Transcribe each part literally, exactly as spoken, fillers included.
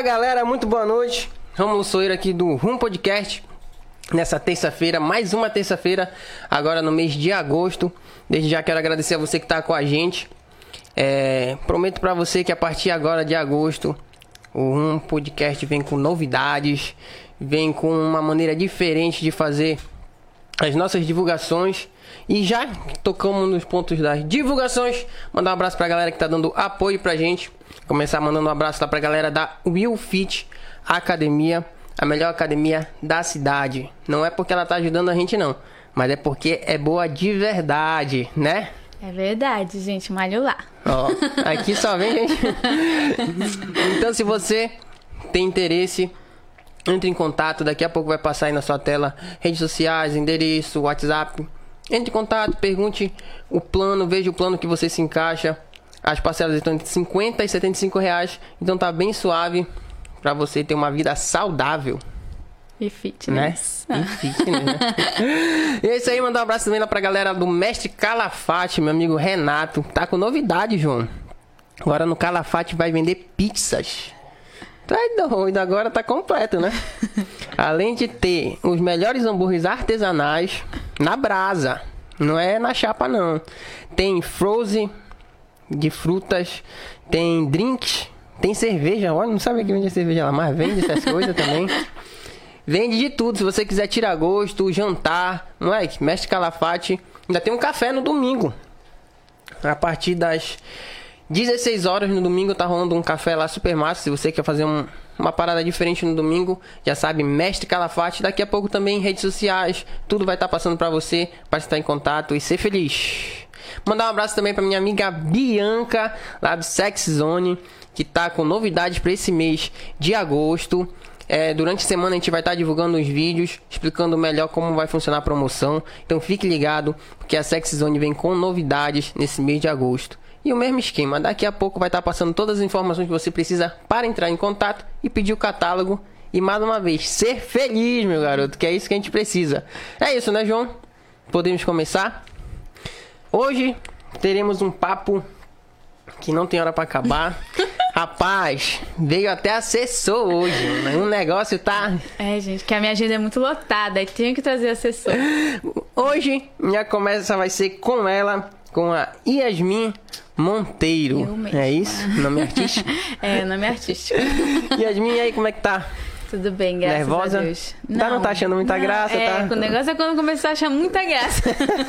Fala galera, muito boa noite. Rômulo Soeiro aqui do Rumo Podcast. Nessa terça-feira, mais uma terça-feira, agora no mês de agosto. Desde já quero agradecer a você que está com a gente. É, prometo para você que a partir agora de agosto, o Rumo Podcast vem com novidades, vem com uma maneira diferente de fazer as nossas divulgações. E já tocamos nos pontos das divulgações. Mandar um abraço pra galera que tá dando apoio pra gente. Começar mandando um abraço lá pra galera da Will Fit Academia, a melhor academia da cidade. Não é porque ela tá ajudando a gente não, mas é porque é boa de verdade, né? É verdade, gente, malho lá. Ó, aqui só vem gente. Então se você tem interesse, entre em contato. Daqui a pouco vai passar aí na sua tela redes sociais, endereço, WhatsApp. Entre em contato, pergunte o plano, veja o plano que você se encaixa. As parcelas estão entre cinquenta e setenta e cinco reais. Então tá bem suave pra você ter uma vida saudável. E fitness. Né? E fitness, né? E é isso aí, mandar um abraço também lá pra galera do Mestre Calafate, meu amigo Renato. Tá com novidade, João. Agora no Calafate vai vender pizzas. Tá doido, agora tá completo, né? Além de ter os melhores hambúrgueres artesanais na brasa. Não é na chapa, não. Tem frozen de frutas, tem drinks, tem cerveja. Olha, não sabia que vende cerveja lá, mas vende essas coisas também. Vende de tudo. Se você quiser tirar gosto, jantar, moleque, Mestre Calafate. Ainda tem um café no domingo. A partir das dezesseis horas no domingo tá rolando um café lá super massa. Se você quer fazer um, uma parada diferente no domingo, já sabe, Mestre Calafate. Daqui a pouco também em redes sociais, tudo vai estar tá passando pra você, para estar em contato e ser feliz. Mandar um abraço também pra minha amiga Bianca, lá do Sex Zone, que tá com novidades para esse mês de agosto. É, durante a semana a gente vai estar tá divulgando os vídeos, explicando melhor como vai funcionar a promoção. Então fique ligado, porque a Sex Zone vem com novidades nesse mês de agosto. E o mesmo esquema, daqui a pouco vai estar passando todas as informações que você precisa para entrar em contato e pedir o catálogo. E mais uma vez, ser feliz, meu garoto, que é isso que a gente precisa. É isso, né, João? Podemos começar? Hoje teremos um papo que não tem hora para acabar. Rapaz, veio até assessor hoje. Um negócio tá... É, gente, que a minha agenda é muito lotada e tenho que trazer assessor. Hoje, minha conversa vai ser com ela, com a Yasmin Monteiro. Eu mesma. É isso? Nome artístico? É, nome artístico. Yasmin, e aí, como é que tá? Tudo bem, graças Nervosa? a Deus. Tá, não tá achando muita não, graça, é, tá? O negócio é quando começar a achar muita graça.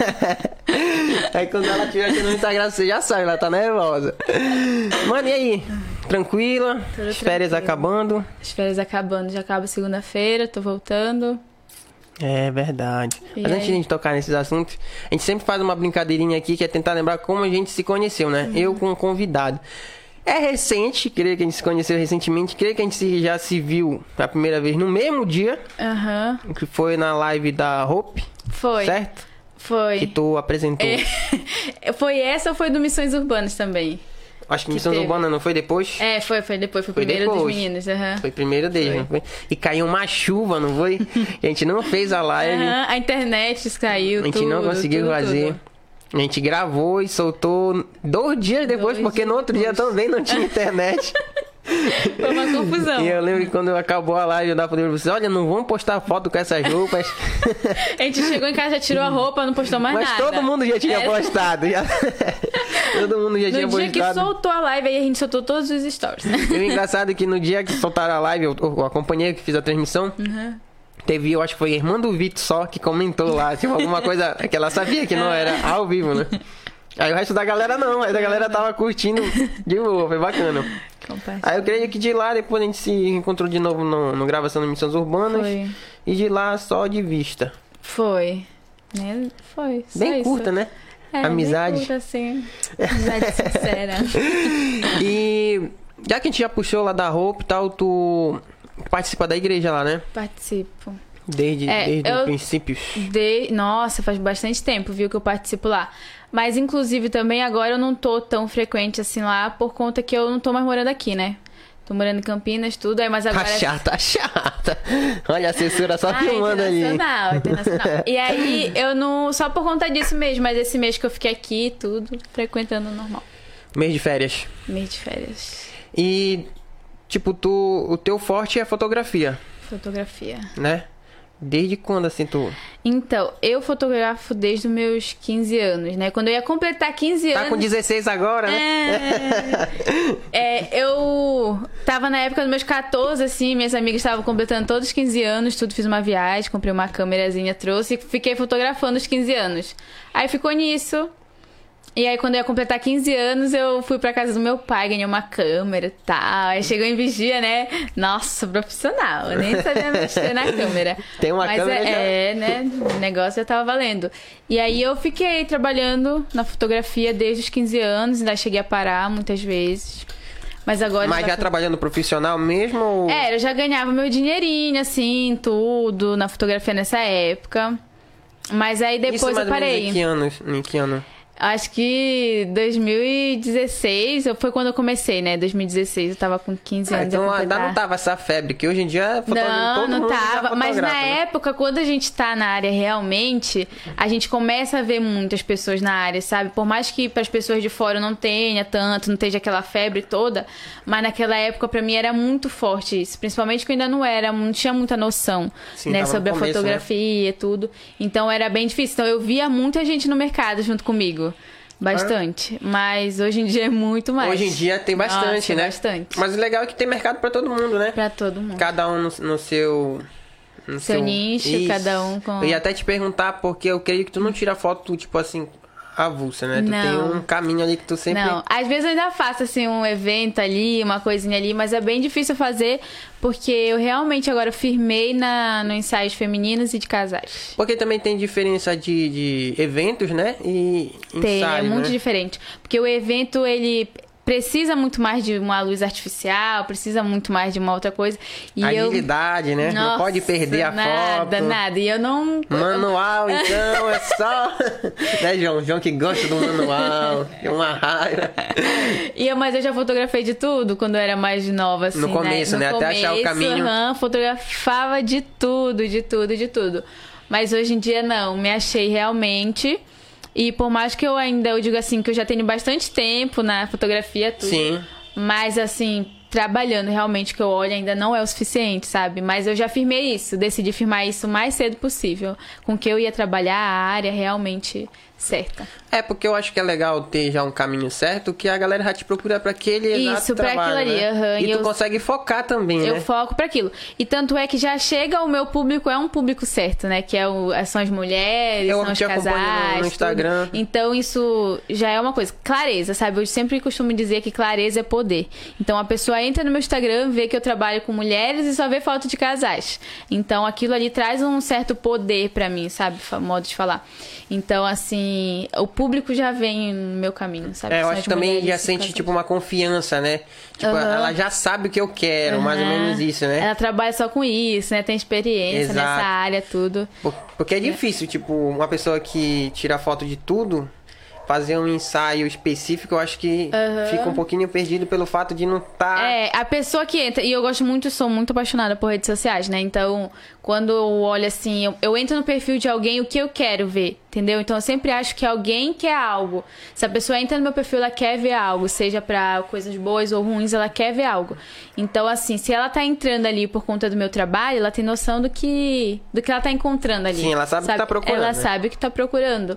Aí quando ela estiver achando muita graça, você já sabe, ela tá nervosa. Mano, e aí? Tranquila? Tudo As férias tranquilo. acabando? As férias acabando, já acaba segunda-feira, tô voltando. É verdade. E Mas antes aí? de a gente tocar nesses assuntos, a gente sempre faz uma brincadeirinha aqui, que é tentar lembrar como a gente se conheceu, né? Uhum. Eu com um convidado. É recente, creio que a gente se conheceu recentemente, creio que a gente se- já se viu a primeira vez no mesmo dia, Aham, que foi na live da Hope, foi. certo? Foi. Que tu apresentou. É. Foi essa ou foi do Missões Urbanas também? Acho que Missões teve. Urbanas não foi depois? É, foi, foi depois, foi, Foi primeiro depois. dos meninos, aham. Foi primeiro deles, Foi. não foi? E caiu uma chuva, não foi? A gente não fez a live, Aham, a internet caiu, a gente tudo, não conseguiu tudo, fazer. tudo. A gente gravou e soltou dois dias depois, Dois porque dias no outro dia depois. também não tinha internet. Foi uma confusão. E eu lembro que quando acabou a live, eu dava pra vocês, olha, não vamos postar foto com essas roupas. A gente chegou em casa, já tirou a roupa, não postou mais Mas nada. todo mundo já tinha É. postado. Já... todo mundo já tinha No dia postado. que soltou a live, aí a gente soltou todos os stories. E o engraçado é que no dia que soltaram a live, eu, eu acompanhei, que fiz a transmissão, Uhum. teve, eu acho que foi a irmã do Vitor só que comentou lá, tipo, alguma coisa que ela sabia que não era ao vivo, né? Aí o resto da galera não, aí a galera tava curtindo de boa, foi bacana. Aí eu creio que de lá depois a gente se encontrou de novo no, no gravação de Missões Urbanas. Foi. E de lá só de vista. Foi. Né? Foi. Só Bem isso. curta, né? É, Amizade. Bem curta, assim. Amizade sincera. E já que a gente já puxou lá da roupa e tal, tu participa da igreja lá, né? Participo. Desde, É, desde eu- os princípios. De... Nossa, faz bastante tempo, viu, que eu participo lá. Mas, inclusive, também agora eu não tô tão frequente assim lá, por conta que eu não tô mais morando aqui, né? Tô morando em Campinas, tudo, aí, mas agora... Tá chata, tá chata. Olha a assessora só Ah, filmando ali. internacional, internacional. E aí, eu não... Só por conta disso mesmo, mas esse mês que eu fiquei aqui, tudo, frequentando normal. Mês de férias. Mês de férias. E tipo, tu, o teu forte é fotografia, Fotografia. né? Desde quando, assim, tu... Então, eu fotografo desde os meus quinze anos, né? Quando eu ia completar quinze anos... Tá com dezesseis agora, né? É, é, eu tava na época dos meus quatorze, assim, minhas amigas estavam completando todos os quinze anos, tudo, fiz uma viagem, comprei uma câmerazinha, trouxe e fiquei fotografando os quinze anos. Aí ficou nisso. E aí, quando eu ia completar quinze anos, eu fui pra casa do meu pai, ganhei uma câmera e tal. Aí chegou em Vigia, né? Nossa, profissional. Eu nem sabia mexer na câmera. Tem uma Mas câmera é, já. é, né? O negócio já tava valendo. E aí, eu fiquei trabalhando na fotografia desde os quinze anos. Ainda cheguei a parar muitas vezes. Mas agora... Mas já trabalhando profissional mesmo? Ou... É, eu já ganhava meu dinheirinho, assim, tudo, na fotografia nessa época. Mas aí depois Isso mais eu ou menos parei. em que anos? Em que ano? Acho que dois mil e dezesseis foi quando eu comecei, né? dois mil e dezesseis, eu tava com quinze Ah, anos. então ia ainda completar. não tava essa febre, que hoje em dia fotogra- Não, todo não mundo já tava. Mas na fotografa, né? época, quando a gente tá na área realmente, a gente começa a ver muitas pessoas na área, sabe? Por mais que para as pessoas de fora não tenha tanto, não esteja aquela febre toda, mas naquela época pra mim era muito forte isso. Principalmente que eu ainda não era, não tinha muita noção, Sim, né? tava no Sobre a começo, fotografia e tudo. Então era bem difícil. Então eu via muita gente no mercado junto comigo. Bastante. Mas hoje em dia é muito mais. Hoje em dia tem bastante, Nossa, né? bastante. Mas o legal é que tem mercado pra todo mundo, né? Pra todo mundo. Cada um no, no seu... No Seu nicho, Isso. cada um com- Eu ia até te perguntar, porque eu creio que tu não tira foto, tipo assim, avulsa, né? Tu Não. tem um caminho ali que tu sempre... Não, às vezes eu ainda faço assim um evento ali, uma coisinha ali, mas é bem difícil fazer porque eu realmente agora firmei na, no ensaios femininos e de casais. Porque também tem diferença de, de eventos, né? E Tem, ensaio, é muito né? diferente. Porque o evento, ele precisa muito mais de uma luz artificial, precisa muito mais de uma outra coisa. E Agilidade, eu... né? Não Nossa, pode perder a nada, foto. Nada, nada. E eu não... Manual, então, é só... né, João? João que gosta do manual. É uma raiva. E eu, mas eu já fotografei de tudo quando eu era mais nova, assim, No começo, né? né? No Até achar o começo, caminho. aham, fotografava de tudo, de tudo, de tudo. Mas hoje em dia, não. Me achei realmente... E por mais que eu ainda, eu digo assim, que eu já tenho bastante tempo na fotografia, tudo. Sim. Mas assim, trabalhando realmente, que eu olho ainda não é o suficiente, sabe? Mas eu já firmei isso, decidi firmar isso o mais cedo possível. Com que eu ia trabalhar a área realmente certa. É, porque eu acho que é legal ter já um caminho certo, que a galera já te procura pra aquele exato Isso, pra trabalho, aquilo ali, né? aham, E e tu eu- consegue focar também, Eu né? foco pra aquilo. E tanto é que já chega o meu público, é um público certo, né? Que é o, são as mulheres, Eu são os te acompanho no- casais. no tudo. Instagram. Então isso já é uma coisa. Clareza, sabe? Eu sempre costumo dizer que clareza é poder. Então a pessoa entra no meu Instagram, vê que eu trabalho com mulheres e só vê foto de casais. Então aquilo ali traz um certo poder pra mim, sabe? Fa- Modo de falar. Então, assim, o público já vem no meu caminho, sabe? É, eu São acho as que também mulheres já e sente, casais. tipo, uma confiança, né? Tipo, Aham. ela já sabe o que eu quero, mais ou Aham. menos isso, né? Ela trabalha só com isso, né? Tem experiência Exato. nessa área, tudo. Por- Porque é difícil, tipo, uma pessoa que tira foto de tudo, fazer um ensaio específico, eu acho que fica um pouquinho perdido pelo fato de não estar... É, a pessoa que entra, e eu gosto muito, sou muito apaixonada por redes sociais, né? Então, quando eu olho assim, eu, eu entro no perfil de alguém, o que eu quero ver, entendeu? Então, eu sempre acho que alguém quer algo. Se a pessoa entra no meu perfil, ela quer ver algo, seja pra coisas boas ou ruins, ela quer ver algo. Então, assim, se ela tá entrando ali por conta do meu trabalho, ela tem noção do que, do que ela tá encontrando ali. Sim, ela sabe o que tá procurando, Ela né? sabe o que tá procurando.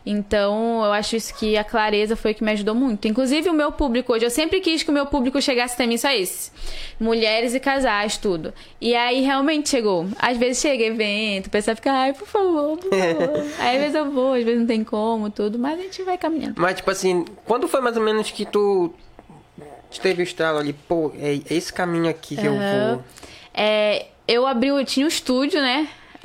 Então, eu acho isso que a clareza foi que me ajudou muito. Inclusive, o meu público hoje, eu sempre quis que o meu público chegasse até mim só esse. Mulheres e casais, tudo. E aí, realmente chegou. Às vezes chega evento, o pessoal fica, ai, por favor, por favor. Aí, às vezes eu vou, às vezes não tem como, tudo. Mas a gente vai caminhando. Mas, tipo assim, quando foi mais ou menos que tu teve o estralo ali, pô, é esse caminho aqui que eu vou... É, eu abri, eu tinha um estúdio, né?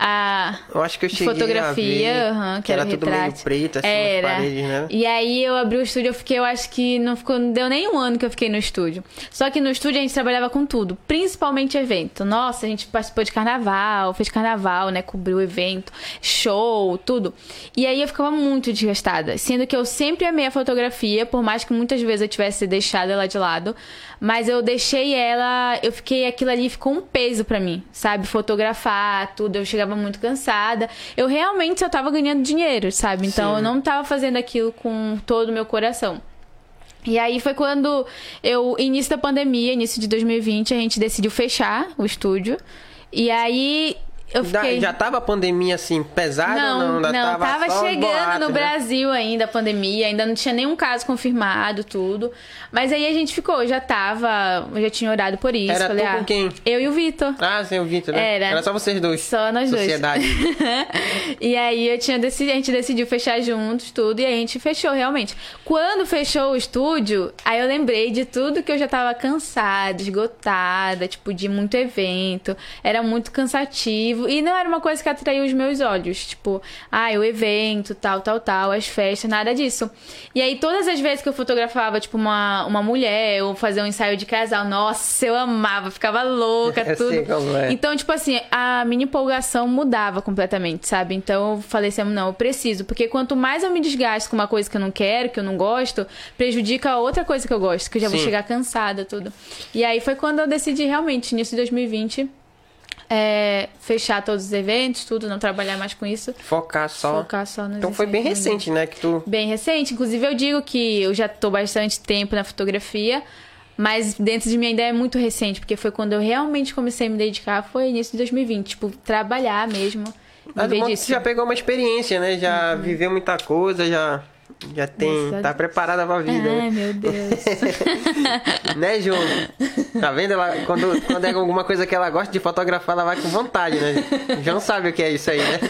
A Eu acho que eu de cheguei fotografia, a ver, aham, que era o tudo meio retrato. preto, assim, Era. nas paredes, né? E aí eu abri o estúdio, eu fiquei, eu acho que não ficou, não deu nem um ano que eu fiquei no estúdio. Só que no estúdio a gente trabalhava com tudo, principalmente evento. Nossa, a gente participou de carnaval, fez carnaval, né? Cobriu evento, show, tudo. E aí eu ficava muito desgastada, sendo que eu sempre amei a fotografia, por mais que muitas vezes eu tivesse deixado ela de lado. Mas eu deixei ela, eu fiquei, aquilo ali ficou um peso pra mim, sabe? Fotografar, tudo, eu chegava muito cansada. Eu realmente só tava ganhando dinheiro, sabe? Então Sim. eu não tava fazendo aquilo com todo o meu coração. E aí foi quando eu, início da pandemia, início de dois mil e vinte, a gente decidiu fechar o estúdio. E aí eu fiquei... Já tava a pandemia, assim, pesada? Não, não, não, tava, tava só chegando boatos, no né? Brasil ainda a pandemia, ainda não tinha nenhum caso confirmado, tudo. Mas aí a gente ficou, já tava, já tinha orado por isso. Era falei, tu com ah, quem? Eu e o Vitor. Ah, sim, o Vitor, né? Era. Era só vocês dois. Só nós dois. Sociedade. E aí eu tinha decidido, a gente decidiu fechar juntos, tudo, e a gente fechou realmente. Quando fechou o estúdio, aí eu lembrei de tudo que eu já tava cansada, esgotada, tipo, de muito evento. Era muito cansativo. E não era uma coisa que atraiu os meus olhos. Tipo, ah, o evento, tal, tal, tal, as festas, nada disso. E aí todas as vezes que eu fotografava, tipo, uma, uma mulher, ou fazer um ensaio de casal, nossa, eu amava, ficava louca, Eu tudo. sei como é. Então, tipo assim, a minha empolgação mudava completamente, sabe? Então eu falei assim, não, eu preciso. Porque quanto mais eu me desgasto com uma coisa que eu não quero, que eu não gosto, prejudica a outra coisa que eu gosto, que eu já vou Sim. chegar cansada, tudo. E aí foi quando eu decidi realmente, início de dois mil e vinte, é, fechar todos os eventos, tudo, não trabalhar mais com isso. Focar só. Focar só nos Então foi bem eventos. recente, né? Que tu... Bem recente. Inclusive, eu digo que eu já tô bastante tempo na fotografia, mas dentro de mim ainda é muito recente, porque foi quando eu realmente comecei a me dedicar, foi início de dois mil e vinte. Tipo, trabalhar mesmo. Mas Viver bom que disso. tu já pegou uma experiência, né? Já Uhum. viveu muita coisa, já, já tem... Nossa. Tá preparada pra vida, Ai, né? meu Deus. Né, João? Tá vendo? Ela, quando, quando é alguma coisa que ela gosta de fotografar, ela vai com vontade, né? João sabe o que é isso aí, né?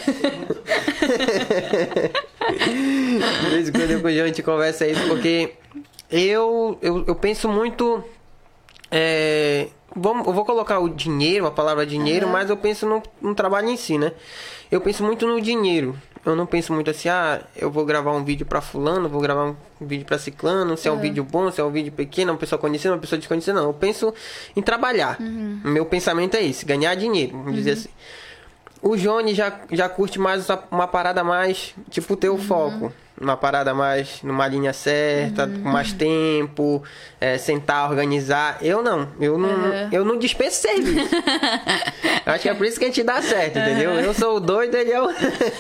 De vez em quando eu com o João a gente conversa isso, porque eu, eu, eu penso muito... É, vamos, eu vou colocar o dinheiro, a palavra dinheiro, Uhum. mas eu penso no, no trabalho em si, né? Eu penso muito no dinheiro. Eu não penso muito assim, ah, eu vou gravar um vídeo pra fulano, vou gravar um vídeo pra ciclano, se é um Uhum. vídeo bom, se é um vídeo pequeno, uma pessoa conhecida, uma pessoa desconhecida, não. Eu penso em trabalhar. Uhum. O meu pensamento é esse, ganhar dinheiro, vamos dizer assim. O Johnny já, já curte mais uma, uma parada mais, tipo, ter o foco. Uma parada mais numa linha certa, com mais tempo, é, sentar, organizar. Eu não. Eu não, Uhum. eu não dispenso serviço. Acho que é por isso que a gente dá certo, entendeu? Eu sou o doido, ele é o...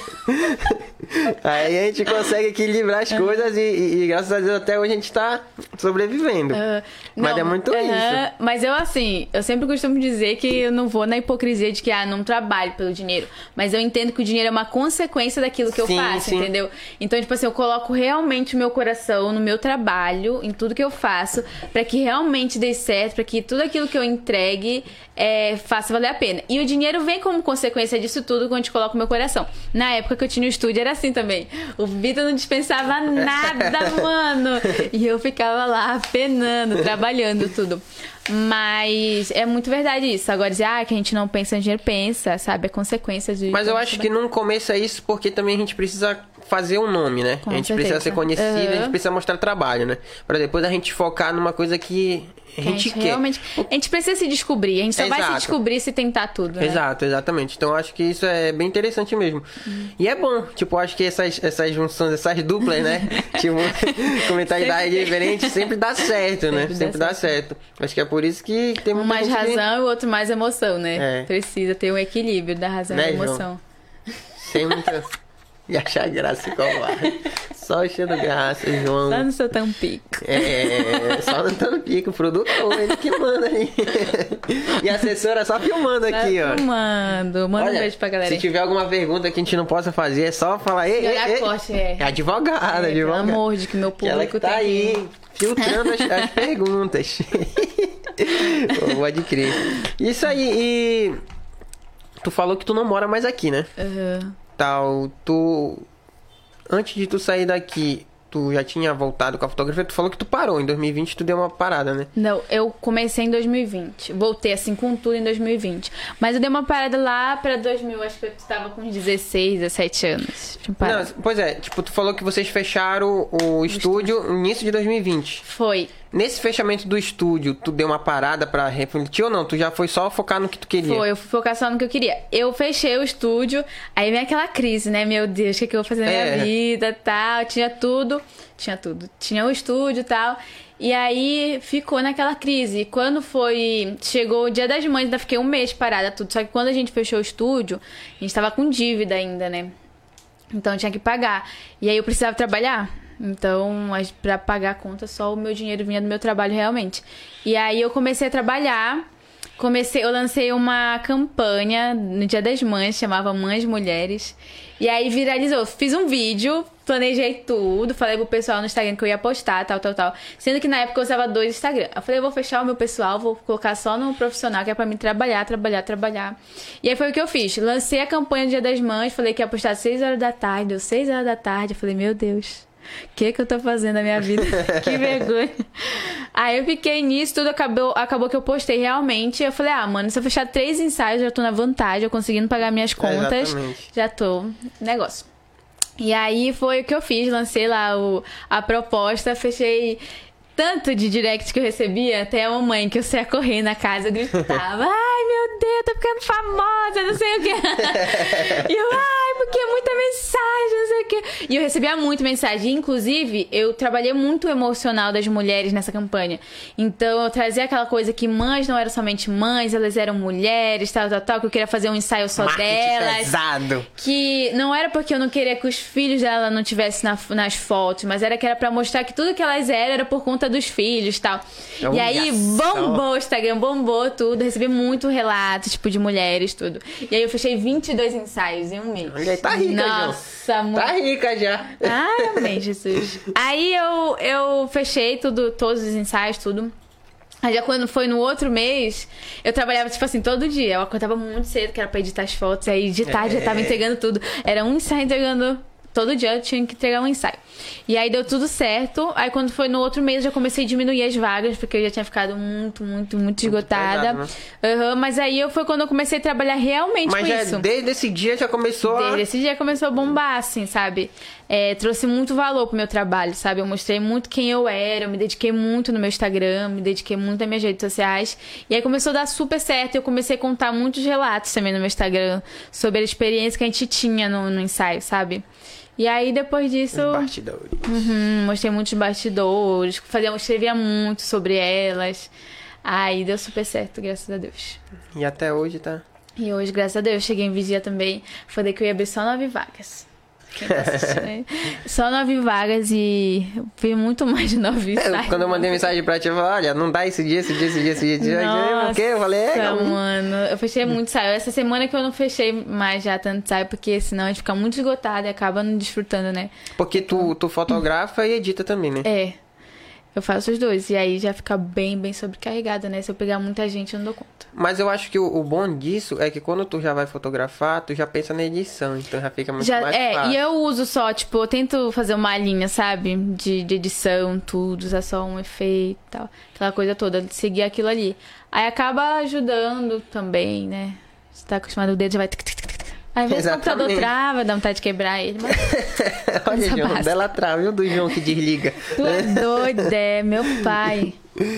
Aí a gente consegue equilibrar as coisas e, e, e graças a Deus até hoje a gente tá sobrevivendo. Ah, Mas não, é muito aham, isso. Mas eu, assim, eu sempre costumo dizer que eu não vou na hipocrisia de que, ah, não trabalho pelo dinheiro. Mas eu entendo que o dinheiro é uma consequência daquilo que eu Sim, faço, sim. entendeu? Então, tipo assim, eu coloco realmente o meu coração no meu trabalho, em tudo que eu faço, pra que realmente dê certo, pra que tudo aquilo que eu entregue é, faça valer a pena. E o dinheiro vem como consequência disso tudo quando a gente coloca o meu coração. Na época que eu tinha o estúdio era assim também. O Vitor não dispensava nada, mano. E eu ficava lá penando, trabalhando tudo. Mas é muito verdade isso. Agora dizer, ah, que a gente não pensa em dinheiro, pensa, sabe? É consequência de... Mas eu acho que no começo é isso porque também a gente precisa fazer um nome, né? Com a gente certeza. precisa ser conhecido, Uhum. a gente precisa mostrar trabalho, né? Pra depois a gente focar numa coisa que a Que a gente, gente quer. realmente... A gente precisa se descobrir. A gente só vai se Exato. descobrir se tentar tudo, né? Exato, exatamente. Então eu acho que isso é bem interessante mesmo. Hum. E é bom, tipo, eu acho que essas, essas junções, essas duplas, né? Tipo, com mentalidade diferente sempre dá certo, né? Sempre dá Sempre dá certo. Acho que é por isso que tem Um muita mais gente que- razão e o outro mais emoção, né? É. Precisa ter um equilíbrio da razão Né, e da João? emoção. sem muita... E achar graça igual lá. Só enchendo graça, João. Só no seu tampico. É, só não tá no pico, o produtor, ele que manda aí. E a assessora só filmando aqui, ó. Manda, manda um Olha, beijo pra galera se aí. tiver alguma pergunta que a gente não possa fazer, é só falar, ei, E olhar ei, a ei. corte, é. É advogada, É, pelo advogada. amor de que meu Que ela público que tá tem que- aí, filtrando as, as perguntas. Pô, pode crer. Isso aí, e... Tu falou que tu não mora mais aqui, né? Aham. Tal, tu... Antes de tu sair daqui, tu já tinha voltado com a fotografia? Tu falou que tu parou, em dois mil e vinte tu deu uma parada, né? Não, eu comecei em dois mil e vinte. Voltei assim com tudo em dois mil e vinte. Mas eu dei uma parada lá pra dois mil, acho que eu tava com dezesseis, dezessete anos. Tinha parado. Não, pois é, tipo, tu falou que vocês fecharam o, estúdio no início de dois mil e vinte. Foi. Nesse fechamento do estúdio, tu deu uma parada pra refletir ou não? Tu já foi só focar no que tu queria? Foi, eu fui focar só no que eu queria. Eu fechei o estúdio, aí vem aquela crise, né? Meu Deus, o que, é que eu vou fazer na É. minha vida, tal. Tinha tudo, tinha tudo. Tinha o estúdio e tal. E aí ficou naquela crise. E quando foi... Chegou o Dia das Mães, ainda fiquei um mês parada, tudo. Só que quando a gente fechou o estúdio, a gente tava com dívida ainda, né? Então tinha que pagar. E aí eu precisava trabalhar. Então, pra pagar a conta, só o meu dinheiro vinha do meu trabalho realmente. E aí eu comecei a trabalhar. Comecei, eu lancei uma campanha no Dia das Mães, chamava Mães Mulheres. E aí viralizou. Fiz um vídeo, planejei tudo, falei pro pessoal no Instagram que eu ia postar, tal, tal, tal. Sendo que na época eu usava dois Instagram. Eu falei, eu vou fechar o meu pessoal, vou colocar só no profissional, que é pra mim trabalhar, trabalhar, trabalhar. E aí foi o que eu fiz. Lancei a campanha do Dia das Mães, falei que ia postar às seis horas da tarde, deu seis horas da tarde. Eu falei, meu Deus, o que que eu tô fazendo na minha vida? Que vergonha. Aí eu fiquei nisso, tudo acabou, acabou que eu postei realmente. Eu falei, ah, mano, se eu fechar três ensaios, já tô na vantagem, eu conseguindo pagar minhas contas. É, já tô negócio. E aí foi o que eu fiz, lancei lá o, a proposta, fechei tanto de direct que eu recebia, até a mamãe que eu saia correr na casa, eu gritava, ai meu Deus, tô ficando famosa, não sei o que. E eu, ai, porque é muita mensagem, não sei o que. E eu recebia muito mensagem, inclusive eu trabalhei muito o emocional das mulheres nessa campanha. Então eu trazia aquela coisa que mães não eram somente mães, elas eram mulheres, tal, tal, tal, que eu queria fazer um ensaio só Marketing delas. Pesado. Que não era porque eu não queria que os filhos dela não tivessem na, nas fotos, mas era que era pra mostrar que tudo que elas eram era por conta dos filhos e tal. Oh, e aí yes. bombou o Instagram, bombou tudo, recebi muito relato, tipo, de mulheres, tudo. E aí eu fechei vinte e dois ensaios em um mês. Olha aí, tá rica, Nossa, muito. Tá rica já. Ai, amém, Jesus. Aí eu, eu fechei tudo, todos os ensaios, tudo. Aí já quando foi no outro mês, eu trabalhava, tipo assim, todo dia. Eu acordava muito cedo, que era pra editar as fotos. Aí de tarde é. já tava entregando tudo. Era um ensaio entregando... Todo dia eu tinha que entregar um ensaio. E aí deu tudo certo. Aí quando foi no outro mês, eu já comecei a diminuir as vagas, porque eu já tinha ficado muito, muito, muito esgotada. Muito pesado, né? Uhum, mas aí eu, foi quando eu comecei a trabalhar realmente mas com já, isso. Desde esse dia já começou Desde a... esse dia começou a bombar, assim, sabe? É, trouxe muito valor pro meu trabalho, sabe? Eu mostrei muito quem eu era, eu me dediquei muito no meu Instagram, me dediquei muito nas minhas redes sociais. E aí começou a dar super certo. Eu comecei a contar muitos relatos também no meu Instagram sobre a experiência que a gente tinha no, no ensaio, sabe? E aí, depois disso... Os bastidores. Uhum, mostrei muitos bastidores, fazia, escrevia muito sobre elas. Aí deu super certo, graças a Deus. E até hoje tá... E hoje, graças a Deus, cheguei em Vigia também. Falei que eu ia abrir só nove vagas. Quem tá assistindo aí? Só nove vagas e vi muito mais de nove ensaios. Quando eu mandei mensagem pra ti, eu falei, olha, não dá esse dia, esse dia, esse dia, esse dia. Nossa, o quê? Eu falei, é, não. mano. Eu fechei muito ensaio. Essa semana que eu não fechei mais já tanto ensaio, porque senão a gente fica muito esgotado e acaba não desfrutando, né? Porque tu, tu fotografa e edita também, né? É. Eu faço os dois. E aí já fica bem, bem sobrecarregada, né? Se eu pegar muita gente, eu não dou conta. Mas eu acho que o, o bom disso é que quando tu já vai fotografar, tu já pensa na edição. Então já fica muito já, mais é, fácil. E eu uso só, tipo, eu tento fazer uma linha, sabe? De, de edição, tudo. Usar só um efeito e tal. Aquela coisa toda. Seguir aquilo ali. Aí acaba ajudando também, né? Você tá acostumado, o dedo já vai... Às vezes o computador trava, dá vontade de quebrar ele, mas... Olha, João, basta. Dela trava, viu, do João que desliga. Tu é doido, é, meu pai.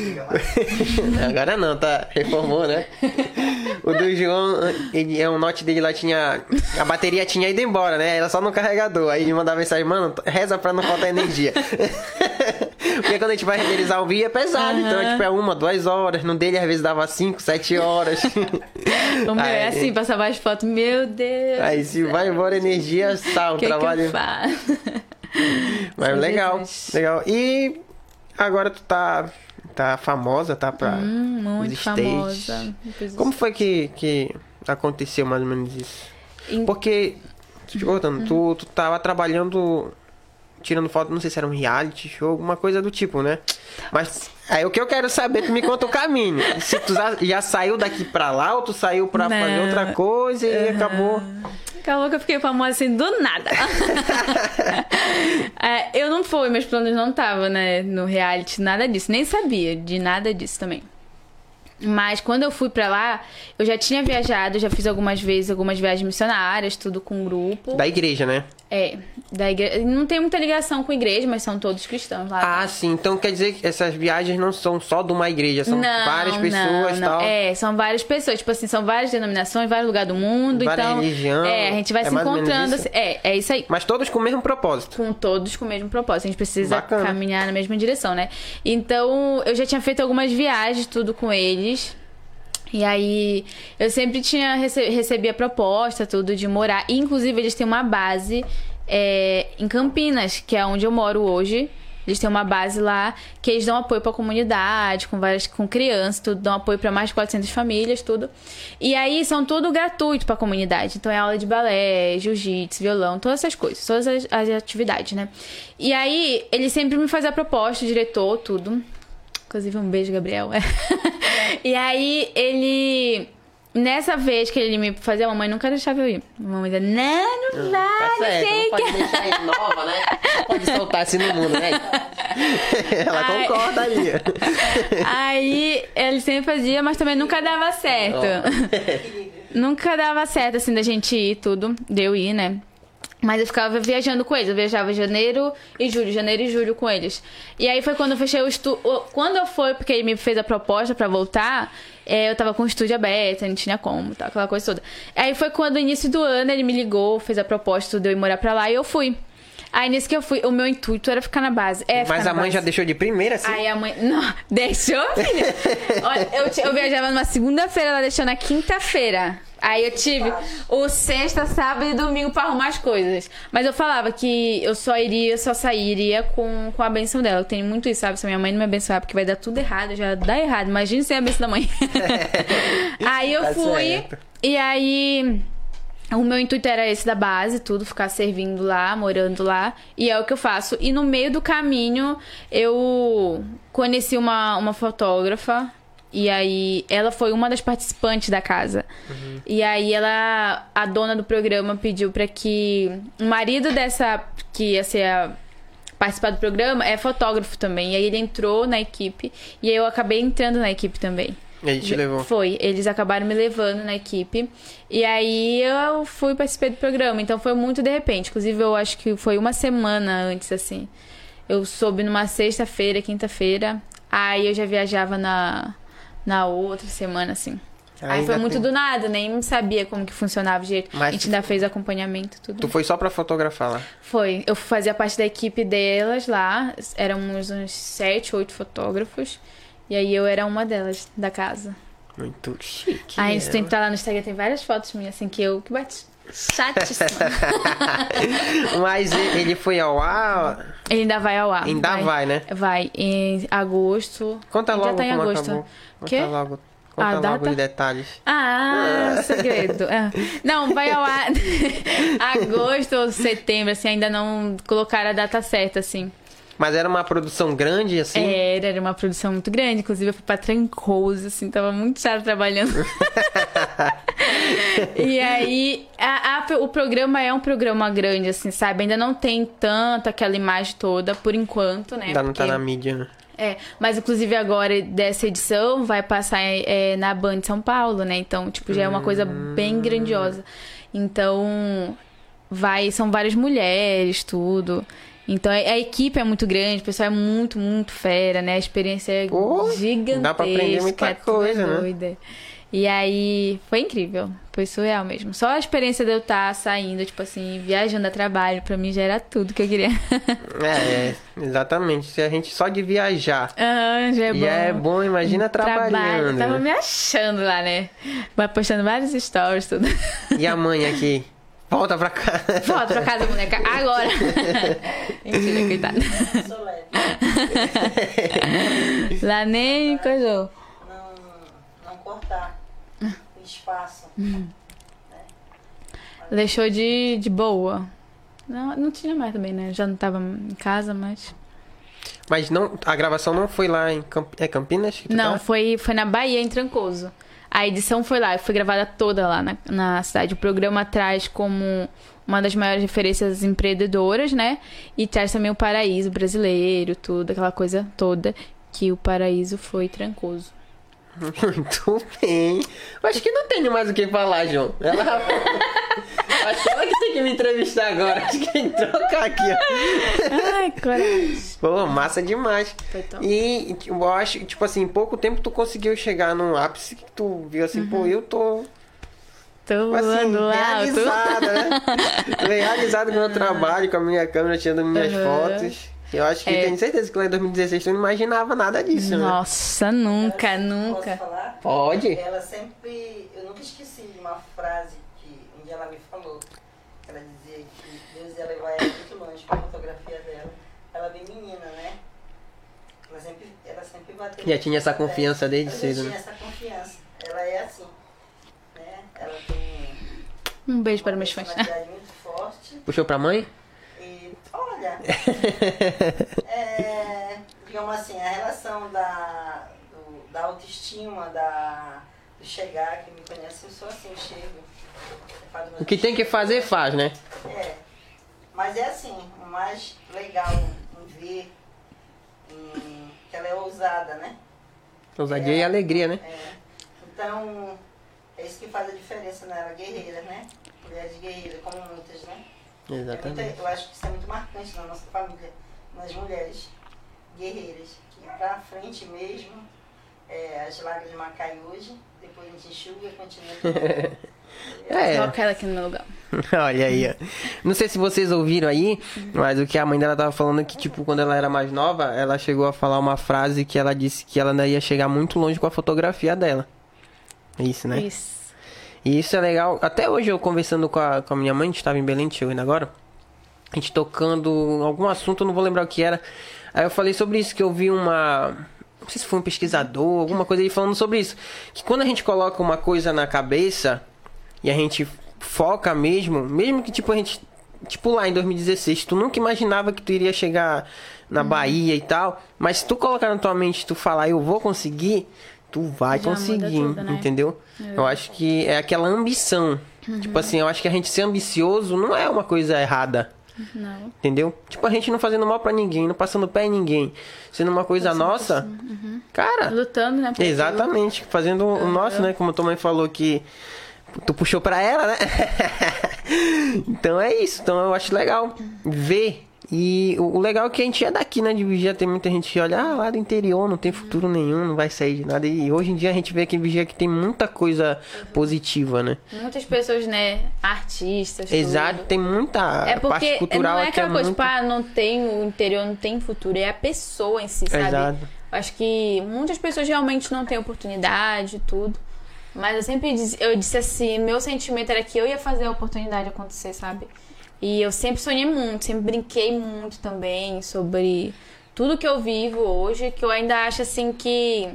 Agora não, tá? Reformou, né? O do João, ele, o note dele lá tinha... A bateria tinha ido embora, né? Era só no carregador. Aí ele mandava mensagem, mano, reza pra não faltar energia. Porque quando a gente vai renderizar o vídeo é pesado. Uhum. Então, tipo, é uma, duas horas. No dele, às vezes, dava cinco, sete horas. O meu é assim, passava as fotos. Meu Deus. Aí, se vai embora a energia, tá, o que trabalho... Que eu faço? Mas legal, legal. E agora tu tá... Tá famosa, tá pra... Hum, muito famosa. Como foi que, que aconteceu mais ou menos isso? Em... Porque, te perguntando, uhum. tu, tu tava trabalhando, tirando foto, não sei se era um reality show, alguma coisa do tipo, né? Mas aí o que eu quero saber, tu me conta o caminho. Se tu já, já saiu daqui pra lá ou tu saiu pra não. fazer outra coisa e uhum. acabou... Acabou que eu fiquei famosa assim, do nada. é, eu não fui, meus planos não estavam, né, no reality, nada disso. Nem sabia de nada disso também. Mas quando eu fui pra lá, eu já tinha viajado, já fiz algumas vezes, algumas viagens missionárias, tudo com um grupo. Da igreja, né? É, da igreja. Não tem muita ligação com a igreja, mas são todos cristãos lá. Ah, tá? Sim. Então quer dizer que essas viagens não são só de uma igreja, são não, várias pessoas e tal. É, são várias pessoas. Tipo assim, são várias denominações, vários lugares do mundo. Várias então, religiões. É, a gente vai é se encontrando. Assim, é, é isso aí. Mas todos com o mesmo propósito. Com todos com o mesmo propósito. A gente precisa Bacana. caminhar na mesma direção, né? Então, eu já tinha feito algumas viagens, tudo com eles. E aí, eu sempre tinha rece- recebia proposta, tudo, de morar. Inclusive, eles têm uma base é, em Campinas, que é onde eu moro hoje. Eles têm uma base lá que eles dão apoio pra comunidade, com várias, com crianças, tudo, dão apoio pra mais de quatrocentas famílias, tudo. E aí são tudo gratuito pra comunidade. Então é aula de balé, jiu-jitsu, violão, todas essas coisas, todas as, as atividades, né? E aí ele sempre me fazia proposta, o diretor, tudo. Inclusive um beijo, Gabriel. E aí ele... Nessa vez que ele me fazia, a mamãe nunca deixava eu ir. A mamãe dizia, não, não vai, Tá não certo, sei não pode deixar ele nova, né? Pode soltar assim no mundo, né? Ela Ai. concorda ali. Aí ele sempre fazia, mas também nunca dava certo. Nunca dava certo, assim, da gente ir, tudo. De eu ir, né? Mas eu ficava viajando com eles. Eu viajava janeiro e julho, janeiro e julho com eles. E aí foi quando eu fechei o estúdio. Quando eu fui, porque ele me fez a proposta pra voltar, é, eu tava com o estúdio aberto, não tinha como, tá, aquela coisa toda. Aí foi quando, no início do ano, ele me ligou, fez a proposta de eu ir morar pra lá e eu fui. Aí nisso que eu fui, o meu intuito era ficar na base. É, ficar Mas na a mãe base. já deixou de primeira, assim? Aí a mãe. Não, deixou, filha? Olha, eu, ti- eu viajava numa segunda-feira, ela deixou na quinta-feira. Aí eu tive o sexta, sábado e domingo pra arrumar as coisas. Mas eu falava que eu só iria, só sairia com, com a benção dela. Eu tenho muito isso, sabe? Se a minha mãe não me abençoar, porque vai dar tudo errado, já dá errado. Imagina sem a benção da mãe. Aí eu Tá fui. certo. E aí. O meu intuito era esse da base, tudo, ficar servindo lá, morando lá. E é o que eu faço. E no meio do caminho, eu conheci uma, uma fotógrafa. E aí, ela foi uma das participantes da casa. Uhum. E aí, ela, a dona do programa pediu pra que o marido dessa, que ia ser a, participar do programa, é fotógrafo também. E aí, ele entrou na equipe. E aí, eu acabei entrando na equipe também. E aí te levou? Foi, eles acabaram me levando na equipe. E aí eu fui participar do programa. Então foi muito de repente. Inclusive eu acho que foi uma semana antes, assim. Eu soube numa sexta-feira, quinta-feira. Aí eu já viajava na, na outra semana, assim. Aí Ainda foi muito tem- do nada, nem sabia como que funcionava o jeito. Mas A gente tu- ainda fez acompanhamento, tudo. Tu foi só pra fotografar lá? Foi, eu fazia parte da equipe delas lá. Éramos uns sete, oito fotógrafos. E aí eu era uma delas, da casa. Muito chique. Aí né? se tu entrar lá no Instagram, tem várias fotos minhas, assim, que eu que bati chatíssima. Mas ele ele foi ao ar? Ele ainda vai ao ar. Ainda vai, né? Vai, em agosto. Conta Ele logo já tá em como agosto. acabou. Conta Quê? logo. A Conta logo data? os detalhes. Ah, segredo. É. Não, vai ao ar agosto ou setembro, assim, ainda não colocaram a data certa, assim. Mas era uma produção grande, assim? Era, era uma produção muito grande. Inclusive, eu fui pra Trancoso, assim, tava muito chato trabalhando. E aí, a- a- o programa é um programa grande, assim, sabe? Ainda não tem tanto aquela imagem toda, por enquanto, né? Ainda não tá Porque- na mídia, né? É, mas inclusive agora dessa edição vai passar é, na Band de São Paulo, né? Então, tipo, já é uma coisa bem grandiosa. Então, vai, são várias mulheres, tudo. Então, a, a equipe é muito grande, o pessoal é muito, muito fera, né? A experiência é Pô, gigantesca. dá pra aprender muita é tudo coisa, né? doida. E aí, foi incrível. Foi surreal mesmo. Só a experiência de eu estar saindo, tipo assim, viajando a trabalho, pra mim já era tudo que eu queria. É, é, exatamente. Se a gente só de viajar Ah, já é bom. já é bom, imagina Trabalho. trabalhando. Tava né? me achando lá, né? Vai postando vários stories, tudo. E a mãe aqui? Volta pra cá. Volta pra casa, boneca, agora. Mentira, coitada. Sou leve. Lá nem coisou. Não, não cortar o espaço. Deixou de, de boa. Não, não tinha mais também, né? Já não tava em casa, mas... Mas não, a gravação não foi lá em Camp... é Campinas? que tu Não, tá? foi, foi na Bahia, em Trancoso. A edição foi lá, foi gravada toda lá na, na cidade. O programa traz como uma das maiores referências empreendedoras, né? E traz também o paraíso brasileiro, tudo, aquela coisa toda. Que o paraíso foi Trancoso. Muito bem. Eu acho que não tem mais o que falar, João. Ela... acho que ela que tem que me entrevistar agora. Acho que tem que trocar aqui, ó. Ai, coragem. Pô, massa demais. Foi top. E eu acho que, tipo assim, em pouco tempo tu conseguiu chegar num ápice que tu viu assim, pô, eu tô Tô assim, voando alto. realizada, né? Tô realizado com o meu trabalho, com a minha câmera, tirando minhas Uhum. fotos. Eu acho que É. tenho certeza que lá em dois mil e dezesseis tu não imaginava nada disso, né? Nossa, nunca, Posso nunca. falar? Pode? Ela sempre... Eu nunca esqueci de uma frase que um dia ela me falou. ela dizia que Deus ia levar ela muito longe com a fotografia dela. Ela bem menina, né? Ela sempre, ela sempre bateu. Já tinha essa confiança desde ela cedo, já né? tinha essa confiança. Ela é assim, né? Ela tem Um beijo para uma meus fãs. personalidade muito forte. Puxou pra mãe? E, olha, é, digamos assim, a relação da, do, da autoestima, da, do chegar, quem me conhece, eu sou assim, eu chego. eu falo O que tem que fazer, faz, né? É, mas é assim, o mais legal em ver em, que ela é ousada, né? Ousadia É, e alegria, né? É, então, é isso que faz a diferença nela, guerreira, né? Mulheres guerreiras, como muitas, né? É Exatamente. muita, eu acho que isso é muito marcante na nossa família, nas mulheres guerreiras, que pra frente mesmo, é, as lágrimas caem hoje, depois a gente enxuga e continua. É. Coloca ela aqui no meu lugar. Olha aí, ó. Não sei se vocês ouviram aí, mas o que a mãe dela tava falando é que, tipo, quando ela era mais nova, ela chegou a falar uma frase que ela disse que ela ainda ia chegar muito longe com a fotografia dela. Isso, né? Isso. E isso é legal. Até hoje eu conversando com a, com a minha mãe, a gente tava em Belém, chegou indo agora. A gente tocando algum assunto, eu não vou lembrar o que era. Aí eu falei sobre isso, que eu vi uma... Não sei se foi um pesquisador, alguma coisa aí falando sobre isso. Que quando a gente coloca uma coisa na cabeça e a gente foca mesmo, mesmo que tipo a gente... Tipo lá em dois mil e dezesseis, tu nunca imaginava que tu iria chegar na Uhum. Bahia e tal. Mas se tu colocar na tua mente, tu falar, eu vou conseguir... Tu vai Já muda conseguir, tudo, né? entendeu? Eu acho que é aquela ambição. Uhum. Tipo assim, eu acho que a gente ser ambicioso não é uma coisa errada. Não. Entendeu? Tipo, a gente não fazendo mal pra ninguém, não passando pé em ninguém. Sendo uma coisa nossa, cara. Lutando, né? por aquilo. Exatamente, fazendo o nosso, né? Como a tua mãe falou que tu puxou pra ela, né? Então é isso. Então eu acho legal ver. E o o legal é que a gente é daqui, né? De Vigia, tem muita gente que olha, ah, lá do interior não tem futuro nenhum, não vai sair de nada. E hoje em dia a gente vê que em Vigia que tem muita coisa positiva, né? Muitas pessoas, né? Artistas. Exato, tudo. tem muita É porque parte cultural não é que é aquela coisa, muito... tipo, ah, não tem o interior, não tem futuro. É a pessoa em si, sabe? Exato. Eu acho que muitas pessoas realmente não têm oportunidade e tudo. Mas eu sempre disse, eu disse assim, meu sentimento era que eu ia fazer a oportunidade acontecer, sabe? E eu sempre sonhei muito, sempre brinquei muito também sobre tudo que eu vivo hoje, que eu ainda acho assim que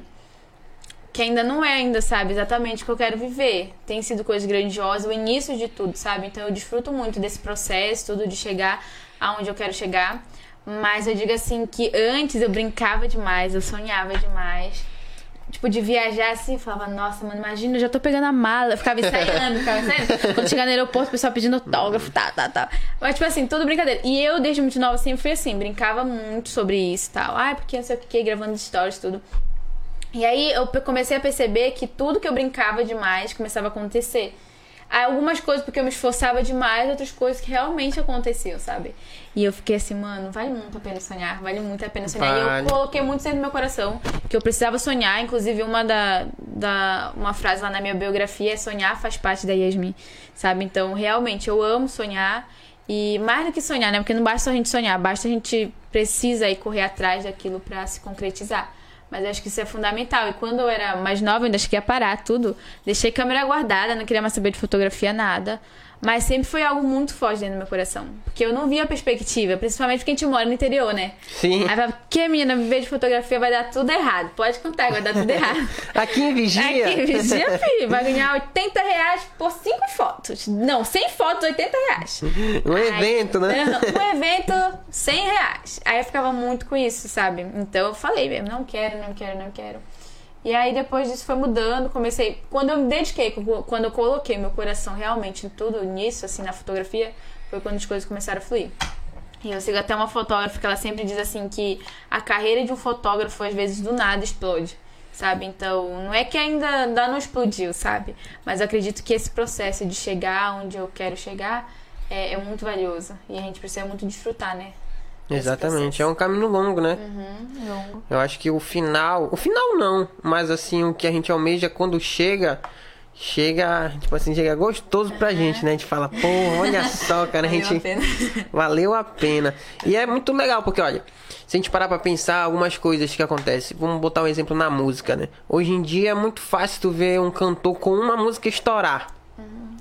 que ainda não é ainda, sabe, exatamente o que eu quero viver. Tem sido coisa grandiosa, o início de tudo, sabe? Então eu desfruto muito desse processo, tudo de chegar aonde eu quero chegar. Mas eu digo assim que antes eu brincava demais, eu sonhava demais. Tipo, de viajar assim, eu falava, nossa, mano, imagina, eu já tô pegando a mala. Eu ficava ensaiando, ficava ensaiando. Quando chegar no aeroporto, o pessoal pedindo autógrafo, tá, tá, tá. Mas, tipo assim, tudo brincadeira. E eu, desde muito nova, sempre fui assim, brincava muito sobre isso e tal. Ai, porque não sei o que, gravando stories, tudo. E aí eu comecei a perceber que tudo que eu brincava demais começava a acontecer. Aí, algumas coisas porque eu me esforçava demais, outras coisas que realmente aconteciam, sabe? E eu fiquei assim, mano, vale muito a pena sonhar, vale muito a pena sonhar. Vale. E eu coloquei muito dentro do meu coração que eu precisava sonhar. Inclusive, uma da, da uma frase lá na minha biografia é sonhar faz parte da Yasmin, sabe? Então, realmente, eu amo sonhar. E mais do que sonhar, né? Porque não basta a gente sonhar, basta a gente precisa ir correr atrás daquilo pra se concretizar. Mas eu acho que isso é fundamental. E quando eu era mais nova, eu ainda cheguei a parar tudo. Deixei câmera guardada, não queria mais saber de fotografia, nada. Mas sempre foi algo muito forte dentro do meu coração. Porque eu não via a perspectiva, principalmente porque a gente mora no interior, né? Sim. Aí vai, que menina, viver de fotografia vai dar tudo errado. Pode contar, vai dar tudo errado. Aqui em Vigia... Aqui, vigia, filho, vai ganhar oitenta reais por cinco fotos. Não, cem fotos, oitenta reais. Um Aí, evento, né? Um evento, cem reais. Aí eu ficava muito com isso, sabe? Então eu falei mesmo, não quero, não quero, não quero. E aí depois disso foi mudando, comecei... Quando eu me dediquei, quando eu coloquei meu coração realmente em tudo nisso, assim, na fotografia, foi quando as coisas começaram a fluir. E eu sigo até uma fotógrafa que ela sempre diz assim que a carreira de um fotógrafo às vezes do nada explode, sabe? Então não é que ainda, ainda não explodiu, sabe? Mas eu acredito que esse processo de chegar onde eu quero chegar é, é muito valioso. E a gente precisa muito desfrutar, né? Exatamente, é um caminho longo, né? Uhum, longo. Eu acho que o final... O final não, mas assim, o que a gente almeja quando chega... Chega, tipo assim, chega gostoso pra gente, né? A gente fala, pô, olha só, cara, a Valeu gente... a pena. Valeu a pena. E é muito legal, porque olha... Se a gente parar pra pensar algumas coisas que acontecem, vamos botar um exemplo na música, né? Hoje em dia é muito fácil tu ver um cantor com uma música estourar.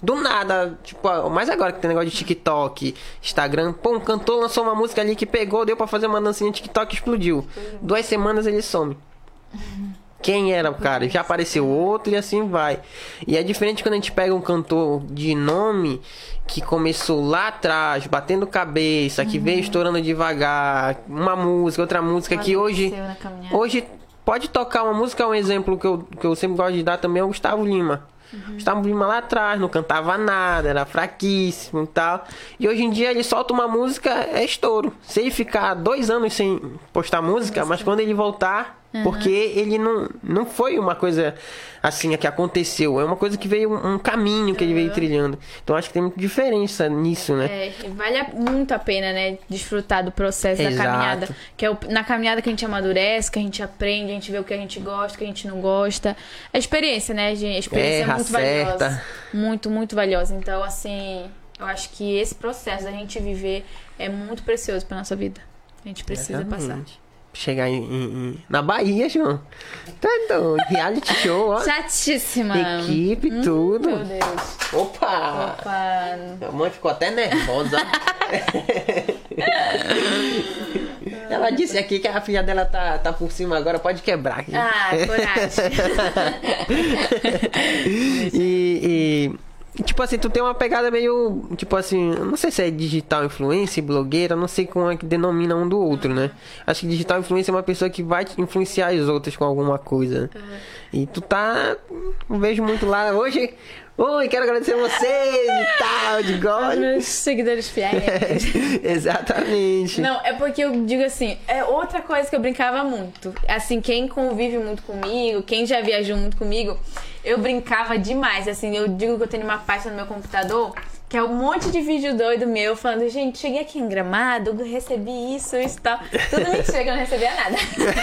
do nada, tipo, mais agora que tem negócio de TikTok, Instagram, pô, um cantor lançou uma música ali que pegou, deu pra fazer uma dancinha no TikTok e explodiu. Duas semanas ele some. Quem era o cara? Já apareceu outro e assim vai. E é diferente quando a gente pega um cantor de nome que começou lá atrás, batendo cabeça, que uhum. veio estourando devagar, uma música, outra música, que hoje, hoje pode tocar uma música, um exemplo que eu, que eu sempre gosto de dar também é o Gustavo Lima. Uhum. Gustavo Lima lá atrás, não cantava nada, era fraquíssimo e tal. E hoje em dia ele solta uma música, é estouro. Se ele ficar dois anos sem postar música, mas quando ele voltar... Uhum. Porque ele não, não foi uma coisa assim que aconteceu. É uma coisa que veio, um caminho que uhum. ele veio trilhando. Então acho que tem muita diferença nisso, né? É, vale muito a pena, né? Desfrutar do processo Exato. Da caminhada. Que é o, na caminhada que a gente amadurece, que a gente aprende, a gente vê o que a gente gosta, o que a gente não gosta. A experiência, né, gente? A experiência Erra, é muito acerta. valiosa. Muito, muito valiosa. Então, assim, eu acho que esse processo da gente viver é muito precioso pra nossa vida. A gente precisa Exatamente. passar. Chegar em, em, em, na Bahia, João. Tá doido. Reality show, ó. Chatíssima. Equipe, hum, tudo. Meu Deus. Opa! Opa! Minha mãe ficou até nervosa. Ela disse aqui que a filha dela tá, tá por cima agora, pode quebrar aqui. Ah, coragem. e... e... Tipo assim, tu tem uma pegada meio... Tipo assim, não sei se é digital influencer, blogueira, não sei como é que denomina um do outro, né? Acho que digital influencer é uma pessoa que vai influenciar as outras com alguma coisa. Uhum. E tu tá... Eu vejo muito lá. Hoje... Oi, quero agradecer vocês e tal, de God. Os meus seguidores fiéis. Exatamente. Não, é porque eu digo assim, é outra coisa que eu brincava muito. Assim, quem convive muito comigo, quem já viajou muito comigo, eu brincava demais. Assim, eu digo que eu tenho uma pasta no meu computador que é um monte de vídeo doido meu falando, gente, cheguei aqui em Gramado, recebi isso, isso e tal. Tudo mentira, que eu não recebia nada.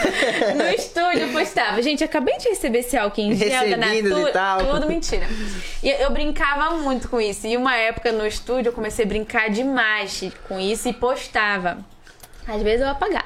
No estúdio eu postava, gente, acabei de receber esse álcool em gel da Natura, tudo mentira. E eu brincava muito com isso. E uma época no estúdio eu comecei a brincar demais com isso e postava. Às vezes eu apagava.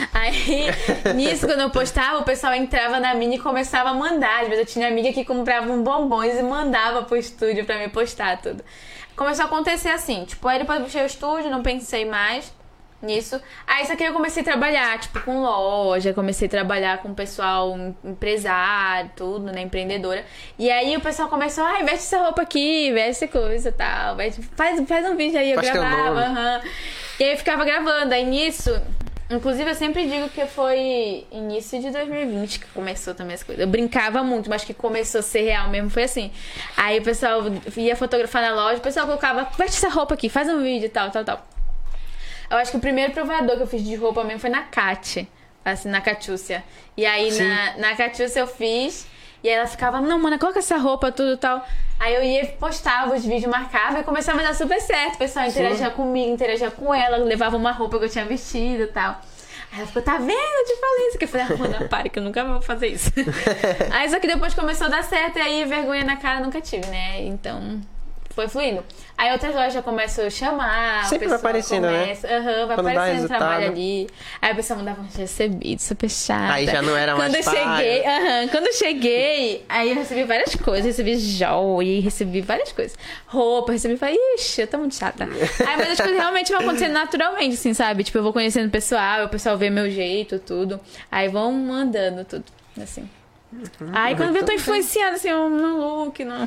Aí, nisso, quando eu postava, o pessoal entrava na minha e começava a mandar. Às vezes eu tinha amiga que comprava um bombons e mandava pro estúdio pra me postar tudo. Começou a acontecer assim, tipo, aí depois eu puxei o estúdio, não pensei mais nisso. Aí isso aqui eu comecei a trabalhar, tipo, com loja, comecei a trabalhar com pessoal empresário, tudo, né, empreendedora. E aí o pessoal começou, ai, veste essa roupa aqui, veste essa coisa e tal, veste, faz, faz um vídeo aí, eu faz gravava, aham. Uhum. E aí eu ficava gravando, aí nisso... Inclusive, eu sempre digo que foi início de dois mil e vinte que começou também as coisas. Eu brincava muito, mas que começou a ser real mesmo foi assim. Aí o pessoal ia fotografar na loja, o pessoal colocava, veste essa roupa aqui, faz um vídeo e tal, tal, tal. Eu acho que o primeiro provador que eu fiz de roupa mesmo foi na Cat, assim, na Catiúcia. E aí na, na Catiúcia eu fiz, e aí ela ficava, não, mana, coloca essa roupa, tudo e tal. Aí eu ia, postava os vídeos, marcava e começava a dar super certo. O pessoal interagia Sim. comigo, interagia com ela, levava uma roupa que eu tinha vestido e tal. Aí ela ficou, tá vendo? Eu te falei isso. Que eu falei, ah, mano, pare, que eu nunca vou fazer isso. Aí só que depois começou a dar certo e aí vergonha na cara nunca tive, né? Então... foi fluindo. Aí outras lojas já começam a chamar. Sempre vai aparecendo, começa, né? Aham, uhum, vai Quando aparecendo o trabalho ali. Aí o pessoal mandava um recebido, super chato. Aí já não era mais Quando eu cheguei, uhum, quando eu cheguei, aí eu recebi várias coisas. Recebi joia, recebi várias coisas. Roupa, recebi, falei, ixi, eu tô muito chata. Aí, mas as coisas realmente vão acontecendo naturalmente, assim, sabe? Tipo, eu vou conhecendo o pessoal, o pessoal vê meu jeito, tudo. Aí vão mandando tudo, assim. Uhum, aí quando eu tô influenciada, assim, no look, não...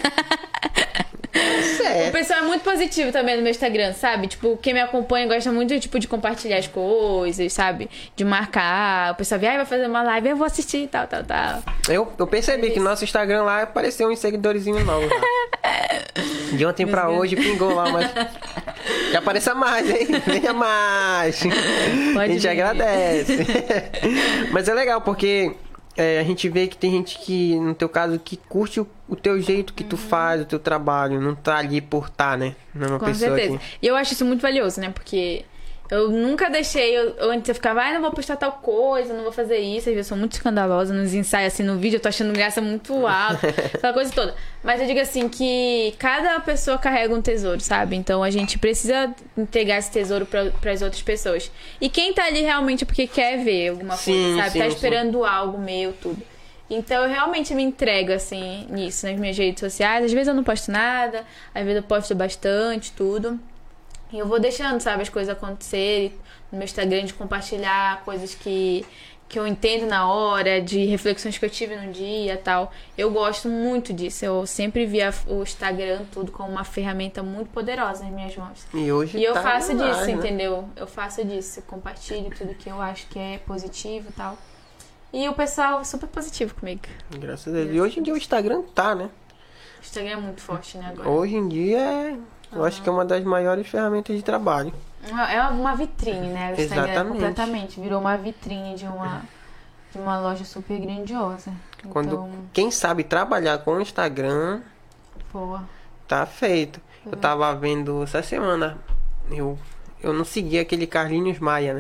Certo. O pessoal é muito positivo também no meu Instagram, sabe? Tipo, quem me acompanha gosta muito, tipo, de compartilhar as coisas, sabe? De marcar. O pessoal vê, ah, vai fazer uma live, eu vou assistir, tal, tal, tal. Eu, eu percebi é que no nosso Instagram lá apareceu uns seguidorzinhos novos. De ontem pra hoje pingou lá, mas... que apareça mais, hein? Venha mais. Pode a gente vir. Agradece. Mas é legal, porque... É, a gente vê que tem gente que, no teu caso, que curte o, o teu jeito que tu faz, o teu trabalho. Não tá ali por tá, né? Não é uma Com pessoa certeza. Que... E eu acho isso muito valioso, né? Porque eu nunca deixei... Eu, eu antes eu ficava, ah, não vou postar tal coisa, não vou fazer isso. Às vezes eu sou muito escandalosa nos ensaios, assim, no vídeo eu tô achando graça muito alta. Aquela coisa toda. Mas eu digo assim, que cada pessoa carrega um tesouro, sabe? Então a gente precisa entregar esse tesouro pra, pras outras pessoas. E quem tá ali realmente é porque quer ver alguma sim, coisa, sabe? sim, tá sim. esperando algo meu, tudo. Então eu realmente me entrego, assim, nisso, nas minhas redes sociais. Às vezes eu não posto nada, às vezes eu posto bastante, tudo. E eu vou deixando, sabe, as coisas acontecerem no meu Instagram, de compartilhar coisas que, que eu entendo na hora, de reflexões que eu tive no dia e tal. Eu gosto muito disso. Eu sempre vi a, o Instagram tudo como uma ferramenta muito poderosa nas minhas mãos. E hoje E eu tá faço demais, disso, né? entendeu? Eu faço disso. Eu compartilho tudo que eu acho que é positivo e tal. E o pessoal é super positivo comigo. Graças a Deus. E hoje em dia o Instagram tá, né? O Instagram é muito forte, né, agora? Hoje em dia, é- eu Aham. acho que é uma das maiores ferramentas de trabalho. É uma vitrine, né? O Instagram Exatamente. completamente. Virou uma vitrine de uma, de uma loja super grandiosa. Quando Então, quem sabe trabalhar com o Instagram, boa. tá feito. Eu tava vendo essa semana, eu, eu não segui aquele Carlinhos Maia, né?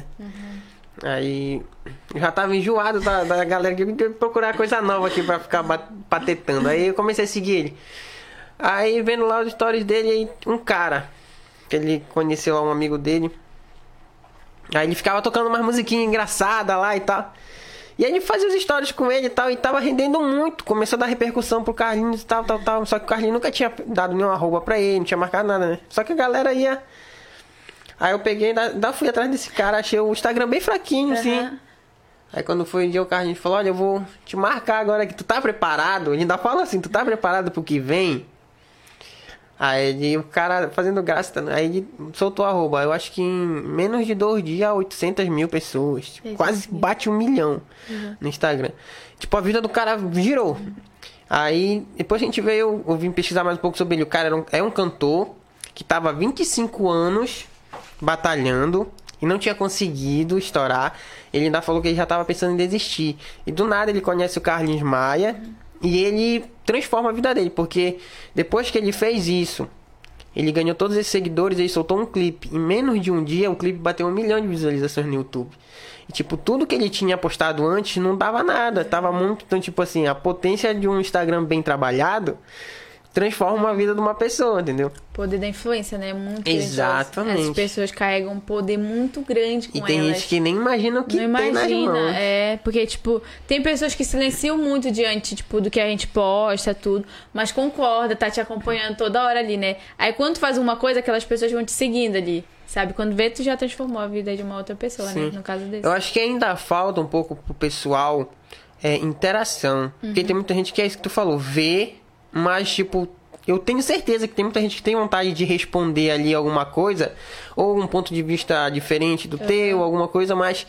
Aí eu já tava enjoado da, da galera que me teve que procurar coisa nova aqui pra ficar bat- patetando. Aí eu comecei a seguir ele. Aí vendo lá os stories dele, aí um cara que ele conheceu lá, um amigo dele. Aí ele ficava tocando umas musiquinhas engraçadas lá e tal. E aí ele fazia os stories com ele e tal, e tava rendendo muito. Começou a dar repercussão pro Carlinhos e tal, tal, tal. Só que o Carlinhos nunca tinha dado nenhuma arroba pra ele, não tinha marcado nada, né? Só que a galera ia... Aí eu peguei, ainda, ainda fui atrás desse cara, achei o Instagram bem fraquinho, assim. Aham. Aí quando foi um dia o Carlinhos falou, olha, eu vou te marcar agora que tu tá preparado. Ele ainda falou assim, tu tá preparado pro que vem? Aí ele, o cara fazendo graça, aí ele soltou a arroba. Eu acho que em menos de dois dias, oitocentas mil pessoas. Tipo, Exato. quase bate um milhão no Instagram. Tipo, a vida do cara girou. Aí, depois a gente veio, eu vim pesquisar mais um pouco sobre ele. O cara era um, é um cantor que tava há vinte e cinco anos batalhando e não tinha conseguido estourar. Ele ainda falou que ele já tava pensando em desistir. E do nada ele conhece o Carlinhos Maia e ele transforma a vida dele, porque depois que ele fez isso, ele ganhou todos esses seguidores, ele soltou um clipe. Em menos de um dia, o clipe bateu um milhão de visualizações no YouTube. E, tipo, tudo que ele tinha postado antes não dava nada. Tava muito... Então, tipo assim, a potência de um Instagram bem trabalhado transforma a vida de uma pessoa, entendeu? O poder da influência, né? Muito grandioso. Exatamente. As pessoas carregam um poder muito grande com E tem elas. gente que nem imagina o que Não tem nas imagina, mãos. é, porque, tipo, tem pessoas que silenciam muito diante, tipo, do que a gente posta, tudo, mas concorda, tá te acompanhando toda hora ali, né? Aí quando tu faz uma coisa, aquelas pessoas vão te seguindo ali, sabe? Quando vê, tu já transformou a vida de uma outra pessoa, Sim. né? No caso desse. Eu acho que ainda falta um pouco pro pessoal é, interação. Porque tem muita gente que é isso que tu falou, vê, mas, tipo... Eu tenho certeza que tem muita gente que tem vontade de responder ali alguma coisa, ou um ponto de vista diferente do teu, alguma coisa, mas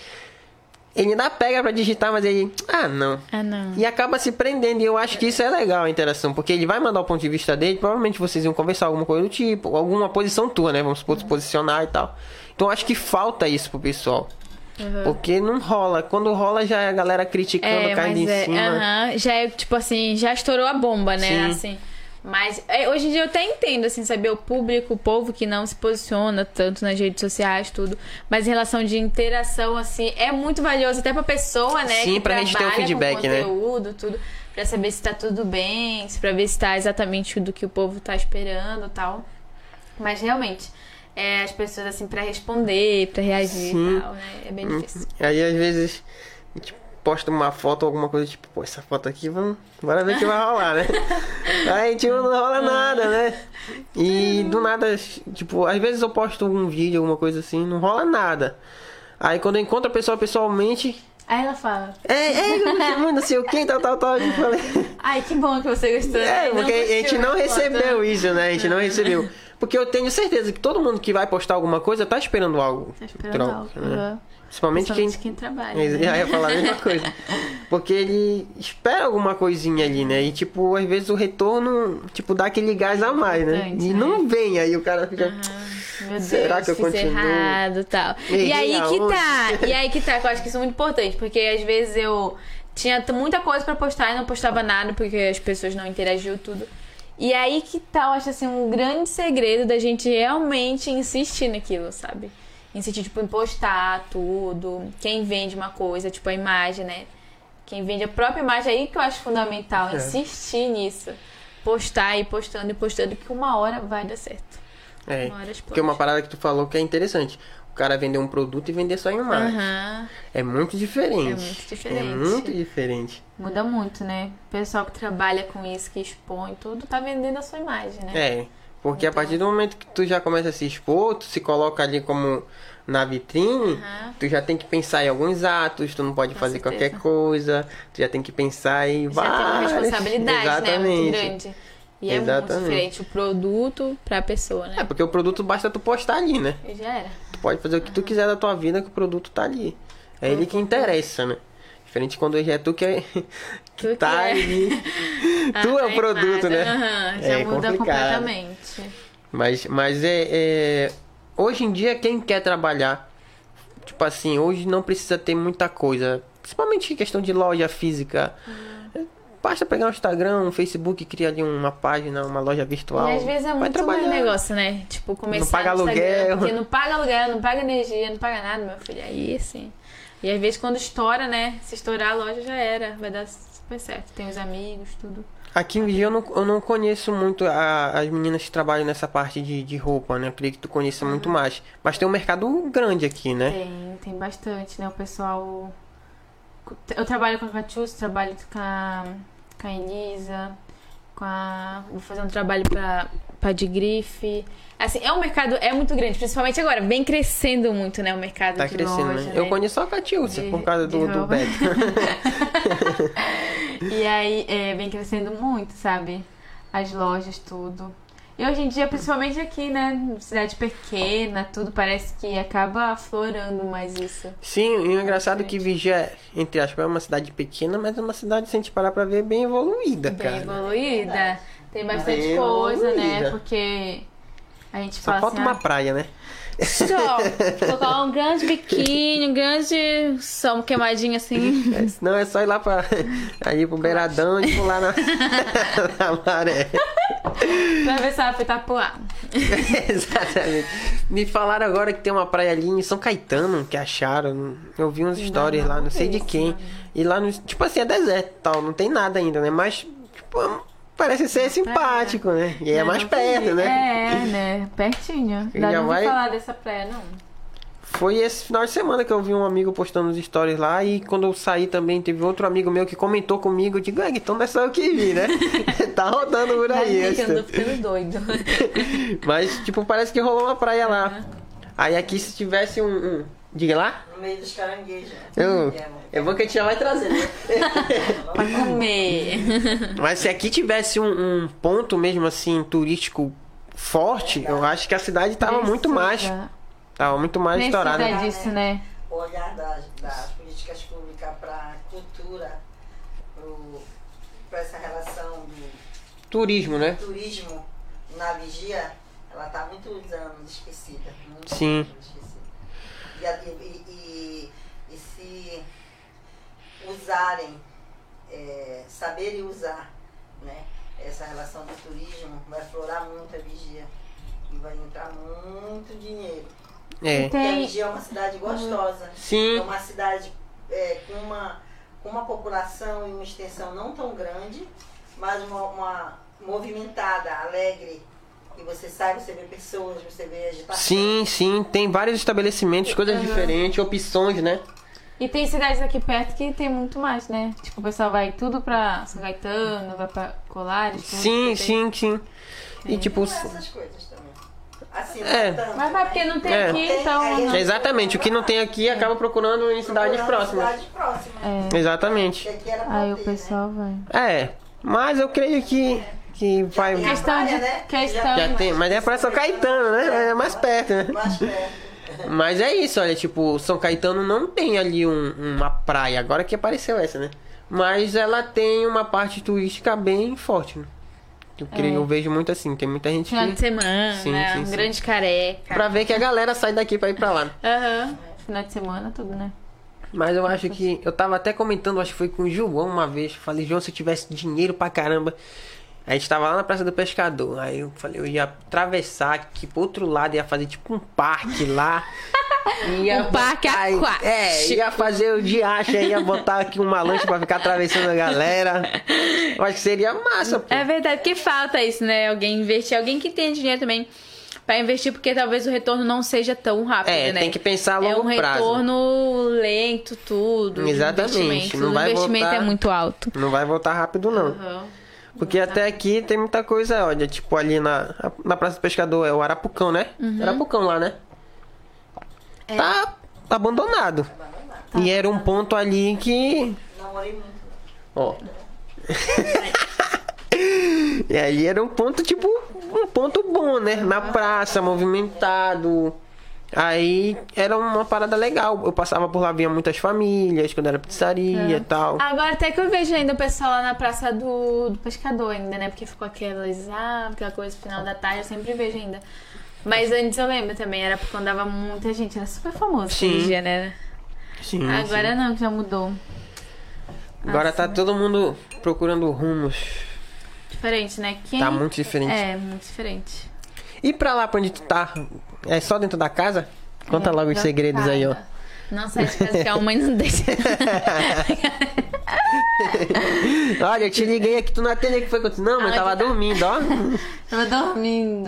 ele ainda pega pra digitar, mas ele, ah, não. Ah, não. E acaba se prendendo, e eu acho que isso é legal, a interação, porque ele vai mandar o ponto de vista dele, provavelmente vocês iam conversar alguma coisa do tipo, ou alguma posição tua, né? Vamos supor, se posicionar e tal. Então eu acho que falta isso pro pessoal. Uhum. Porque não rola. Quando rola, já é a galera criticando, É, caindo mas em é, cima. aham, já é, tipo assim, já estourou a bomba, né? Sim. Assim. Mas é, hoje em dia eu até entendo, assim, saber o público, o povo que não se posiciona tanto nas redes sociais, tudo. Mas em relação de interação, assim, é muito valioso até pra pessoa, né? Sim, que pra gente ter o trabalha feedback, com né? conteúdo, tudo. Pra saber se tá tudo bem, pra ver se tá exatamente do que o povo tá esperando e tal. Mas realmente, é, as pessoas, assim, pra responder, pra reagir Sim. e tal, né? É bem difícil. Aí às vezes a gente posta uma foto ou alguma coisa tipo, pô, essa foto aqui, vamos, bora ver o que vai rolar, né? Aí tipo, não rola nada, né? E do nada, tipo, às vezes eu posto um vídeo, alguma coisa assim, não rola nada. Aí quando eu encontro a pessoa pessoalmente, Aí ela fala, é, é, eu gostei muito, não sei o que, tal, tal, tal, eu falei. ai, que bom que você gostou. É, porque a gente não recebeu isso, né? A gente não recebeu. Porque eu tenho certeza que todo mundo que vai postar alguma coisa tá esperando algo. Tá esperando troca, algo. né? Uhum. Principalmente quem... Principalmente quem trabalha. Eu né? ia falar a mesma coisa. Porque ele espera alguma coisinha ali, né? E, tipo, às vezes o retorno, tipo, dá aquele gás a mais, né? Importante, E né? não vem, aí o cara fica... Meu Deus, Será que eu fiz continuo? errado e tal. Errei E aí que aonde? tá, e aí que tá, que eu acho que isso é muito importante, porque às vezes eu tinha t- muita coisa pra postar e não postava nada, porque as pessoas não interagiam tudo. E aí que tá, eu acho assim, um grande segredo da gente realmente insistir naquilo, sabe? Insistir, tipo, em postar tudo. Quem vende uma coisa, tipo, a imagem, né? Quem vende a própria imagem, aí que eu acho fundamental, É. insistir nisso. Postar e postando e postando, que uma hora vai dar certo. É, Uma hora explode. porque uma parada que tu falou que é interessante. O cara vender um produto e vender só a imagem. Aham. É muito diferente. É muito diferente. É muito diferente. Muda muito, né? O pessoal que trabalha com isso, que expõe tudo, tá vendendo a sua imagem, né? É, porque a Então- partir do momento que tu já começa a se expor, tu se coloca ali como na vitrine, Aham. tu já tem que pensar em alguns atos, tu não pode Com fazer certeza. qualquer coisa, tu já tem que pensar em Já tem uma várias... responsabilidade, né? Muito Exatamente. grande. E é muito Exatamente. diferente o produto pra pessoa, né? É, porque o produto basta tu postar ali, né? E já era. Tu pode fazer o que tu quiser da tua vida, que o produto tá ali. É ele que interessa, né? Diferente quando hoje é tu que, é, que Tu tá que é. ali. A- Tu é a o produto, imagem. né? Aham, já É muda complicado. completamente. Mas, mas é, é... Hoje em dia, quem quer trabalhar... Tipo assim, hoje não precisa ter muita coisa. Principalmente em questão de loja física. Uhum. Basta pegar um Instagram, um Facebook, criar ali uma página, uma loja virtual. E às vezes é Vai muito trabalhar. mais negócio, né? Tipo, começar Não paga no Instagram, aluguel. porque não paga aluguel, não paga energia, não paga nada, meu filho. Aí, assim... E às vezes quando estoura, né? Se estourar a loja já era. Vai dar super certo. Tem os amigos, tudo. Aqui em Vigia eu não, eu não conheço muito a- as meninas que trabalham nessa parte de, de roupa, né? Eu creio que tu conheça muito mais. Mas tem um mercado grande aqui, né? Tem, tem bastante, né? O pessoal... Eu trabalho com a Catiúcia, trabalho com a, com a Elisa, com a... Vou fazer um trabalho pra, pra de grife. Assim, é um mercado, é muito grande, principalmente agora. Vem crescendo muito, né? O mercado Tá de crescendo, loja, né? Eu né? conheço só a Catiúcia, De- por causa do, de do roupa. Beto. E aí, é, vem crescendo muito, sabe? As lojas, tudo. E hoje em dia, principalmente aqui, né? Cidade pequena, tudo parece que acaba aflorando mais isso. Sim, e o engraçado é que Vigia, entre aspas, é uma cidade pequena, mas é uma cidade, se a gente parar pra ver, bem evoluída, Bem cara. evoluída. Tem bastante Bem coisa, né? evoluída. Porque a gente Só fala falta assim, uma ah, praia, né? só colocar um grande biquíni, um grande som queimadinho assim. É, senão é só ir lá pra, aí pro beiradão e pular na, na maré. Pra ver se ela foi tapuar. Exatamente. Me falaram agora que tem uma praia ali em São Caetano que acharam. Eu vi uns stories não, lá, não não sei vi de isso, quem. não. E lá no. Tipo assim, é deserto e tal, não tem nada ainda, né? Mas, tipo, parece ser simpático, né? E é Não, mais não perto, vi. né? É, né? Pertinho. E Dá já não vai- vai... falar dessa praia, não. Foi esse final de semana que eu vi um amigo postando os stories lá. E quando eu saí também, teve outro amigo meu que comentou comigo. Eu digo, ah, então não é só eu que vi, né? Tá rodando por aí. Mas, gente, eu esse. tô ficando doido. Mas, tipo, parece que rolou uma praia lá. Aí aqui se tivesse um. um... Diga lá? No meio dos caranguejos. Eu, É, amor. eu vou que a gente já vai trazer, né? Pra comer. Mas se aqui tivesse um, um ponto mesmo assim, turístico forte, eu acho que a cidade tava muito mais. Precisa- Tava muito mais Precisa estourada. disso, né? O olhar das, das políticas públicas para a cultura, para essa relação do Turismo, né? turismo na vigia, ela está muitos anos esquecida. Muito Sim. anos esquecida. E, a- e, e, e se usarem, é, saberem usar, né, essa relação do turismo, vai aflorar muito a vigia. E vai entrar muito dinheiro. É. Porque a Tem. Vigia é uma cidade gostosa. Sim. É uma cidade é, com, uma, com uma população e uma extensão não tão grande, mas uma, uma movimentada, alegre. E você sai, você vê pessoas, você vê agitação. Sim, sim. Tem vários estabelecimentos, coisas diferentes, opções, né? E tem cidades aqui perto que tem muito mais, né? Tipo, o pessoal vai tudo pra São Caetano, vai pra Colares, tudo. Sim, tem- sim, sim. E tipo. Não é essas coisas também. Assim, não É. tanto, Mas vai né? porque não tem É. aqui, Tem, então. aí a não. gente- Exatamente, o que não tem aqui acaba procurando em cidades Procurando próximas. Cidade próxima. É. Exatamente. Porque aqui era pra Aí o ter, pessoal vai. É, mas eu creio que, que vai. tem a Questão de- praia, né? questão- Já tem, mas é pra São Caetano, né? É mais perto, né? né? Mais perto. Mas é isso, olha, tipo, São Caetano não tem ali um- uma praia, agora que apareceu essa, né? Mas ela tem uma parte turística bem forte, né? Eu, creio, eu vejo muito assim, tem muita gente Final de que... semana, Sim, sim, um sim. grande careca. Pra ver que a galera sai daqui pra ir pra lá. Aham. Final de semana, tudo, né? Mas eu acho que... Eu tava até comentando, acho que foi com o João uma vez. Falei, João, se eu tivesse dinheiro pra caramba... A gente tava lá na Praça do Pescador. Aí eu falei, eu ia atravessar aqui pro outro lado, ia fazer tipo um parque lá. Ia Um parque botar- aquático. É, ia fazer o diacho aí, ia botar aqui uma lancha pra ficar atravessando a galera. Eu acho que seria massa, pô. É verdade, porque falta isso, né? Alguém investir, alguém que tem dinheiro também. pra investir, porque talvez o retorno não seja tão rápido, É, né? tem que pensar a É longo um prazo. retorno lento, tudo. de Exatamente, investimento. não O vai investimento voltar- é muito alto. Não vai voltar rápido, não. Uhum. Porque até aqui tem muita coisa, olha, tipo ali na, na Praça do Pescador, é o Arapucão, né? Uhum. Arapucão lá, né? É. Tá abandonado. E era um ponto ali que... Não morei muito. Ó. E ali era um ponto, tipo, um ponto bom, né? Na praça, movimentado. Aí era uma parada legal. Eu passava por lá, via muitas famílias, quando era pizzaria e tal. Agora até que eu vejo ainda o pessoal lá na Praça do, do Pescador ainda, né? Porque ficou aquelas, ah, aquela coisa no final da tarde, eu sempre vejo ainda. Mas antes eu lembro também, era porque andava muita gente, era super famoso aquele Sim. dia, né? Sim, Agora sim. não, que já mudou. Agora tá todo mundo procurando rumos. Diferente, né? Quem... Tá muito diferente. É, muito diferente. E pra lá, pra onde tu tá? É só dentro da casa? Conta É, logo os segredos aí, ó. trocada. Não sai de casa que a mãe não deixa. Olha, eu te liguei aqui, tu não atendeu, que foi que eu disse? Não, mas Ela tava que tá- dormindo, ó. Tava dormindo.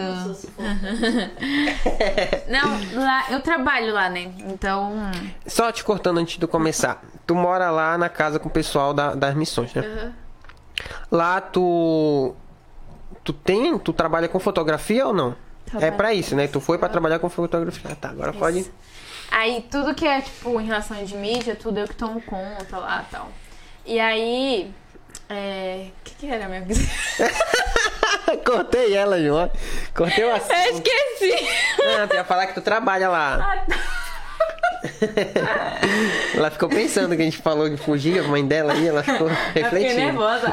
Não, lá, eu trabalho lá, né? Então. Só te cortando antes de tu começar. Tu mora lá na casa com o pessoal da- das missões, né? Uhum. Lá tu... Tu tem... Tu trabalha com fotografia ou não? Trabalho. É pra isso, né? Tu foi pra trabalhar com fotografia. Ah, tá, agora pode... Aí tudo que é, tipo, em relação de mídia, tudo eu que tomo conta lá e tal. E aí. É. O que, que era mesmo? Cortei ela, João. Cortei o assunto. Eu esqueci! Não, tu ia falar que tu trabalha lá. Ah, tá. Ela ficou pensando que a gente falou de fugir, a mãe dela aí, ela ficou Eu fiquei refletindo. nervosa.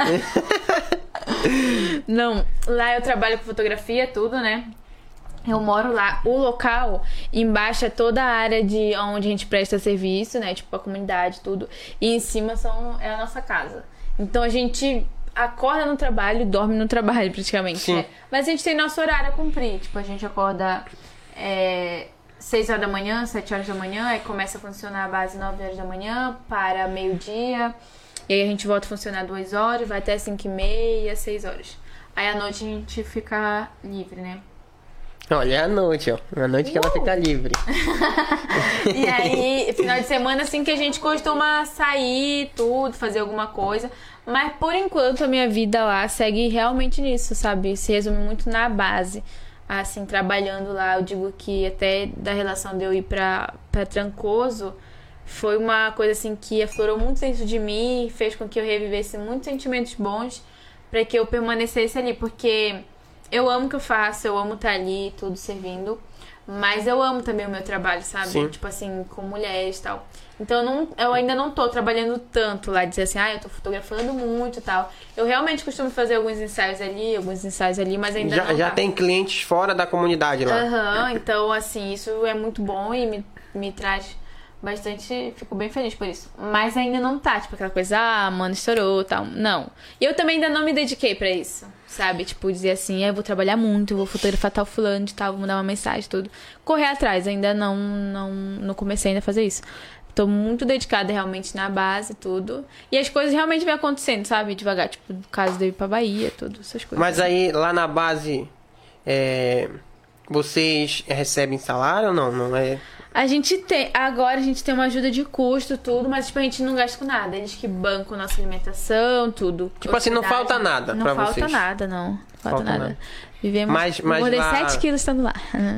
Não, lá eu trabalho com fotografia, tudo, né? Eu moro lá. O local, embaixo é toda a área de onde a gente presta serviço, né? Tipo, a comunidade, tudo. E em cima são, é a nossa casa. Então a gente acorda no trabalho e dorme no trabalho, praticamente. Sim. Né? Mas a gente tem nosso horário a cumprir. Tipo, a gente acorda é, seis horas da manhã, sete horas da manhã, aí começa a funcionar a base nove horas da manhã, para meio-dia. E aí a gente volta a funcionar duas horas, vai até cinco e meia, seis horas. Aí à noite a gente fica livre, né? Olha, é a noite, ó. É a noite que ela fica livre. E aí, final de semana, assim, que a gente costuma sair, tudo, fazer alguma coisa. Mas, por enquanto, a minha vida lá segue realmente nisso, sabe? Se resume muito na base. Assim, trabalhando lá, eu digo que até da relação de eu ir pra, pra Trancoso, foi uma coisa, assim, que aflorou muito dentro de mim, fez com que eu revivesse muitos sentimentos bons pra que eu permanecesse ali. Porque eu amo o que eu faço, eu amo estar ali, tudo servindo. Mas eu amo também o meu trabalho, sabe? Sim. Tipo assim, com mulheres e tal. Então eu, não, eu ainda não tô trabalhando tanto lá, dizer assim, ah, eu tô fotografando muito e tal. Eu realmente costumo fazer alguns ensaios ali, alguns ensaios ali, mas ainda Já, não já tá. tem clientes fora da comunidade lá. Aham, então assim, isso é muito bom e me, me traz bastante, fico bem feliz por isso. Mas ainda não tá, tipo aquela coisa, ah, mano, estourou e tal. Não. E eu também ainda não me dediquei pra isso, sabe? Tipo, dizer assim, ah, eu vou trabalhar muito, vou fotografar tal fulano de tal, vou mandar uma mensagem, tudo. Correr atrás, ainda não, não, não comecei ainda a fazer isso. Tô muito dedicada realmente na base e tudo. E as coisas realmente vêm acontecendo, sabe? Devagar, tipo, no caso de eu ir pra Bahia, tudo, essas coisas. Mas aí, lá na base, é, vocês recebem salário ou não? Não é... A gente tem, agora a gente tem uma ajuda de custo, tudo, mas tipo, a gente não gasta com nada. Eles que bancam nossa alimentação, tudo. Tipo assim, não Hospedagem. falta nada não pra falta vocês. nada, não. Não falta, Falta nada. nada. Vivemos. Mas- mas Engordei lá- sete quilos estando lá.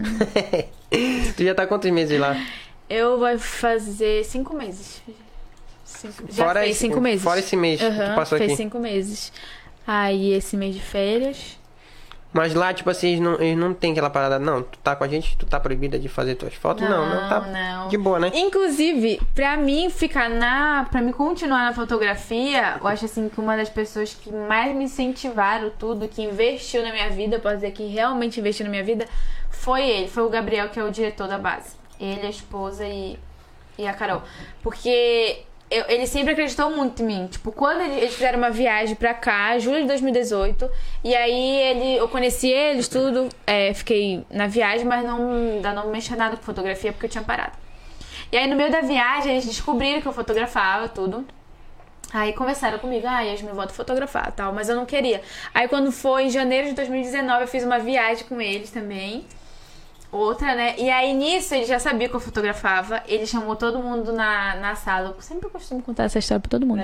Tu já tá há quantos meses lá? Eu vou fazer cinco meses. Cinco, já Fora fez esse- cinco meses. fora esse mês que tu Aham, passou fez aqui. cinco meses. Aí esse mês de férias. Mas lá, tipo assim, eles não, eles não tem aquela parada, não, tu tá com a gente, tu tá proibida de fazer tuas fotos? Não, não, tá não. de boa, né? Inclusive, pra mim ficar na... Pra mim continuar na fotografia, eu acho assim que uma das pessoas que mais me incentivaram tudo, que investiu na minha vida, eu posso dizer que realmente investiu na minha vida, foi ele, foi o Gabriel, que é o diretor da base. Ele, a esposa e, e a Carol. Porque eu, ele sempre acreditou muito em mim. Tipo, quando ele, eles fizeram uma viagem pra cá, julho de dois mil e dezoito, e aí ele, eu conheci eles, tudo, é, fiquei na viagem, mas não, ainda não mexia nada com fotografia porque eu tinha parado. E aí no meio da viagem eles descobriram que eu fotografava, tudo. Aí conversaram comigo, ah, Yasmin, volta a fotografar, tal, mas eu não queria. Aí quando foi em janeiro de dois mil e dezenove eu fiz uma viagem com eles também. outra, né? E aí, nisso, ele já sabia que eu fotografava. Ele chamou todo mundo na, na sala. Eu sempre costumo contar essa história pra todo mundo.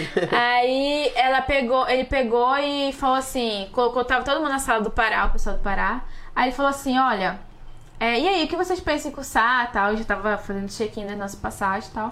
Aí, ela pegou, ele pegou e falou assim... Colocou, tava todo mundo na sala do Pará, o pessoal do Pará. Aí ele falou assim, olha... É, e aí, o que vocês pensam em cursar, tal? Eu já tava fazendo check-in da nossa passagem e tal.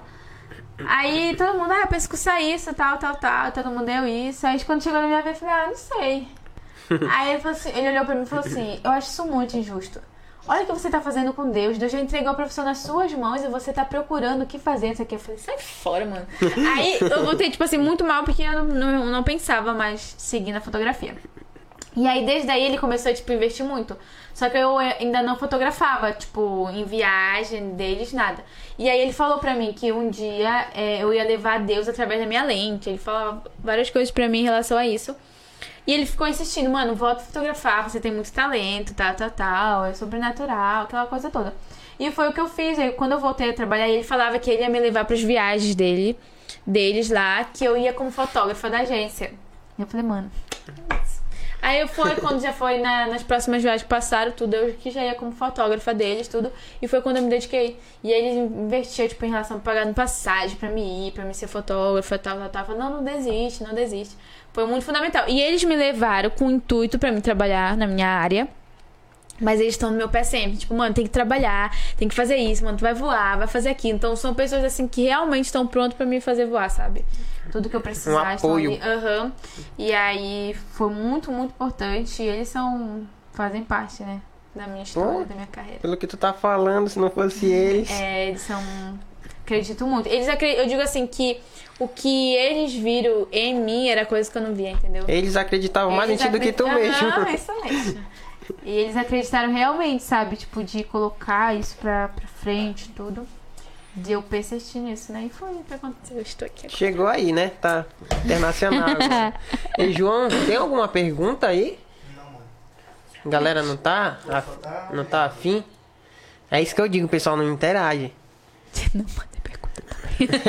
Aí, todo mundo, ah, eu penso em cursar isso, tal, tal, tal. Todo mundo deu isso. Aí, quando chegou na minha vez, eu falei, ah, não sei. Aí, ele, falou assim, ele olhou pra mim e falou assim, eu acho isso muito injusto. Olha o que você tá fazendo com Deus. Deus já entregou a profissão nas suas mãos e você tá procurando o que fazer. Isso aqui. Eu falei, sai fora, mano. Aí eu voltei, tipo assim, muito mal porque eu não, não, não pensava mais seguir na fotografia. E aí, desde aí, ele começou a, tipo, investir muito. Só que eu ainda não fotografava, tipo, em viagem deles, nada. E aí, ele falou pra mim que um dia é, eu ia levar Deus através da minha lente. Ele falava várias coisas pra mim em relação a isso. E ele ficou insistindo, mano, volta a fotografar, você tem muito talento, tal, tal, tal, é sobrenatural, aquela coisa toda. E foi o que eu fiz. Aí, quando eu voltei a trabalhar, ele falava que ele ia me levar pras viagens dele, deles lá, que eu ia como fotógrafa da agência. E eu falei, mano, é isso. Aí eu fui, quando já foi na, nas próximas viagens que passaram, tudo, eu que já ia como fotógrafa deles, tudo. E foi quando eu me dediquei. E aí eles investiam, tipo, em relação a pagar passagem pra me ir, pra me ser fotógrafa, tal, tal, tal. Falei, não, não desiste, não desiste. Foi muito fundamental. E eles me levaram com o intuito pra mim trabalhar na minha área. Mas eles estão no meu pé sempre. Tipo, mano, tem que trabalhar, tem que fazer isso, mano, tu vai voar, vai fazer aquilo. Então são pessoas, assim, que realmente estão prontas pra me fazer voar, sabe? Tudo que eu precisar. Um apoio. Aham. Uhum. E aí foi muito, muito importante. E eles são... fazem parte, né? Da minha história, Pô, da minha carreira. Pelo que tu tá falando, se não fosse eles... É, eles são... Acredito muito. Eles acreditam... Eu digo assim que... O que eles viram em mim era coisa que eu não via, entendeu? Eles acreditavam eles mais em ti do que tu mesmo. Ah, isso mesmo. E eles acreditaram realmente, sabe? Tipo, de colocar isso pra, pra frente, tudo. De eu persistir nisso, né? E foi o que aconteceu. Eu estou aqui agora. Chegou aí, né? Tá internacional agora. E João, tem alguma pergunta aí? Não, mano. Galera não tá? A, não tá afim? É isso que eu digo, o pessoal não interage. Não manda pergunta também.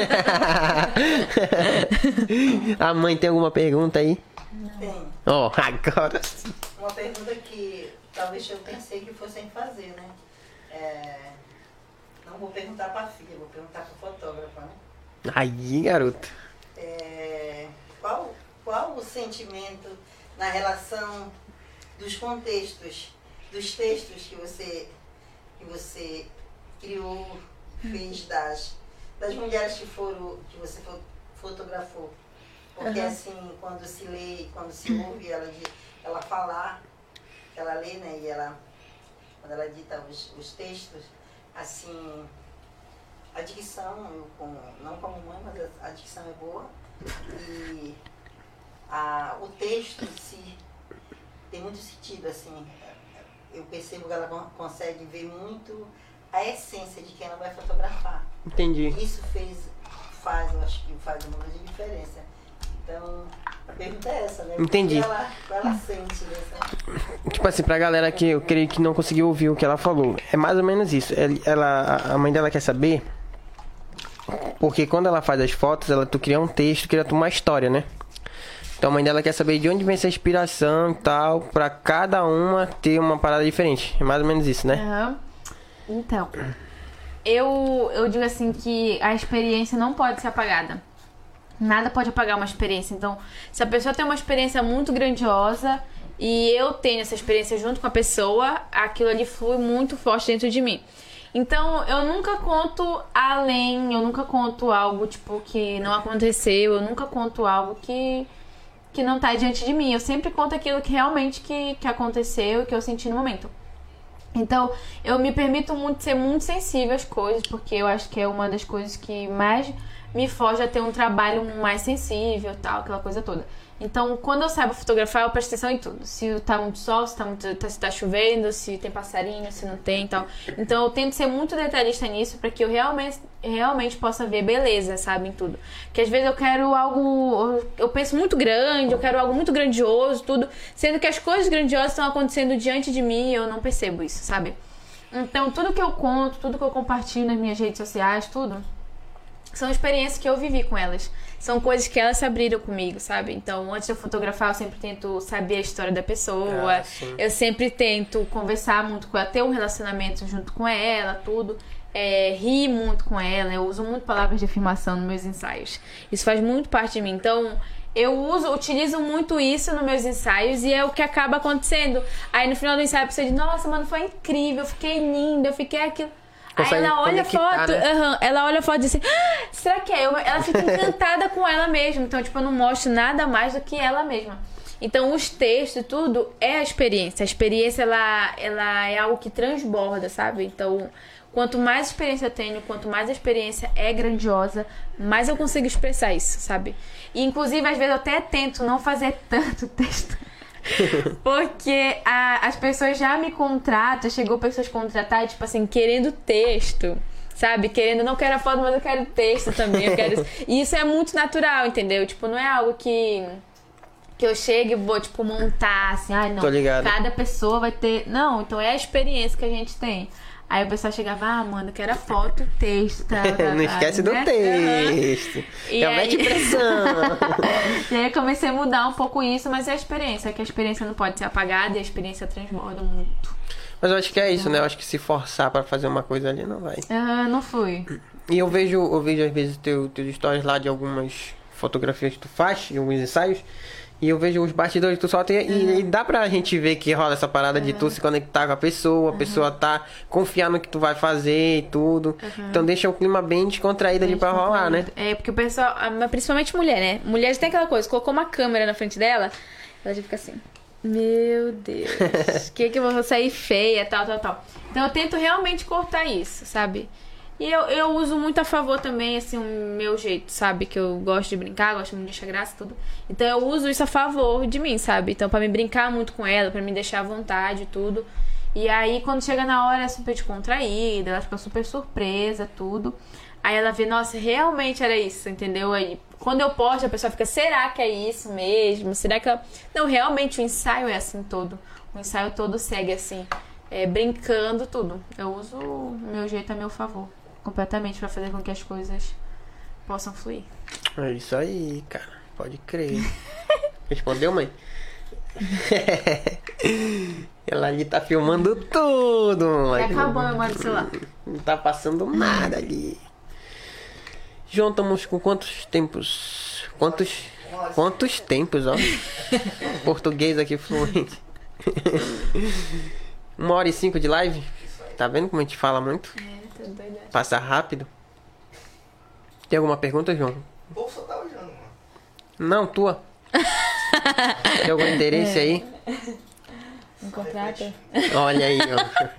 A mãe tem alguma pergunta aí? Tem. Ó, oh, agora sim. Uma pergunta que talvez eu pensei que fossem fazer, né? É, não vou perguntar para a filha, vou perguntar para o fotógrafo, né? Aí, garoto. É, qual, qual o sentimento na relação dos contextos, dos textos que você, que você criou, fez das, das mulheres que foram, que você fotografou? Porque uhum. assim, quando se lê, quando se ouve ela, ela falar, ela lê, né, e ela, quando ela dita os, os textos, assim, a dicção, eu como, não como mãe, mas a, a dicção é boa, e a, o texto em si tem muito sentido, assim, eu percebo que ela consegue ver muito a essência de quem ela vai fotografar. Entendi. Isso fez, faz, eu acho que faz uma grande diferença. Então, a pergunta é essa, né? Entendi. O que ela, o que ela sente dessa... Tipo assim, pra galera que eu creio que não conseguiu ouvir o que ela falou, é mais ou menos isso. Ela, a mãe dela quer saber, porque quando ela faz as fotos, ela tu cria um texto, cria uma história, né? Então a mãe dela quer saber de onde vem essa inspiração e tal, pra cada uma ter uma parada diferente. É mais ou menos isso, né? Uhum. Então, eu, eu digo assim que a experiência não pode ser apagada. Nada pode apagar uma experiência. Então, se a pessoa tem uma experiência muito grandiosa e eu tenho essa experiência junto com a pessoa, aquilo ali flui muito forte dentro de mim. Então, eu nunca conto além, eu nunca conto algo, tipo, que não aconteceu, eu nunca conto algo que, que não tá diante de mim. Eu sempre conto aquilo que realmente que, que aconteceu e que eu senti no momento. Então, eu me permito muito ser muito sensível às coisas, porque eu acho que é uma das coisas que mais me foge a ter um trabalho mais sensível, tal, aquela coisa toda. Então, quando eu saiba fotografar, eu presto atenção em tudo. Se tá muito sol, se tá, muito, se tá chovendo, se tem passarinho, se não tem e tal. Então, eu tento ser muito detalhista nisso pra que eu realmente, realmente possa ver beleza, sabe, em tudo. Porque às vezes eu quero algo... Eu penso muito grande, eu quero algo muito grandioso, tudo. Sendo que as coisas grandiosas estão acontecendo diante de mim e eu não percebo isso, sabe? Então, tudo que eu conto, tudo que eu compartilho nas minhas redes sociais, tudo... São experiências que eu vivi com elas. são coisas que elas se abriram comigo, sabe? Então, antes de eu fotografar, eu sempre tento saber a história da pessoa. Ah, sim. Eu sempre tento conversar muito com ela, ter um relacionamento junto com ela, tudo. É, rir muito com ela. Eu uso muito palavras de afirmação nos meus ensaios. Isso faz muito parte de mim. Então, eu uso, utilizo muito isso nos meus ensaios e é o que acaba acontecendo. Aí, no final do ensaio, a pessoa diz, nossa, mano, foi incrível, eu fiquei linda, eu fiquei aquilo... Aí ela olha a foto, né? uhum, ela olha a foto e diz assim, ah, será que é eu? Ela fica encantada com ela mesma. Então, tipo, eu não mostro nada mais do que ela mesma. Então, os textos e tudo é a experiência. A experiência, ela, ela é algo que transborda, sabe? Então, quanto mais experiência eu tenho, quanto mais a experiência é grandiosa, mais eu consigo expressar isso, sabe? E, inclusive, às vezes eu até tento não fazer tanto texto. Porque a, as pessoas já me contratam, chegou pessoas contratar, tipo assim, querendo texto, sabe? Querendo, não quero a foto, mas eu quero texto também, eu quero isso. E isso é muito natural, entendeu? Tipo, não é algo que, que eu chego e vou, tipo, montar, assim, ai, não, Tô ligado. cada pessoa vai ter... Não, então é a experiência que a gente tem. Aí o pessoal chegava, ah, mano, eu quero a foto, texto, tá, tá, Não esquece né? do texto. E Já aí... mete pressão. E aí eu comecei a mudar um pouco isso, mas é a experiência, que a experiência não pode ser apagada e a experiência transborda muito. Mas eu acho que é isso, né? Eu acho que se forçar pra fazer uma coisa ali, não vai. Ah, não fui. E eu vejo, eu vejo às vezes teu, teus stories lá de algumas fotografias que tu faz, de alguns ensaios. E eu vejo os bastidores que tu solta e, uhum. e, e dá pra gente ver que rola essa parada uhum. de tu se conectar com a pessoa, a uhum. pessoa tá confiar no que tu vai fazer e tudo. Uhum. Então deixa o clima bem descontraído ali pra rolar, né? É, porque o pessoal, principalmente mulher, né? Mulher tem aquela coisa, colocou uma câmera na frente dela, ela já fica assim, meu Deus, que que eu vou sair feia, tal, tal, tal. Então eu tento realmente cortar isso, sabe? E eu, eu uso muito a favor também, assim, o meu jeito, sabe? Que eu gosto de brincar, gosto muito de deixar graça e tudo. Então eu uso isso a favor de mim, sabe? Então pra me brincar muito com ela, pra me deixar à vontade e tudo. E aí quando chega na hora é super descontraída, ela fica super surpresa, tudo. Aí ela vê, nossa, realmente era isso, entendeu? Aí quando eu posto, a pessoa fica, será que é isso mesmo? Será que ela... Não, realmente o ensaio é assim todo. O ensaio todo segue assim, é, brincando, tudo. Eu uso o meu jeito a meu favor. Completamente pra fazer com que as coisas possam fluir. É isso aí, cara. Pode crer. Respondeu, mãe? Ela ali tá filmando tudo, mãe. Acabou a memória do celular. Não tá passando nada ali. João, estamos com quantos tempos? Quantos, quantos tempos, ó? Português aqui fluente. Uma hora e cinco de live? Tá vendo como a gente fala muito? É. Passa rápido. Tem alguma pergunta, João? O povo só tá olhando, mano. Não, tua. Tem algum interesse é. aí? Um contrato? Olha aí,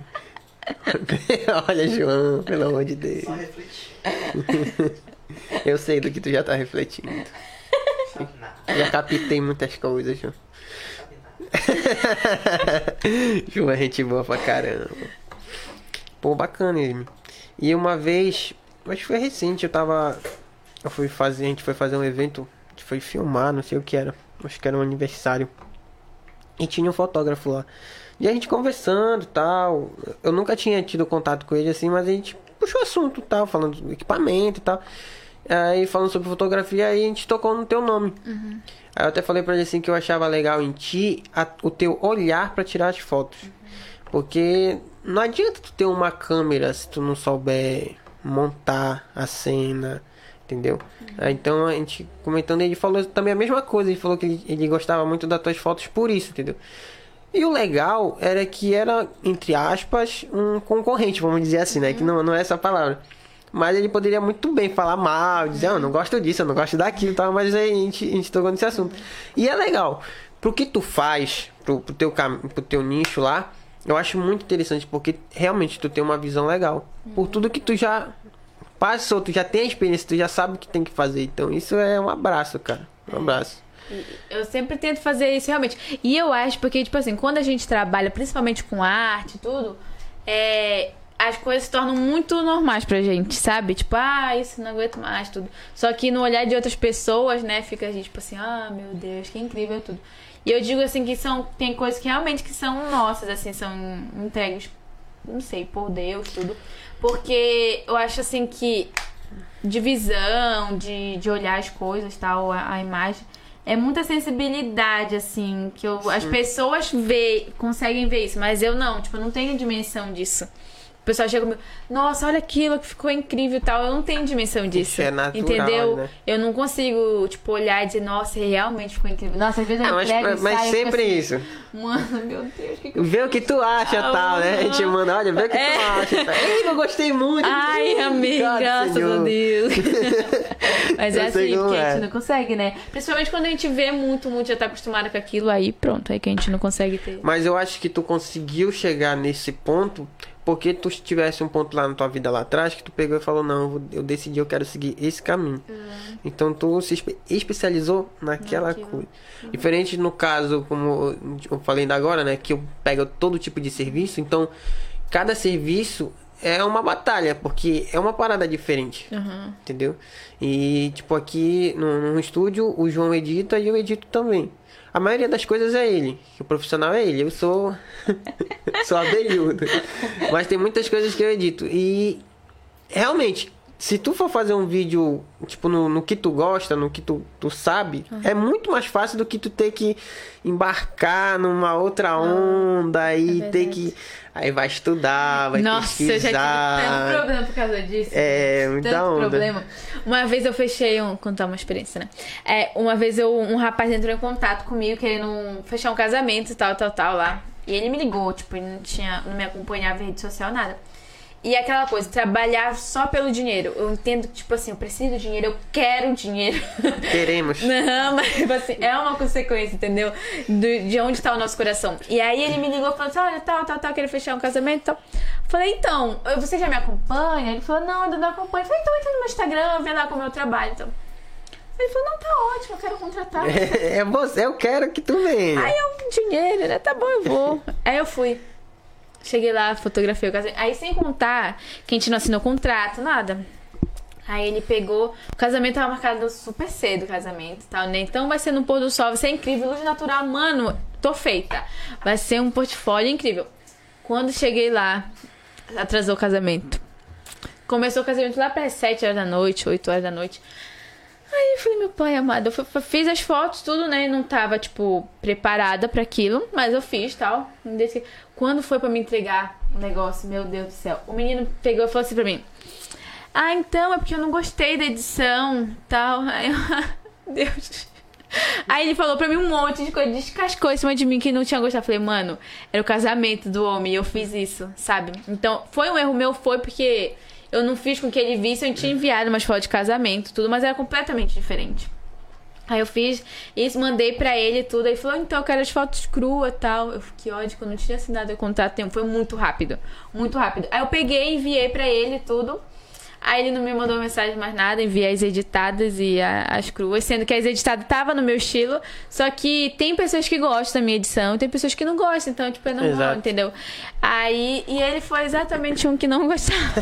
ó. Olha, João, pelo amor de Deus. Só refletir. Eu sei do que tu já tá refletindo. Sabe nada. Já captei muitas coisas, João. Sabe nada. João é gente boa pra caramba. Pô, bacana ele. E uma vez, acho que foi recente, eu tava... Eu fui fazer, a gente foi fazer um evento, a gente foi filmar, não sei o que era. Acho que era um aniversário. E tinha um fotógrafo lá. E a gente conversando e tal. Eu nunca tinha tido contato com ele assim, mas a gente puxou assunto e tal, falando do equipamento e tal. Aí falando sobre fotografia, aí a gente tocou no teu nome. Uhum. Aí eu até falei pra ele assim que eu achava legal em ti a, o teu olhar pra tirar as fotos. Uhum. Porque não adianta tu ter uma câmera se tu não souber montar a cena, entendeu? Uhum. Então a gente comentando, ele falou também a mesma coisa. Ele falou que ele, ele gostava muito das tuas fotos por isso, entendeu? E o legal era que era, entre aspas, um concorrente, vamos dizer assim, né? Uhum. Que não, não é essa palavra. Mas ele poderia muito bem falar mal, dizer, ah, eu não gosto disso, eu não gosto daquilo e tal. Mas aí a gente, a gente tocou nesse assunto. E é legal. Pro que tu faz, pro, pro, teu, pro teu nicho lá, eu acho muito interessante, porque realmente tu tem uma visão legal. Por tudo que tu já passou, tu já tem a experiência, tu já sabe o que tem que fazer. Então isso é um abraço, cara. Um abraço. Eu sempre tento fazer isso, realmente. E eu acho, porque, tipo assim, quando a gente trabalha, principalmente com arte e tudo, é... as coisas se tornam muito normais pra gente, sabe? Tipo, ah, isso não aguento mais, tudo. Só que no olhar de outras pessoas, né, fica a gente, tipo assim, ah, meu Deus, que incrível tudo. E eu digo assim que são, tem coisas que realmente que são nossas, assim, são entregues, não sei, por Deus, tudo. Porque eu acho assim que de visão, de, de olhar as coisas, tal, a, a imagem. É muita sensibilidade, assim, que eu, as pessoas vê, conseguem ver isso, mas eu não, tipo, eu não tenho dimensão disso. O pessoal chega comigo, nossa, olha aquilo que ficou incrível e tal. Eu não tenho dimensão disso. Isso é natural, entendeu? né? Eu não consigo, tipo, olhar e dizer, nossa, realmente ficou incrível. Nossa, às vezes eu Ah, mas entrego e mas saio, sempre assim, isso. Mano, meu Deus, o que que eu Vê o que tu acha, Ah, tal, né? A gente manda, olha, vê o que É. tu acha. Tal. Ei, eu gostei muito. Ai, amiga, Obrigado, graças Senhor. a Deus. Mas é Eu sei assim, como porque a é. gente não consegue, né? Principalmente quando a gente vê muito, muito, já tá acostumado com aquilo, aí pronto, aí que a gente não consegue ter. Mas eu acho que tu conseguiu chegar nesse ponto porque tu tivesse um ponto lá na tua vida lá atrás que tu pegou e falou, não, eu vou- eu decidi, eu quero seguir esse caminho. Então tu se espe- especializou naquela Naquilo. coisa. Diferente no caso, como eu falei ainda agora, né, que eu pego todo tipo de serviço, então cada serviço é uma batalha, porque é uma parada diferente. Uhum. Entendeu? E, tipo, aqui no, no estúdio, o João edita e eu edito também. A maioria das coisas é ele. O profissional é ele. Eu sou... sou abelhudo. Mas tem muitas coisas que eu edito. E, realmente, se tu for fazer um vídeo, tipo, no, no que tu gosta, no que tu, tu sabe, é muito mais fácil do que tu ter que embarcar numa outra onda e verdade. ter que... Aí vai estudar, vai Nossa, eu já tive pesquisar. tanto problema por causa disso. É, muita tanto onda. problema. Uma vez eu fechei um... Contar uma experiência, né? É, uma vez eu, um rapaz entrou em contato comigo querendo fechar um casamento e tal, tal, tal lá. E ele me ligou, tipo, ele não tinha, não me acompanhava em rede social, nada. E aquela coisa, trabalhar só pelo dinheiro. Eu entendo que, tipo assim, eu preciso do dinheiro, eu quero dinheiro. Queremos. Não, mas tipo assim, é uma consequência, entendeu? Do- de onde tá o nosso coração. E aí ele me ligou e falou assim, olha, tal, tal, tal, quero fechar um casamento e tal. Falei, então, você já me acompanha? Ele falou, não, eu não acompanho. Falei, então entra no meu Instagram, vê lá como eu trabalho. Então. Ele falou, não, tá ótimo, eu quero contratar. É, é você, eu quero que tu venha. Aí eu, dinheiro, né? Tá bom, eu vou. Aí eu fui. Cheguei lá, fotografei o casamento. Aí sem contar que a gente não assinou contrato, nada. Aí ele pegou. O casamento tava marcado super cedo, o casamento e tal, né? Então vai ser no pôr do sol, vai ser incrível. Luz natural, mano, tô feita. Vai ser um portfólio incrível. Quando cheguei lá, atrasou o casamento. Começou o casamento lá para sete horas da noite, oito horas da noite. Aí eu falei, meu pai amado, eu fui- fiz as fotos, tudo, né? Não tava, tipo, preparada pra aquilo, mas eu fiz, tal. Quando foi pra me entregar o negócio, meu Deus do céu, o menino pegou e falou assim pra mim, ah, então, é porque eu não gostei da edição, tal. Aí eu, Deus. Aí ele falou pra mim um monte de coisa, descascou em cima de mim que não tinha gostado. Eu falei, mano, era o casamento do homem e eu fiz isso, sabe? Então, foi um erro meu, foi porque... Eu não fiz com que ele visse, eu tinha enviado umas fotos de casamento, tudo, mas era completamente diferente. Aí eu fiz isso, mandei pra ele tudo. Aí ele falou, então eu quero as fotos cruas e tal. Eu fiquei ódio, quando não tinha assinado o contrato, tempo. Foi muito rápido, muito rápido. Aí eu peguei, enviei pra ele tudo. Aí ele não me mandou mensagem mais nada, enviei as editadas e a- as cruas, sendo que as editadas tava no meu estilo, só que tem pessoas que gostam da minha edição, tem pessoas que não gostam, então tipo, é normal, Exato. entendeu? Aí, e ele foi exatamente um que não gostava.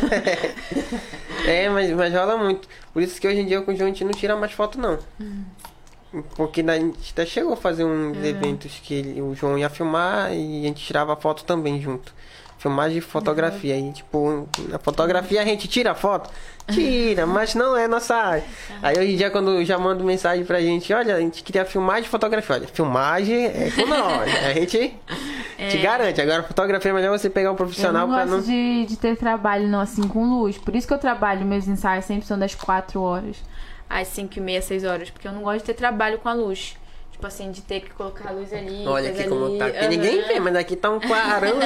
É, mas, mas rola muito. Por isso que hoje em dia com o João a gente não tira mais foto, não. Porque daí a gente até chegou a fazer uns eventos que ele- o João ia filmar e a gente tirava foto também junto. Filmagem e fotografia. Aí, tipo, na fotografia a gente tira a foto? Tira, mas não é nossa área. Aí hoje em dia, quando já manda mensagem pra gente, olha, a gente queria filmagem e fotografia. Olha, filmagem é com nós. A gente te garante. Agora, fotografia é melhor você pegar um profissional Eu não pra gosto não. de, de ter trabalho não, assim com luz. Por isso que eu trabalho, meus ensaios sempre são das quatro horas às cinco e meia, seis horas. Porque eu não gosto de ter trabalho com a luz. Tipo assim, de ter que colocar a luz ali. Olha coisa aqui como ali. tá. Aqui Aham. ninguém vê, mas aqui tá um clarão.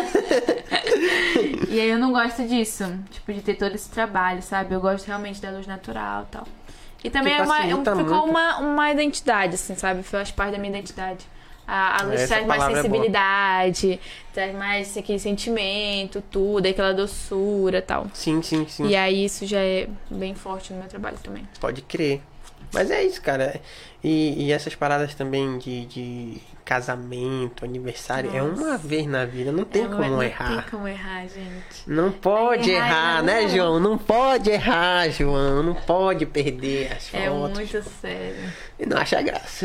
E aí eu não gosto disso. Tipo, de ter todo esse trabalho, sabe? Eu gosto realmente da luz natural e tal. E também Que é uma, é um- facilita ficou muito. uma, uma identidade, assim, sabe? Faz parte da minha identidade. A, a luz Essa traz mais palavra é boa. sensibilidade, traz mais aquele sentimento, tudo, aquela doçura e tal. Sim, sim, sim. E aí isso já é bem forte no meu trabalho também. Pode crer. Mas é isso, cara. E, e essas paradas também de, de casamento, aniversário, é Nossa. uma vez na vida, não tem É, como não errar. Não tem como errar, gente. Não pode Errar, errar, não. né, João? Não pode errar, João. Não pode perder as É fotos. muito sério. E não acha graça.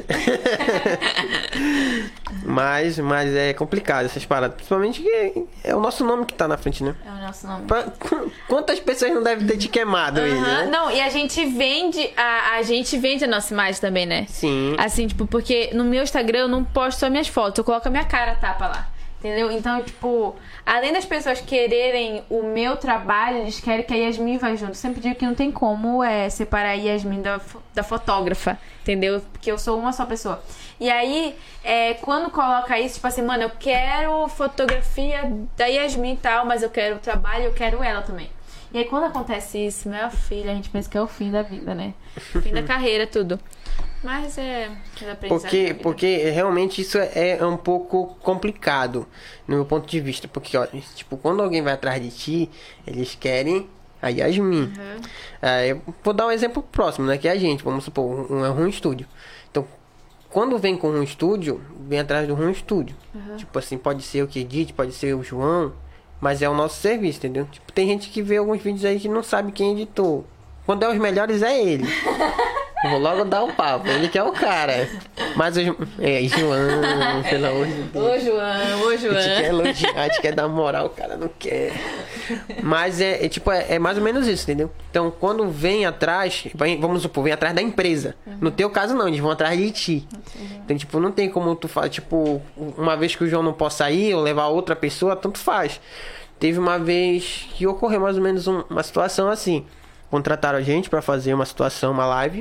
mas, mas é complicado essas paradas. Principalmente que é o nosso nome que tá na frente, né? É o nosso nome. Pra- Quantas pessoas não devem ter te queimado aí, Aham. né? Não, e a gente vende a, a gente vende a nossa imagem também, né? Sim. Assim, tipo, porque no meu Instagram eu não posto só minhas fotos, eu coloco a minha cara a tapa lá. Entendeu? Então, tipo, além das pessoas quererem o meu trabalho, eles querem que a Yasmin vá junto. Sempre digo que não tem como é, separar a Yasmin da, fo- da fotógrafa, entendeu? Porque eu sou uma só pessoa. E aí, é, quando coloca isso, tipo assim, mano, eu quero fotografia da Yasmin e tal, mas eu quero o trabalho, eu quero ela também. E aí, quando acontece isso, meu filho, a gente pensa que é o fim da vida, né? Fim da carreira, tudo. Mas é... é aprendizado da Porque, vida. porque realmente isso é, é um pouco complicado no meu ponto de vista. Porque, ó, tipo, quando alguém vai atrás de ti, eles querem a Yasmin. Uhum. É, eu vou dar um exemplo próximo, né? Que é a gente, vamos supor, um, um, um estúdio. Então, quando vem com um estúdio, vem atrás do um estúdio. Uhum. Tipo assim, pode ser o que edite, pode ser o João, mas é o nosso serviço, entendeu? Tipo, tem gente que vê alguns vídeos aí que não sabe quem editou. Quando é os melhores, é ele. Eu vou logo dar o papo, ele que é o cara. Mas os... É, João, pelo amor de Deus. Ô, João, ô, A gente quer João. elogiar, a gente quer dar moral, o cara não quer. Mas é, é tipo, é, é mais ou menos isso, entendeu? Então, quando vem atrás, vem- vamos supor, vem atrás da empresa. No teu caso, não, eles vão atrás de ti. Então, tipo, não tem como tu falar, tipo, uma vez que o João não possa ir ou levar outra pessoa, tanto faz. Teve uma vez que ocorreu mais ou menos um- uma situação assim. Contrataram a gente pra fazer uma situação, uma live.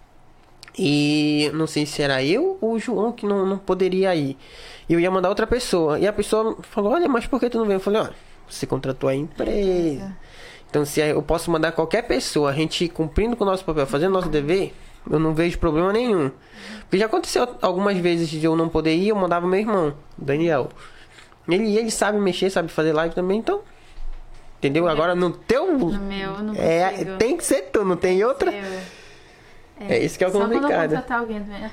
E não sei se era eu ou o João que não, não poderia ir. E eu ia mandar outra pessoa. E a pessoa falou, olha, mas por que tu não veio? Eu falei, ó, você contratou a empresa. Então se eu posso mandar qualquer pessoa, a gente cumprindo com o nosso papel, fazendo nosso dever, eu não vejo problema nenhum. Porque já aconteceu algumas vezes de eu não poder ir, eu mandava meu irmão, Daniel. Ele, ele sabe mexer, sabe fazer live também, então... Entendeu? Agora no teu... No meu, eu não É, consigo. tem que ser tu, não tem outra. Eu- É isso que é o Só quando eu complicado. contratar alguém também.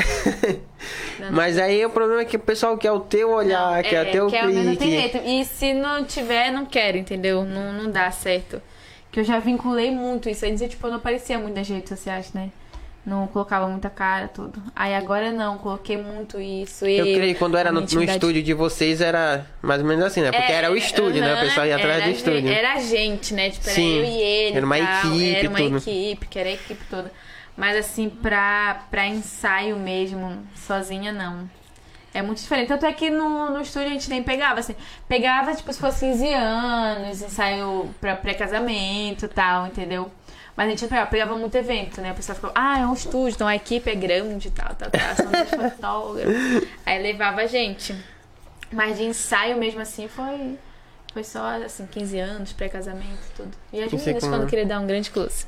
Mas aí o problema é que o pessoal quer o teu olhar, Não, quer o teu quer, não tem clique. jeito. E se não tiver, não quero, entendeu? Não, não dá certo. Que eu já vinculei muito isso. Antes, tipo, eu não aparecia muito nas redes sociais, né? Não colocava muita cara, tudo. Aí agora não, coloquei muito isso. Eu e creio que quando era a no, minha no intimidade- estúdio de vocês era mais ou menos assim, né? Porque É, era o estúdio, né? O aham, pessoal ia atrás era do a estúdio. gente- Era a gente, né? Tipo, era Sim, eu e ele. era uma e tal. equipe, Era uma tudo. equipe, que era a equipe toda. Mas assim, pra, pra ensaio mesmo, sozinha não. É muito diferente. Tanto é que no, no estúdio a gente nem pegava, assim. Pegava, tipo, se fosse quinze anos, ensaio pra pré-casamento e tal, entendeu? Mas a gente não pegava, pegava muito evento, né? A pessoa ficava, ah, é um estúdio, então a equipe é grande e tal, tal, tal. São dois fotógrafos. Aí levava a gente. Mas de ensaio mesmo assim foi, foi só, assim, quinze anos, pré-casamento, tudo. E as Não sei meninas como quando é. queria dar um grande close.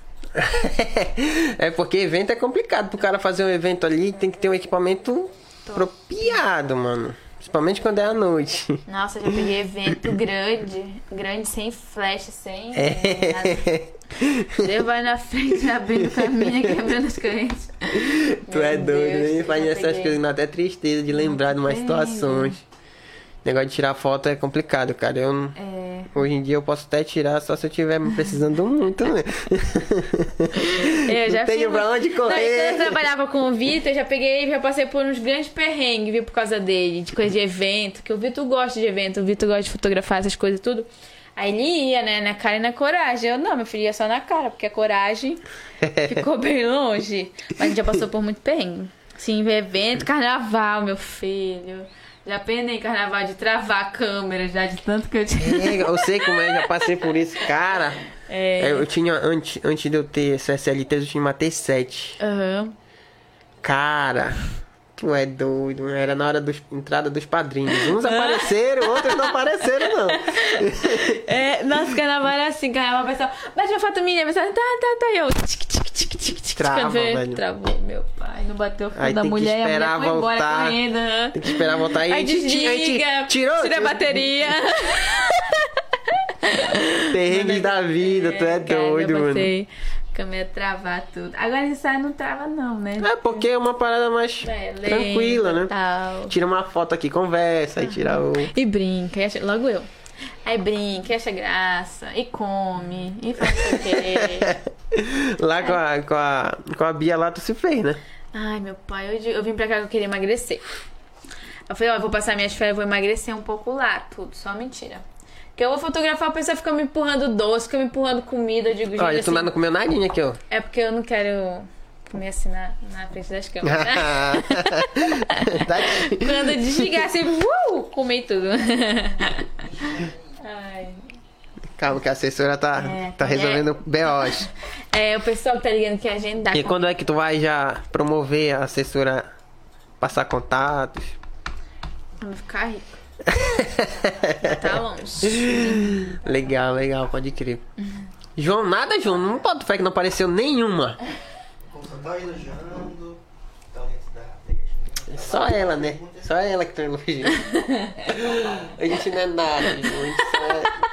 É porque evento é complicado. Pro cara fazer um evento ali, tem que ter um equipamento apropriado, mano. Principalmente quando é à noite. Nossa, eu já peguei evento grande, grande, sem flash, sem É. nada. Você vai na frente, abrindo caminho, quebrando as correntes. Tu é Meu doido, Deus, né? eu Faz já essas peguei. coisas, dá até tristeza de lembrar de umas bem, situações. Negócio de tirar foto é complicado, cara. Eu não- É. Hoje em dia eu posso até tirar só se eu estiver me precisando muito, né? Eu já não tenho fiz pra onde Não, e quando eu correr. trabalhava com o Vitor, eu já peguei, já passei por uns grandes perrengues, viu, por causa dele, de coisa de evento, que o Vitor gosta de evento, o Vitor gosta de fotografar essas coisas e tudo. Aí ele ia, né, na cara e na coragem. Eu, não, meu filho, ia só na cara, porque a coragem ficou bem longe. Mas a gente já passou por muito perrengue. Sim, evento, carnaval, meu filho. Já penei carnaval de travar a câmera, já de tanto que eu tinha. É, eu sei como é, já passei por isso. Cara, É. eu tinha, antes, antes de eu ter essa S L T, eu tinha uma T sete. Aham. Cara, tu é doido. Era na hora da entrada dos padrinhos. Uns apareceram, outros não apareceram, não. É, nossa, carnaval era assim, carnaval, o pessoal, bate uma foto minha, a pessoa, tá, tá, tá, e eu, tic, tic, tic, tic, tic, Trava, quando vê, velho. Travou, meu pai, não bateu o fio Aí da tem que mulher, e a mulher esperar foi embora voltar. correndo, aham. Tem que esperar voltar aí. Aí a gente ti- a gente desliga, tirou, tira a bateria. Perrengues da vida, tu é Cara, doido, já mano. passei câmera travar tudo. Agora esse sai não trava não, né? É porque é uma parada mais É, lenta, tranquila, né? Tal. Tira uma foto aqui, conversa, aí tira o... E brinca, e acha... logo eu. Aí brinca, e acha graça, e come, e faz não sei o quê. Lá com a, com, a, com a Bia lá, tu se fez, né? Ai, meu pai, hoje eu vim pra cá que eu queria emagrecer. Eu falei, ó, eu vou passar minhas férias, vou emagrecer um pouco lá, tudo, só mentira. Porque eu vou fotografar, a pessoa fica me empurrando doce, fica me empurrando comida, eu digo, gente, Olha, tu assim, não comeu nadinha aqui, ó. é porque eu não quero comer assim na, na frente das câmeras, né? Daqui. Quando eu desligar assim, uh, comi tudo. Ai. Calma que a assessora tá, É, tá resolvendo B Os. É, o pessoal que tá ligando que a gente dá. E quando é que tu vai já promover a assessora, passar contatos? Vamos ficar rico. Já tá longe. Legal, legal, pode crer. João, nada, João, não pode fé que não apareceu nenhuma. Só tá elogiando. Talento da peixe. Só ela, né? Só ela que tá elogiando. A gente não é nada, João. A gente só é...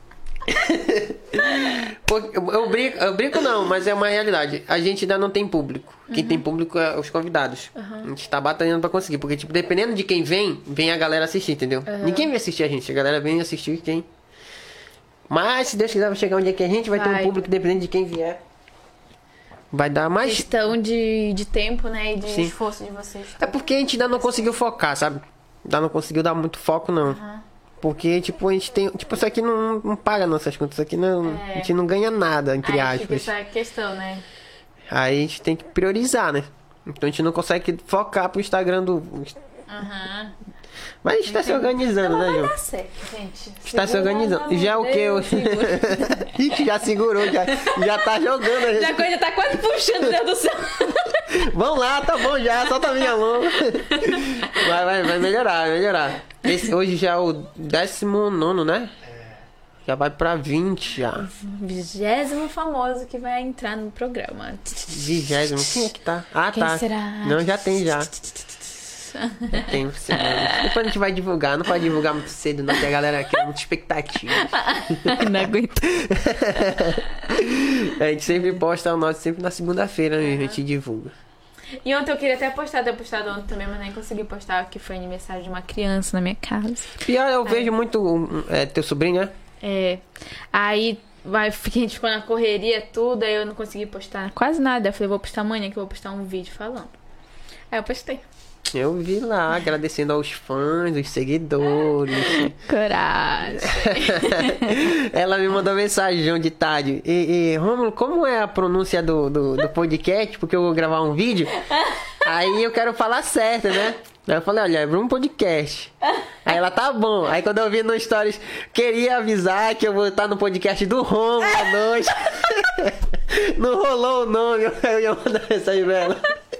Pô, eu, eu brinco, eu brinco não, mas é uma realidade. A gente ainda não tem público. Quem tem público é os convidados. A gente tá batalhando pra conseguir. Porque, tipo, dependendo de quem vem, vem a galera assistir, entendeu? Ninguém vem assistir a gente. A galera vem assistir quem. Mas se Deus quiser, vai chegar um dia que a gente vai, ter Vai. um público, dependendo de quem vier. Vai dar mais. Questão de, de tempo, né? E de Sim. esforço de vocês. É porque a gente ainda não conseguiu focar, sabe? Ainda não conseguiu dar muito foco, não. Porque, tipo, a gente tem. Tipo, isso aqui não, não paga nossas contas. Isso aqui não. É. A gente não ganha nada, entre Aí fica aspas. essa questão, né? Aí a gente tem que priorizar, né? Então a gente não consegue focar pro Instagram do. Aham. Mas a gente tá se organizando, né, Vai João? dar certo, gente. Está se Segura organizando. na Já é o mão que? Deus, segura. A gente já segurou, já, já tá jogando. A gente. Já a coisa tá quase puxando dentro do céu. Vamos lá, tá bom já, solta a minha mão. Vai, vai, vai melhorar, vai melhorar. Esse, hoje já é o décimo nono, né? Já vai pra vinte já. Vigésimo famoso que vai entrar no programa. Vigésimo. Quem é que tá? Ah, Quem tá. será? Não, já tem já. Já tem semana. Depois a gente vai divulgar. Não pode divulgar muito cedo, não, que a galera quer muita expectativa. Não aguento. A gente sempre posta o nosso sempre na segunda-feira, né? A gente divulga. E ontem eu queria até postar, ter postado ontem também, mas nem consegui postar, que foi aniversário de uma criança na minha casa. Pior, eu vejo muito é, teu sobrinho, né? É. Aí vai, a gente ficou na correria, tudo, aí eu não consegui postar quase nada. Eu falei, vou postar amanhã que eu vou postar um vídeo falando. Aí eu postei. Eu vi lá, agradecendo aos fãs, os seguidores. Coragem. Ela me mandou mensagem de tarde. E, e Rômulo, como é a pronúncia do, do, do podcast? Porque eu vou gravar um vídeo. Aí eu quero falar certo, né? Aí eu falei, olha, é um podcast. Aí ela, tá bom. Aí quando eu vi no Stories, queria avisar que eu vou estar no podcast do Rômulo à noite. Não rolou o nome, eu ia mandar mensagem pra ela.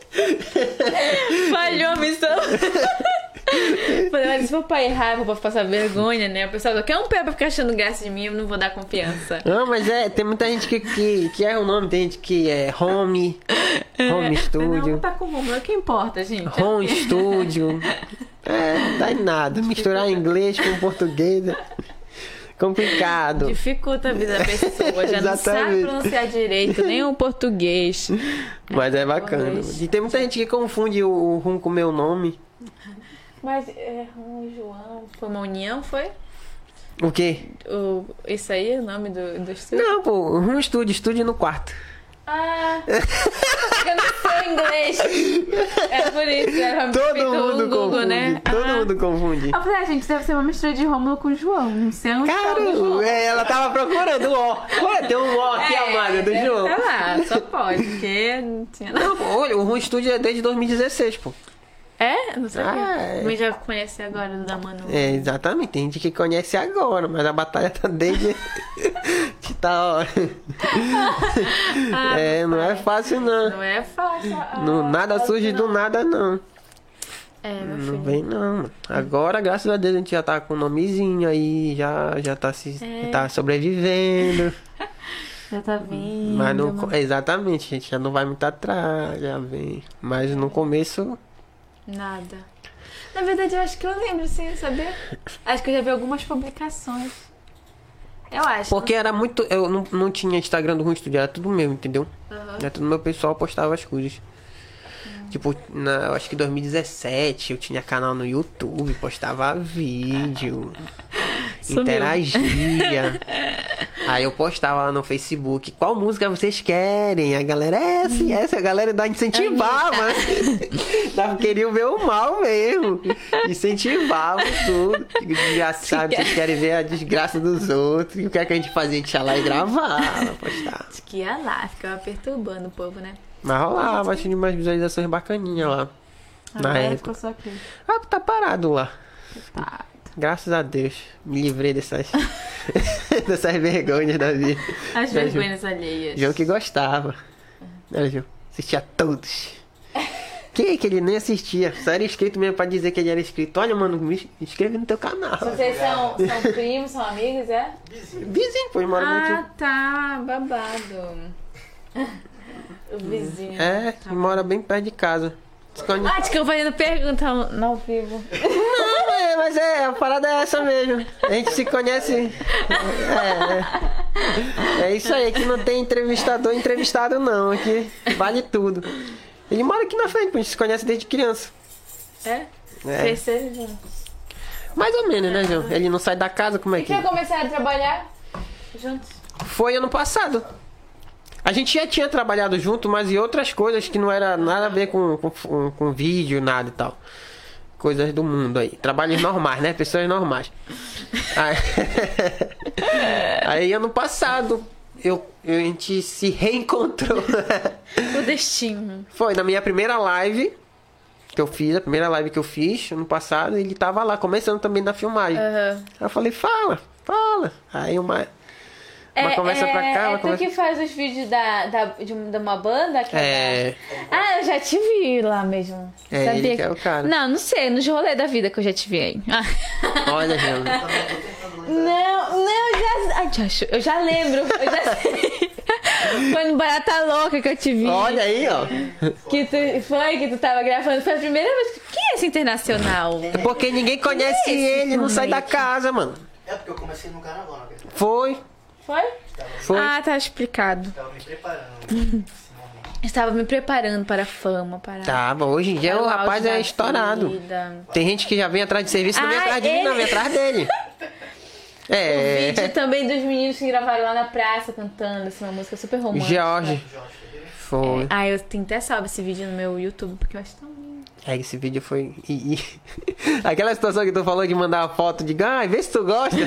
Falhou a missão. Falei, mas se for pra errar, vou passar vergonha, né? O pessoal só quer um pé pra ficar achando graça de mim, eu não vou dar confiança. Não, mas é, tem muita gente que, que, que erra o nome, tem gente que é Home, Home Não, Studio, tá com o que importa, gente? Home Studio. É, não dá em nada. Misturar inglês com português é complicado. Dificulta a vida da pessoa, já não sabe Exatamente. pronunciar direito, nem o português. Mas é bacana. E tem muita gente que confunde o, o rum com o meu nome. Mas é, um João, foi uma união, foi? O quê? O, isso aí é o nome do, do estúdio? Não, pô, Rum Studio, estúdio no quarto. Ah, eu não sei inglês. É por isso, era Todo feito mundo um Google, confunde. né? Todo Ah. mundo confunde. Eu falei, ah, gente, deve ser uma mistura de Rômulo com João. Não sei onde tá o João. Cara, é, ela tava procurando o O. Olha, tem um O aqui, amada, do deve João. tá lá, só pode, porque não tinha nada. Não, pô, olha, o Rum Studio é desde dois mil e dezesseis, pô. É? Não sabia. Ah, é. Mas já conhece agora do da Manu. É, exatamente. Tem gente que conhece agora, mas a batalha tá desde. que tá, ó. Ah, É, não é fácil, não. Não é fácil. Ah, Não, nada fácil surge do não. nada, não. É, meu Não filho. vem, não. Agora, graças a Deus, a gente já tá com um nomezinho aí, já, já tá, se, É. tá sobrevivendo. Já tá vindo. Mas no, mas- exatamente, a gente já não vai muito atrás, já vem. Mas no começo. Nada. Na verdade, eu acho que eu lembro, sim, saber. Acho que eu já vi algumas publicações. Eu acho. Porque era muito... Eu não, não tinha Instagram do Ruim Studio, era tudo meu, entendeu? Uhum. Era tudo meu pessoal, postava as coisas. Tipo, na, eu acho que em dois mil e dezessete eu tinha canal no YouTube, postava vídeo, Sumiu. interagia. Aí eu postava lá no Facebook, qual música vocês querem? A galera, essa e essa, a galera dá incentivava. Dava, queriam ver o mal mesmo. Incentivava tudo. Desgraçado, vocês querem ver a desgraça dos outros. E o que é que a gente fazia? A gente ia lá e gravava, postava. Acho que ia lá, ficava perturbando o povo, né? Mas rolava, tinha umas visualizações bacaninhas lá. Na Agora época. ficou só aqui. Ah, tá parado lá. Tá. Graças a Deus. Me livrei dessas, dessas vergonhas da vida. As Né, Ju? vergonhas alheias. João que gostava. Né, Ju? Assistia todos. Quem é que ele nem assistia? Só era inscrito mesmo pra dizer que ele era inscrito. Olha, mano, me inscreve no teu canal. Vocês são, são primos, são amigos, é? Vizinho, pô, ele mora Ah, muito. tá. Babado. O vizinho. É, ele mora bem perto de casa. Se conhe- Ah, acho que eu vou indo perguntar no ao vivo. Não, é, mas é, a parada é essa mesmo. A gente se conhece. É, é, é isso aí, aqui não tem entrevistador entrevistado não, aqui vale tudo. Ele mora aqui na frente, a gente se conhece desde criança. É? É. Cresceram juntos. Mais ou menos, né, João? Ele não sai da casa, como é E que... que começaram a trabalhar juntos? Foi ano passado. A gente já tinha trabalhado junto, mas em outras coisas que não era nada a ver com, com, com vídeo, nada e tal. Coisas do mundo aí. Trabalhos normais, né? Pessoas normais. Aí, aí ano passado, eu, eu- a gente se reencontrou. O destino. Foi na minha primeira live que eu fiz, a primeira live que eu fiz ano passado, ele tava lá, começando também na filmagem. Aham. Aí eu falei, fala, fala. Aí uma... Uma conversa pra cá, uma é conversa... tu que faz os vídeos da, da, de, um- de uma banda? Que É... da- Ah, eu já te vi lá mesmo. É, Sabia ele que é o cara. Não, não sei, nos rolês da vida que eu já te vi aí. Ah. Olha, João. Também tô tentando lembrar. Não, não, eu já, ai, já acho- eu já lembro, eu já sei. Foi no Barata Louca que eu te vi. Olha aí, ó. Que tu, foi que tu tava gravando. Foi a primeira vez. que- Quem é esse internacional? Porque ninguém conhece Esse ele, não sai da moleque. casa, mano. É porque eu comecei no carnaval, na verdade. Foi, Foi? Tava, foi. Ah, tá explicado. tava me preparando pra esse momento. Estava me preparando para a fama, para. Tava, hoje em dia para o auge rapaz da é estourado. vida. Tem gente que já vem atrás de serviço, não vem Ah, atrás de mim, não ele- vem atrás dele. O vídeo É. também dos meninos que gravaram lá na praça cantando, assim, uma música super romântica. George. Jorge Federer. Foi. Ah, eu tenho até salvo esse vídeo no meu YouTube, porque eu acho tão lindo. É, esse vídeo foi. e- e- Aquela situação que tu falou de mandar a foto de ai, vê se tu gosta.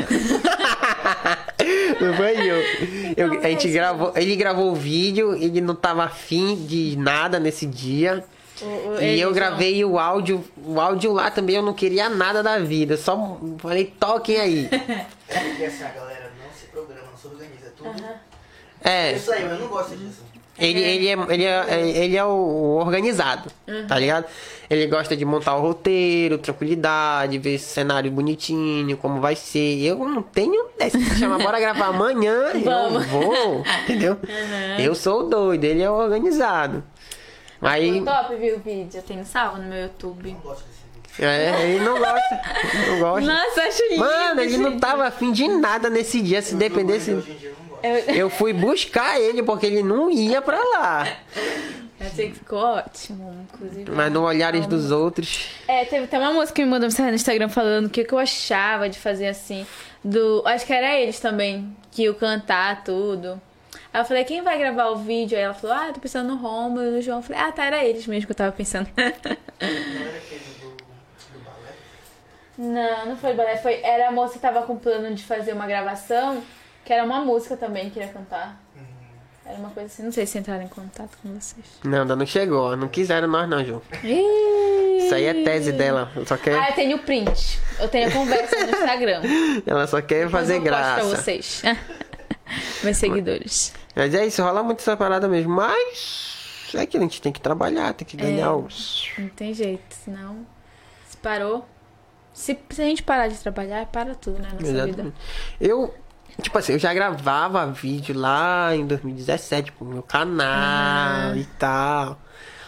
Não foi eu. eu Então, a gente é isso. gravou. Ele gravou o vídeo, ele não tava afim de nada nesse dia. O- o- E eles eu vão- gravei o áudio. O áudio lá também eu não queria nada da vida. Só falei, toquem aí. É porque assim, a galera não se programa, não se organiza. É tudo. É. Isso aí, eu não gosto disso. Ele, ele, é, ele, é, ele é o organizado, tá ligado? Ele gosta de montar o roteiro, tranquilidade, ver esse cenário bonitinho, como vai ser. Eu não tenho dessa. Se chamar, bora gravar amanhã, eu Vamos. vou, entendeu? Eu sou o doido, ele é o organizado. Aí, Ficou top, viu o vídeo? Eu tenho salvo no meu YouTube. Não gosto desse vídeo. é, ele não gosta, ele não gosta. Nossa, acho lindo. Mano, ele não gente. tava afim de nada nesse dia, se dependesse... Hoje em dia eu não gosto. Eu, Eu fui buscar ele porque ele não ia pra lá. eu achei que ficou ótimo, inclusive. Mas no olhares dos outros... É, teve até uma moça que me mandou mensagem no Instagram falando o que, que eu achava de fazer assim. Do. Acho que era eles também, que iam cantar tudo. Aí eu falei, quem vai gravar o vídeo? Aí ela falou, ah, eu tô pensando no Romulo e no João. Eu falei, ah, tá, era eles mesmo que eu tava pensando. Não era aquele do, do balé? Não, não foi balé, foi. Era a moça que tava com plano de fazer uma gravação, que era uma música também que ia cantar. Era uma coisa assim, não sei se entraram em contato com vocês. Não, ainda não chegou. Não quiseram nós não, Ju. Isso Isso aí é tese dela. Ela só Ah, quer, eu tenho o print. Eu tenho a conversa no Instagram. ela só quer fazer Depois eu posto pra graça. vocês. Meus seguidores. Mas é isso, rola muito essa parada mesmo. Mas é que a gente tem que trabalhar, tem que ganhar É. os... Não tem jeito, senão. Se parou. Se, se a gente parar de trabalhar, para tudo, né? Na nossa vida. Exatamente. Eu, tipo assim, eu já gravava vídeo lá em dois mil e dezessete pro meu canal e tal.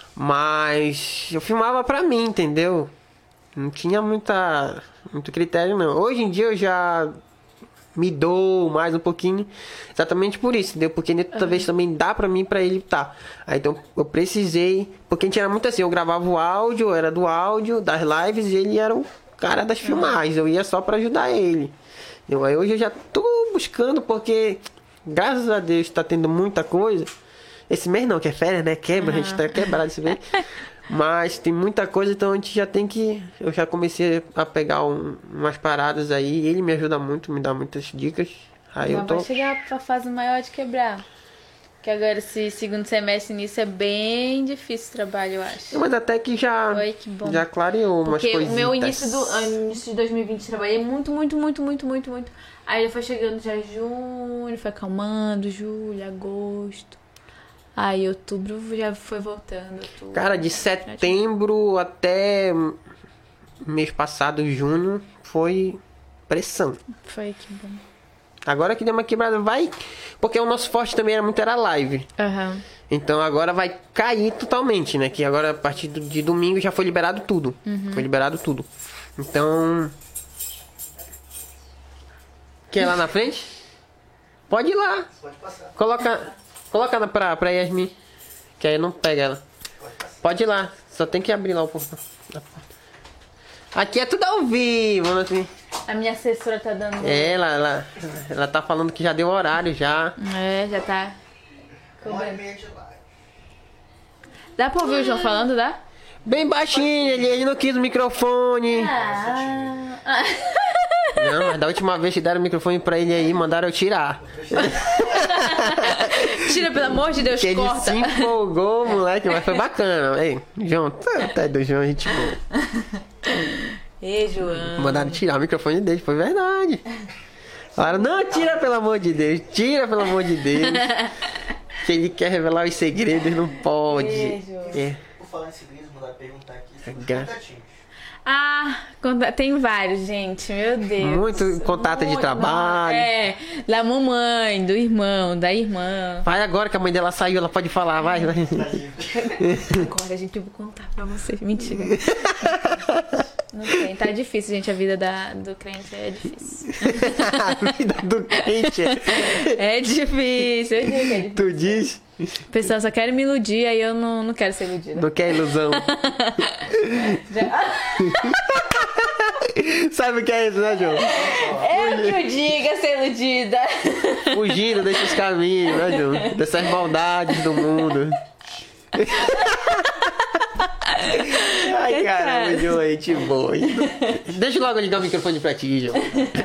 Mas eu filmava pra mim, entendeu? Não tinha muita, muito critério, não. Hoje em dia eu já me dou mais um pouquinho. Exatamente por isso, entendeu? Porque toda vez também dá pra mim, pra ele tá. Aí então eu precisei, porque a gente era muito assim, eu gravava o áudio, eu era do áudio, das lives, e ele era o cara das filmagens, eu ia só pra ajudar ele. Entendeu? Aí hoje eu já tô buscando, porque graças a Deus tá tendo muita coisa. Esse mês não, que é férias, né? Quebra, uhum. A gente tá quebrado esse mês. Mas tem muita coisa, então a gente já tem que... Eu já comecei a pegar um, umas paradas aí. Ele me ajuda muito, me dá muitas dicas. Aí já eu tô... vai chegar pra fase maior de quebrar. Que agora esse segundo semestre nisso é bem difícil o trabalho, eu acho. Mas até que já... Oi, que bom. Já clareou umas coisitas. Porque o meu início, do, início de dois mil e vinte trabalhei muito, muito, muito, muito, muito, muito. Aí já foi chegando já junho, foi acalmando, julho, agosto... Aí outubro já foi voltando. Outubro, Cara, de setembro até mês passado, junho, foi pressão. Foi, que bom. Agora que deu uma quebrada, vai... Porque o nosso forte também era muito, era live. Uhum. Então agora vai cair totalmente, né? Que agora a partir de domingo já foi liberado tudo. Uhum. Foi liberado tudo. Então... Quer ir lá na frente? Pode ir lá. Pode passar. Coloca... Coloca ela pra, pra Yasmin, que aí não pega ela. Pode ir lá, só tem que abrir lá o portão. Aqui é tudo ao vivo, né? A minha assessora tá dando... É, ela, ela, ela tá falando que já deu horário já. É, já tá... Uma hora e meia de live. Dá pra ouvir o João falando, dá? Bem baixinho, ele, ele não quis o microfone. Ah... Não, mas da última vez que deram o microfone pra ele aí, mandaram eu tirar. Tira, pelo amor de Deus, que corta. Ele se empolgou, moleque, mas foi bacana. Ei, João, tá, tá do João, gente boa. Ei, João. Mandaram tirar o microfone dele, foi verdade. Falaram, não, tira pelo amor de Deus, tira pelo amor de Deus. Que ele quer revelar os segredos, não pode. Ei, João. É. Por falar em segredos, mandar perguntar aqui sobre os Gra- contatinhos. Ah, conta- tem vários, gente. Meu Deus. Muito contato de Muito. trabalho. É, da mamãe, do irmão, da irmã. Vai agora que a mãe dela saiu, ela pode falar, vai, vai. Agora, gente, eu vou contar pra vocês. Mentira. Não tem, tá difícil, gente. A vida da, do crente é difícil. A vida do crente. É difícil, eu digo que é difícil. Tu diz, O pessoal só quer me iludir, aí eu não, não quero ser iludida. não quer ilusão. Sabe o que é isso, né, João? Eu que eu diga ser iludida. Fugindo desses caminhos, né, João? Dessas maldades do mundo. Ai, caramba, João, gente boa. Deixa eu logo ligar o microfone pra ti, João.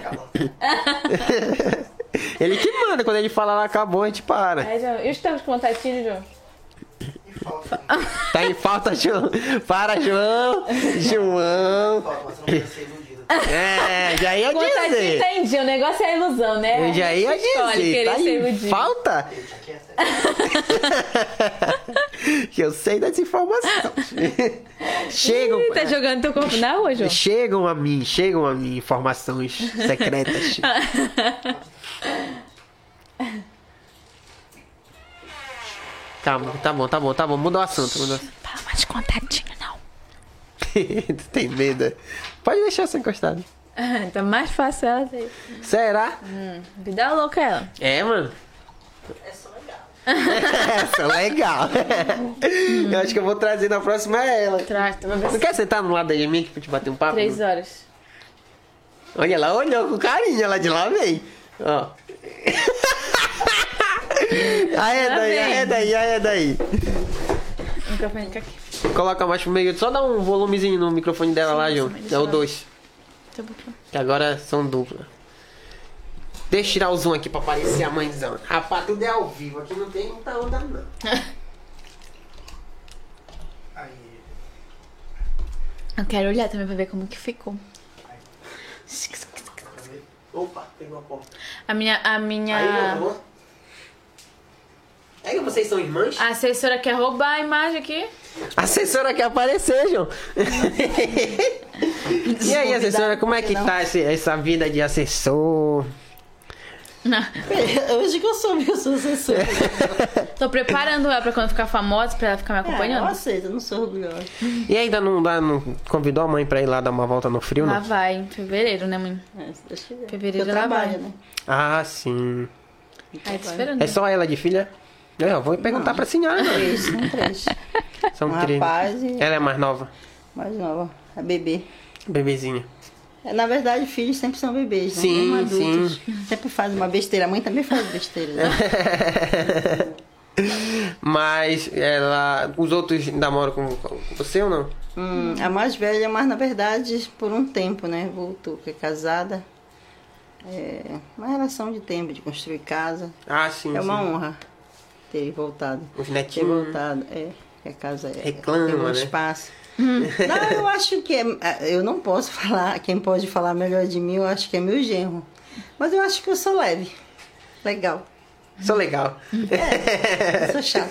Ele que manda, quando ele fala lá, acabou, a gente para. Aí, João, e os teus contatinhos, João? E falta. Tá em falta, João. Para, João. João. Falta, mas você não quer ser iludida. É, já ia Contatinho, dizer. entendi. O negócio é a ilusão, né? Eu já ia A gente escolhe dizer. querer Tá ser em iludido. falta? Deixa quieta. Que eu sei das informações. Chegam. Ih, tá jogando teu corpo na rua, João? Chegam a mim, chegam a mim informações secretas. Calma, tá bom, tá bom, tá bom. Muda o assunto. Muda o assunto. Fala mais de contatinho, não. Tu tem medo? Pode deixar ser encostado. Tá mais fácil ela ter. Será? Hum, vida louca ela. É, mano. Essa é legal. Essa é legal. Eu acho que eu vou trazer na próxima ela. Traz, tu vai ver Tu se... quer sentar no lado de mim pra te bater um papo? Três horas. Olha, ela olhou com carinho, ela de lá vem. Ó. Arreda aí, arreda aí, arreda aí. O microfone fica aqui. Coloca mais pro meio, só dá um volumezinho no microfone dela lá, João. mas É deixa o ela- dois. Tá bom. Que agora são dupla. Deixa eu tirar o zoom aqui pra aparecer a mãezão. Rapaz, tudo é ao vivo, aqui não tem muita onda não. Aí. Eu quero olhar também pra ver como que ficou. Opa, pegou a porta. A minha... A Aí, minha... não, tá bom? É que vocês são irmãs? A assessora quer roubar a imagem aqui. A assessora quer aparecer, João. E aí, assessora, como é que tá esse- essa vida de assessor? Hoje que eu soube que eu sou assessora. Tô preparando ela pra quando ficar famosa, pra ela ficar me É, eu acompanhando. aceito, eu não sou orgulhosa. E ainda não, dá, não convidou a mãe pra ir lá dar uma volta no frio, Lá não? vai, em fevereiro, né, mãe? É, se Deus quiser. Fevereiro eu ela trabalho, vai. né? Ah, sim. Aí tô esperando. É só ela de filha? Eu vou perguntar pra senhora, né? Três, são três. São Um três. rapaz e Ela é mais nova? mais nova, a bebê. Bebezinha. É, na verdade, filhos sempre são bebês, né? Sim, Mesmo adultos. Sempre fazem uma besteira. A mãe também faz besteira, né? Mas ela. Os outros namoram com com você ou não? Hum, a mais velha, mas na verdade, por um tempo, né? Voltou, porque é casada. É uma relação de tempo, de construir casa. Ah, sim. É uma sim. honra ter voltado. Os Ter netinhos. voltado, é. Que a casa é, Reclama, tem um né? espaço. Não, eu acho que é, eu não posso falar, quem pode falar melhor de mim, eu acho que é meu genro. Mas eu acho que eu sou leve. Legal. Sou legal. É, eu sou chata.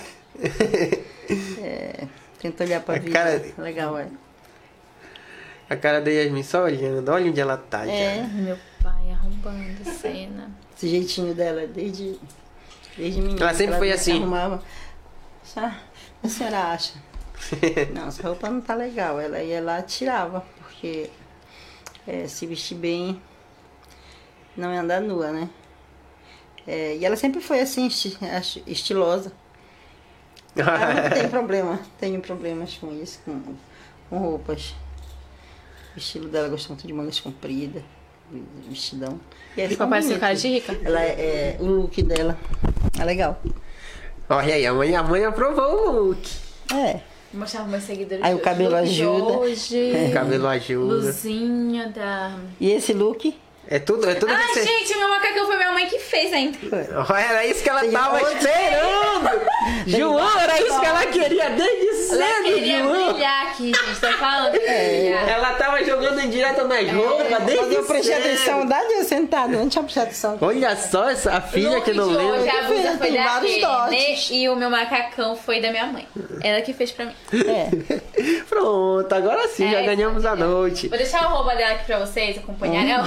É, tento olhar pra A vida. cara- Legal, é. A cara da Yasmin só olhando. Olha onde ela tá É, já. Meu pai arrombando a cena. esse jeitinho dela desde, desde menina. Ela sempre foi se assim? Arrumava. Ah, a senhora acha? Não, essa roupa não tá legal. Ela ia lá e tirava, porque é, se vestir bem não é andar nua, né? É, e ela sempre foi assim, esti- acho, estilosa. Ah, não tem problema, tenho problemas com isso, com, com roupas. O estilo dela gosta muito de mangas compridas, vestidão. E aí Ficou fica parecendo bonito. cara de rica. Ela é, é, o look dela é legal. Olha aí, a mãe, a mãe aprovou o look. É. Vou mostrar pros meus seguidores. Aí o hoje. cabelo Look de ajuda. Hoje. O cabelo ajuda. Luzinha da... E esse look? É tudo, é tudo Ai, que você... gente, meu macacão foi minha mãe que fez ainda. Olha, era isso que ela Tem tava outro. esperando! João, era isso que ela queria desde Ela cedo, queria João! brilhar aqui, gente. Tô falando que queria brilhar. Ela tava jogando em direto nas roupas desde Quando eu prestei cedo. atenção, dá de sentada, não tinha prestado atenção. Olha só essa filha Look que não de hoje, lembra. a blusa foi Tem da vários Renê dotes. e o meu macacão foi da minha mãe. Ela que fez pra mim. É. Pronto, agora sim, já É, ganhamos a noite. Vou deixar o arroba dela aqui pra vocês acompanharem ela.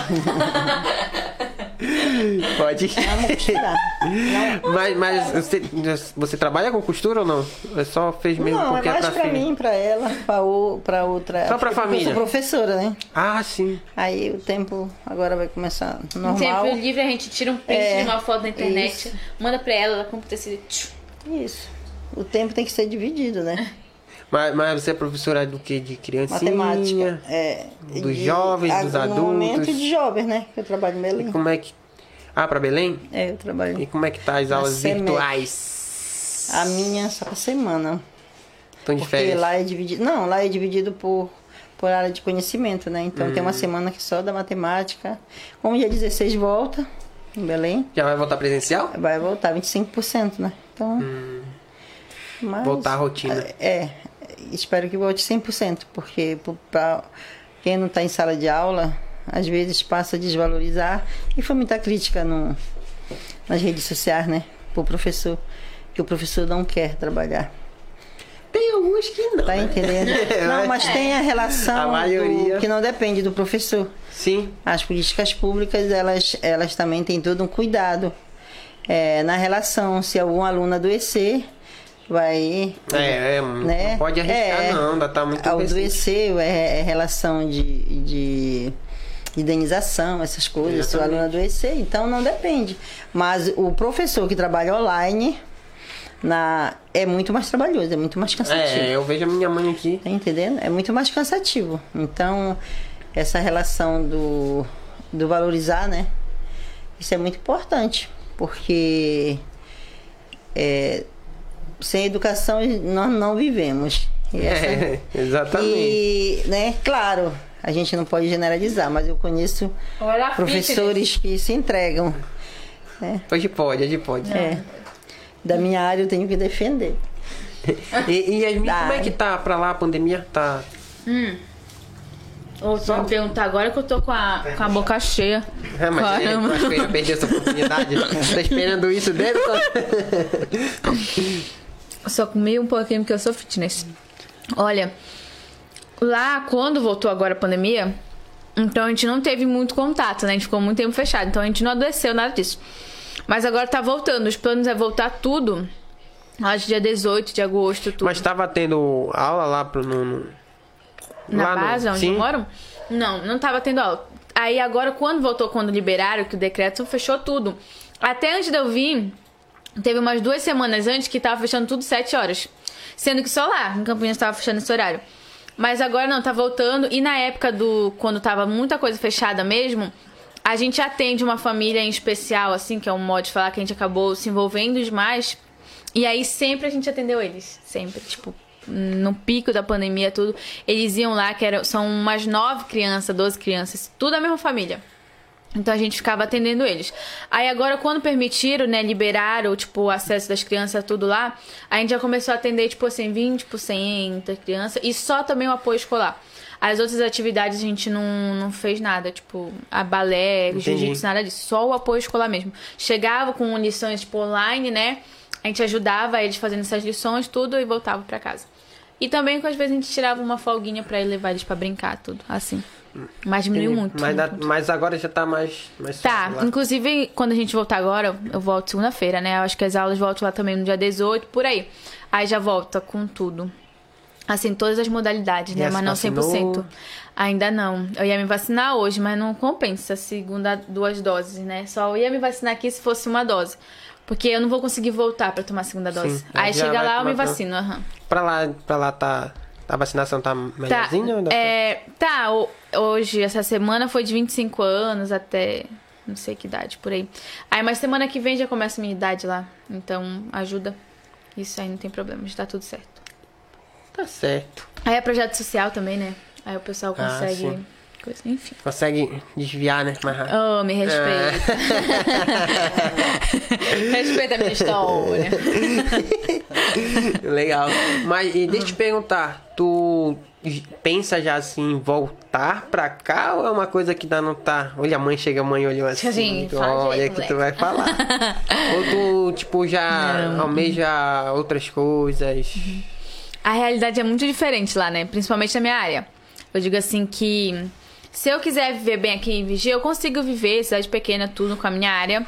Pode. Vamos costurar. Mas, mas você, você trabalha com costura ou não? É só fez mesmo Não, é porque é mais pra pra filha? mim, pra ela, pra, o, pra outra. Só pra porque família? Eu sou professora, né? Ah, sim. Aí o tempo agora vai começar No normal. tempo livre a gente tira um print É, de uma foto na internet, isso. manda pra ela, ela compra o tecido. tchum. Isso. O tempo tem que ser dividido, né? Mas, mas você é professora do que? De criancinha? Matemática. É, Dos de- jovens, dos no adultos? momento de jovens, né? Que eu trabalho em Belém. E como é que... Ah, pra Belém? É, eu trabalho. E como é que tá as Na aulas Semec. virtuais? A minha só pra semana. Estão de Porque férias? lá é dividido. Não, lá é dividido por, por área de conhecimento, né? Então tem uma semana que só da matemática. Como dia dezesseis volta, em Belém, Já vai voltar presencial? vai voltar vinte e cinco por cento, né? Então. Mas, Voltar à rotina. É, espero que volte cem por cento, porque para quem não está em sala de aula, às vezes passa a desvalorizar. E foi muita crítica no, nas redes sociais, né? Pro professor, que o professor não quer trabalhar. Tem alguns que não. Tá né? entendendo? Não, mas tem a relação A maioria. do, que não depende do professor. Sim. As políticas públicas, elas, elas também têm todo um cuidado é, na relação. Se algum aluno adoecer, vai... É, é, né? não pode arriscar É, não, ainda tá muito ao recente. adoecer é, é relação de, de indenização, essas coisas, se o Exatamente. aluno adoecer, então não depende. Mas o professor que trabalha online na, é muito mais trabalhoso, é muito mais cansativo. É, eu vejo a minha mãe aqui. Tá entendendo? É muito mais cansativo. Então, essa relação do, do valorizar, né? Isso é muito importante, porque é, sem educação nós não vivemos. E essa- É, exatamente. e, né, claro, a gente não pode generalizar, mas eu conheço Olha a professores que se entregam. Né? Hoje pode, hoje pode. É. Da minha área eu tenho que defender. E, e Yasmin, Tá. como é que tá pra lá a pandemia? Tá. Ou tu vai me perguntar agora que eu tô com a, com a boca cheia. É, mas é, Caramba. eu acho que eu ia perder essa oportunidade. Tá esperando isso dele? Eu só comi um pouquinho porque eu sou fitness. Olha, lá quando voltou agora a pandemia, então a gente não teve muito contato, né? A gente ficou muito tempo fechado, então a gente não adoeceu, nada disso. Mas agora tá voltando. Os planos é voltar tudo. Acho dia dezoito de agosto, tudo. Mas tava tendo aula lá pro... No, no... Na lá base, no... onde Sim. eu moro? Não, não tava tendo aula. Aí agora, quando voltou, quando liberaram, que o decreto fechou tudo. Até antes de eu vir, teve umas duas semanas antes que tava fechando tudo sete horas. Sendo que só lá, em Campinas, tava fechando esse horário. Mas agora não, tá voltando. E na época do... Quando tava muita coisa fechada mesmo, a gente atende uma família em especial, assim, que é um modo de falar que a gente acabou se envolvendo demais. E aí sempre a gente atendeu eles. Sempre, tipo... No pico da pandemia, tudo, eles iam lá, que era, são umas nove crianças, doze crianças, tudo a mesma família. Então a gente ficava atendendo eles. Aí agora, quando permitiram, né, liberaram, tipo, o acesso das crianças, tudo lá, a gente já começou a atender, tipo assim, vinte por cento crianças e só também o apoio escolar. As outras atividades a gente não, não fez nada, tipo, a balé, jiu-jitsu, nada disso. Só o apoio escolar mesmo. Chegava com lições, tipo, online, né? A gente ajudava eles fazendo essas lições, tudo, e voltava pra casa. E também, às vezes, a gente tirava uma folguinha pra ir levar eles pra brincar, tudo, assim. Mas diminuiu Entendi. muito. Mas, muito, da- muito. mas agora já tá mais, mais Tá, fácil lá. inclusive, quando a gente voltar agora, eu volto segunda-feira, né? Eu acho que as aulas voltam lá também no dia dezoito, por aí. Aí já volta com tudo. Assim, todas as modalidades, né? Já Mas se não cem por vacinou? cento. Ainda não. Eu ia me vacinar hoje, mas não compensa a segunda duas doses, né? Só eu ia me vacinar aqui se fosse uma dose. Porque eu não vou conseguir voltar pra tomar a segunda dose. Sim, Aí já chega vai lá, eu tomar me pra- vacino. Aham. Pra lá, pra lá tá... A vacinação tá Tá, melhorzinha? ou ainda tá- é, tá, o- hoje, essa semana foi de vinte e cinco anos até não sei que idade, por aí. Aí, mas semana que vem já começa a minha idade lá. Então, ajuda. Isso aí não tem problema, já tá tudo certo. Tá certo. Aí é projeto social também, né? Aí o pessoal Ah, consegue... sim. coisa, enfim. Consegue desviar, né? Mais rápido. Oh, me respeita. Respeita a minha história. Legal. Mas e deixa eu te perguntar, tu pensa já assim em voltar pra cá ou é uma coisa que ainda não tá? Olha, a mãe chega, a mãe olhou assim. Assim, fala olha jeito, que tu moleque. vai falar. Ou tu, tipo, já Não. almeja outras coisas. A realidade é muito diferente lá, né? Principalmente na minha área. Eu digo assim que se eu quiser viver bem aqui em Vigia, eu consigo viver, cidade pequena, tudo com a minha área.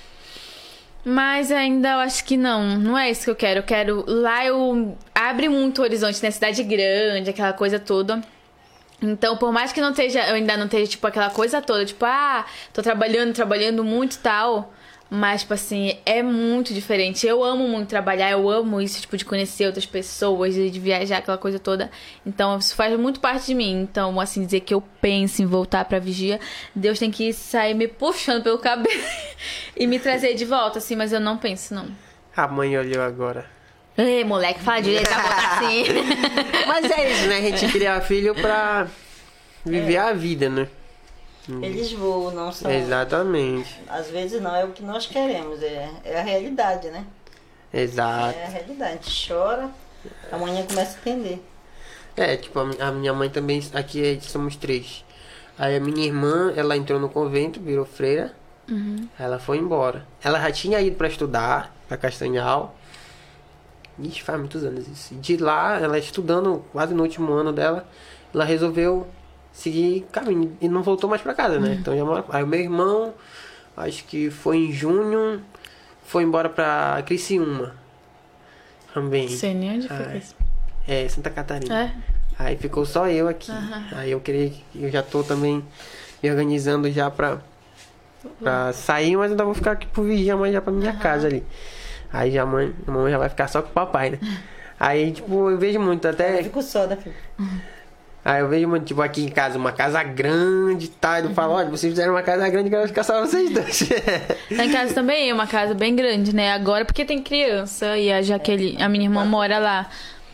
Mas ainda eu acho que não, não é isso que eu quero. Eu quero... Lá eu... Abre muito o horizonte, né? Cidade grande, aquela coisa toda. Então, por mais que não esteja... Eu ainda não esteja, tipo, aquela coisa toda. Tipo, ah, tô trabalhando, trabalhando muito e tal. Mas, tipo assim, é muito diferente. Eu amo muito trabalhar, eu amo isso, tipo, de conhecer outras pessoas, de viajar, aquela coisa toda. Então, isso faz muito parte de mim. Então, assim, dizer que eu penso em voltar pra Vigia, Deus tem que sair me puxando pelo cabelo e me trazer de volta, assim, mas eu não penso, não. A mãe olhou agora. Ei, moleque, fala direito, vai voltar assim. Mas é isso, né? A gente cria filho pra viver a vida, né? Eles voam, não são. Exatamente. Às vezes não é o que nós queremos, é, é a realidade, né? Exato. É a realidade. A gente chora, amanhã começa a entender. É, tipo, a mi- a minha mãe também, aqui é- somos três. Aí a minha irmã, ela entrou no convento, virou freira. Ela foi embora. Ela já tinha ido pra estudar, pra Castanhal. Ixi, faz muitos anos isso. De lá, ela estudando, quase no último ano dela, ela resolveu seguir caminho. E não voltou mais pra casa, né? Então já mora. Aí o meu irmão, acho que foi em junho, foi embora pra Criciúma. Também. Sei nem onde foi Ai. isso. É, Santa Catarina. É? Aí ficou só eu aqui. Aí eu queria. Eu já tô também me organizando já pra, pra sair, mas ainda vou ficar aqui pro vigia, mas já pra minha casa ali. Aí já a mãe, a mamãe já vai ficar só com o papai, né? Aí, tipo, eu vejo muito, Eu até. fico só, né, filho? Aí eu vejo muito, tipo, aqui em casa, uma casa grande e tal. E eu falo, olha, vocês fizeram uma casa grande, eu quero ficar só vocês dois. Lá em casa também é uma casa bem grande, né? Agora porque tem criança e a Jaqueline, a minha irmã mora lá.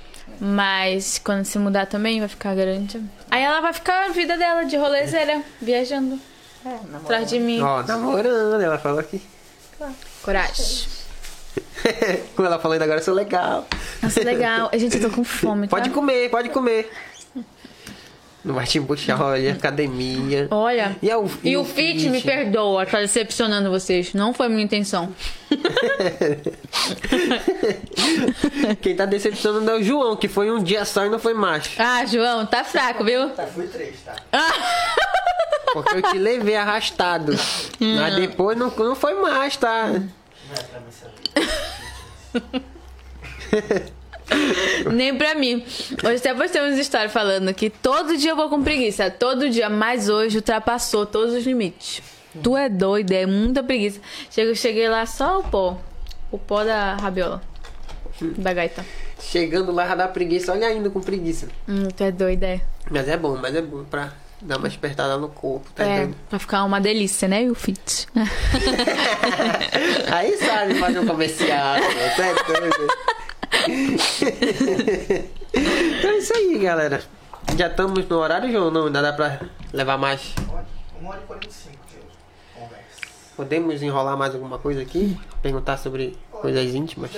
Mas quando se mudar também vai ficar grande. Aí ela vai ficar a vida dela de rolezeira, viajando É, namorando. atrás de mim. Ó, namorando, ela falou aqui. Coragem. Como ela falou ainda agora, eu sou legal. Nossa, legal. Gente, eu tô com fome, tá? Pode comer, pode comer. Não vai te embuchar, olha, academia. Olha. E, é o, E o Fit me perdoa, tá decepcionando vocês. Não foi minha intenção. Quem tá decepcionando é o João, que foi um dia só e não foi macho. Ah, João, tá fraco, viu? Fui três, tá? porque eu te levei arrastado. Mas depois não, não foi mais, tá? Não é pra mim saber. Nem pra mim. Hoje até postei uns stories falando que todo dia eu vou com preguiça. Todo dia, mas hoje ultrapassou todos os limites. Tu é doido, é muita preguiça. Cheguei, cheguei lá só o pó. O pó da rabiola. Da gaita. Chegando lá já dá preguiça, olha ainda com preguiça. Hum, tu é doido, é. Mas é bom, mas é bom pra dar uma despertada no corpo, tá É, doido? pra ficar uma delícia, né? E o fit. Aí sabe fazer um comercial, tá doido? Então é isso aí, galera. Já estamos no horário, João? Não, ainda dá pra levar mais. uma hora e quarenta e cinco de conversa. Podemos enrolar mais alguma coisa aqui? Perguntar sobre coisas íntimas?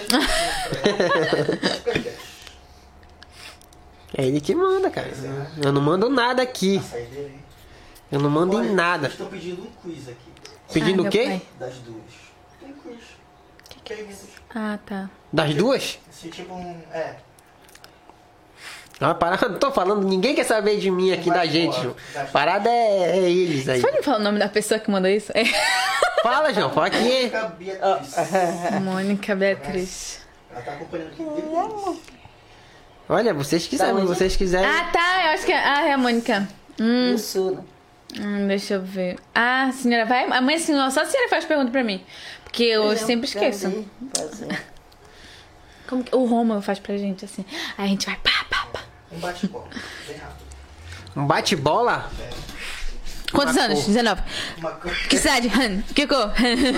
É ele que manda, cara. Eu não mando nada aqui. Sai dele, hein? Eu não mando Olha, em nada. Estou pedindo um quiz aqui. Pedindo Ai, o quê? meu pai. Das duas. Um quiz. Que é isso? Ah, tá. Das duas? Esse tipo um. É. Ah, parada, não tô falando, ninguém quer saber de mim aqui, da gente, João. Parada é, é eles aí. Pode me falar o nome da pessoa que mandou isso? É. Fala, João, fala aqui. Beatriz. Mônica Beatriz. Ela tá acompanhando aqui desde Olha, vocês que sabem, vocês quiserem. Ah, tá. Eu acho que é. Ah, é a Mônica. Hum, Isso, né? hum, deixa eu ver. Ah, a senhora vai. A mãe, assim, só a senhora faz pergunta pra mim. Porque eu sempre esqueço. Fazer. Como que... O Rômulo faz pra gente assim. Aí a gente vai pá, pá, pá. um bate-bola. Bem rápido. Um bate-bola? Quantos Uma anos? cor. dezenove. Uma coisa. Que cidade? Han. Que cor?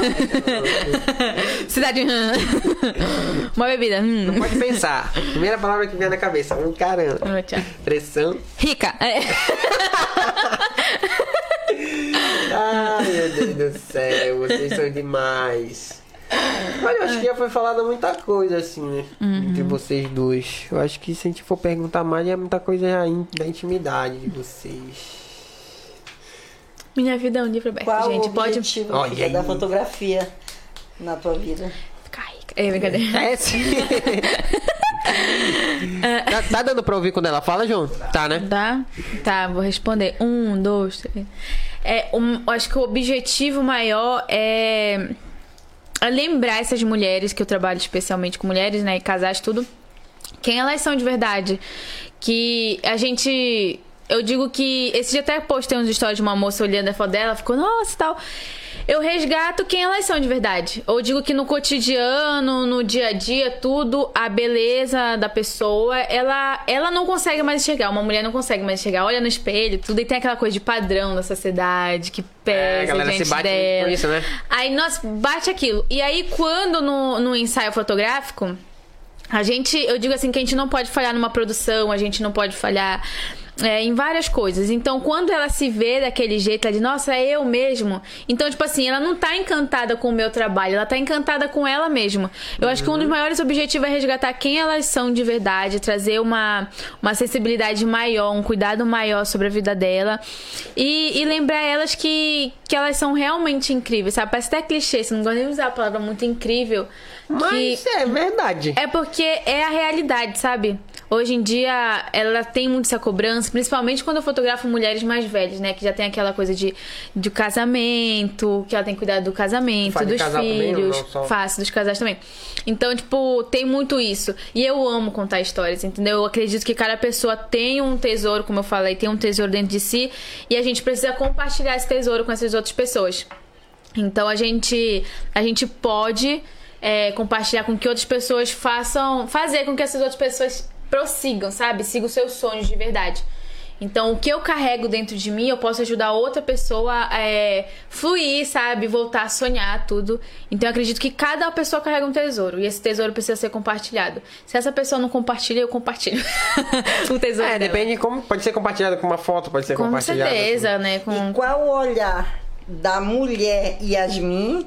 Cidade. Han. Uma bebida. Hum. Não pode pensar. Primeira palavra que vem na cabeça. Um caramba. Oh, tchau. Pressão. Rica. É. Ai, meu Deus do céu, vocês são demais. Olha, eu acho que já foi falada muita coisa, assim, né? Uhum. Entre vocês dois. Eu acho que se a gente for perguntar mais, é muita coisa aí da intimidade de vocês. Minha vida é um livro aberto, Qual gente. o Pode objetivo Olha Olha aí. da fotografia na tua vida? ficar rica. É, brincadeira. É sim. tá, tá dando pra ouvir quando ela fala, João? Tá, né? Tá? Tá, vou responder. Um, dois, três. É, um, eu acho que o objetivo maior é, é lembrar essas mulheres, que eu trabalho especialmente com mulheres, né? E casais, tudo. Quem elas são de verdade. Que a gente... Eu digo que... Esse dia até postei uns stories de uma moça olhando a foto dela. Ficou, nossa, e tal... Eu resgato quem elas são de verdade. Eu digo que no cotidiano, no dia a dia, tudo, a beleza da pessoa, ela, ela não consegue mais enxergar. Uma mulher não consegue mais enxergar. Olha no espelho, tudo, e tem aquela coisa de padrão da sociedade que É, a pesa galera diante se bate dela. por isso, né? Aí, nossa, bate aquilo. E aí, quando no, no ensaio fotográfico, a gente, eu digo assim, que a gente não pode falhar numa produção, a gente não pode falhar... É, em várias coisas. Então, quando ela se vê daquele jeito, ela diz, nossa, é eu mesmo. Então, tipo assim, ela não tá encantada com o meu trabalho, ela tá encantada com ela mesma. Eu uhum. acho que um dos maiores objetivos é resgatar quem elas são de verdade, trazer uma, uma sensibilidade maior, um cuidado maior sobre a vida dela. E, e lembrar elas que, que elas são realmente incríveis, sabe? Parece até clichê, você não gosta nem de usar a palavra muito incrível. Mas que... é verdade. É porque é a realidade, sabe? Hoje em dia, ela tem muito essa cobrança, principalmente quando eu fotografo mulheres mais velhas, né? Que já tem aquela coisa de, de casamento, que ela tem que cuidar do casamento, Faz de dos casar também, filhos. ou não só? Faço, dos casais também. Então, tipo, tem muito isso. E eu amo contar histórias, entendeu? Eu acredito que cada pessoa tem um tesouro, como eu falei, tem um tesouro dentro de si. E a gente precisa compartilhar esse tesouro com essas outras pessoas. Então, a gente, a gente pode... É, compartilhar com que outras pessoas façam... Fazer com que essas outras pessoas prossigam, sabe? Sigam os seus sonhos de verdade. Então, o que eu carrego dentro de mim, eu posso ajudar outra pessoa a é, fluir, sabe? Voltar a sonhar, tudo. Então, eu acredito que cada pessoa carrega um tesouro. E esse tesouro precisa ser compartilhado. Se essa pessoa não compartilha, eu compartilho. O tesouro É, dela. depende de como... Pode ser compartilhado com uma foto, pode ser Com compartilhado... certeza, né? Com... E qual o olhar da mulher Yasmin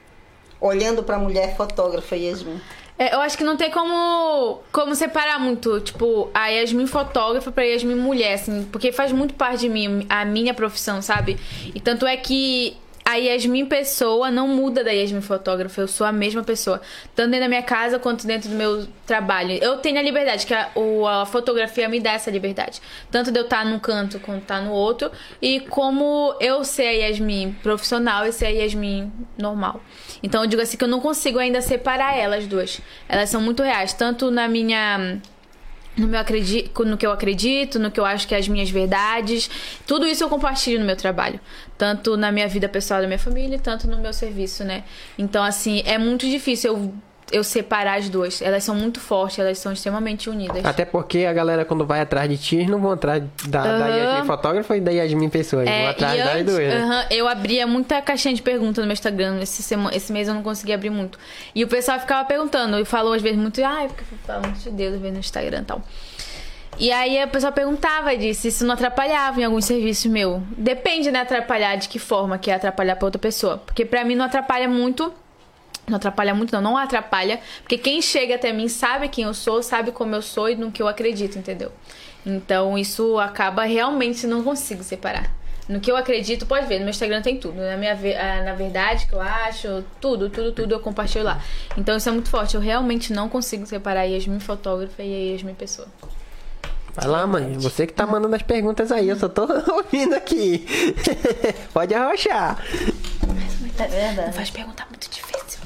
olhando pra mulher fotógrafa Yasmin? É, eu acho que não tem como, como separar muito, tipo, a Yasmin fotógrafa pra Yasmin mulher, assim, porque faz muito parte de mim, a minha profissão, sabe? E tanto é que a Yasmin pessoa não muda da Yasmin fotógrafa, eu sou a mesma pessoa. Tanto dentro da minha casa quanto dentro do meu trabalho. Eu tenho a liberdade, que a, o, a fotografia me dá essa liberdade. Tanto de eu estar num canto quanto estar no outro. E como eu ser a Yasmin profissional e ser a Yasmin normal. Então eu digo assim que eu não consigo ainda separar elas duas. Elas são muito reais, tanto na minha... No, meu acredito, no que eu acredito, no que eu acho que é as minhas verdades. Tudo isso eu compartilho no meu trabalho. Tanto na minha vida pessoal da minha família, tanto no meu serviço, né? Então, assim, é muito difícil eu, eu separar as duas. Elas são muito fortes, elas são extremamente unidas. Até porque a galera, quando vai atrás de ti, não vão atrás da, Uhum. da Yasmin fotógrafa e da Yasmin pessoa. Eles É, vão atrás e das antes, duas, né? uhum, eu abria muita caixinha de perguntas no meu Instagram. Esse, sema, esse mês eu não consegui abrir muito. E o pessoal ficava perguntando. E falou às vezes muito, ai, porque pelo amor de Deus, eu vejo no Instagram e tal. E aí a pessoa perguntava e disse, isso não atrapalhava em algum serviço meu. Depende, né, atrapalhar de que forma que é atrapalhar pra outra pessoa. Porque pra mim não atrapalha muito. Não atrapalha muito, não. Não atrapalha. Porque quem chega até mim sabe quem eu sou, sabe como eu sou e no que eu acredito, entendeu? Então isso acaba realmente, não consigo separar. No que eu acredito, pode ver, no meu Instagram tem tudo. Na, minha, na verdade, que eu acho, tudo, tudo, tudo eu compartilho lá. Então isso é muito forte. Eu realmente não consigo separar a Yasmin fotógrafa e a Yasmin pessoa. Vai lá, mãe. Você que tá mandando as perguntas aí. Eu só tô ouvindo aqui. Pode arrochar. É verdade. Não faz perguntar muito difícil.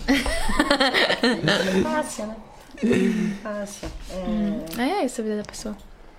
É fácil, né? Fácil. É... É isso a vida da pessoa.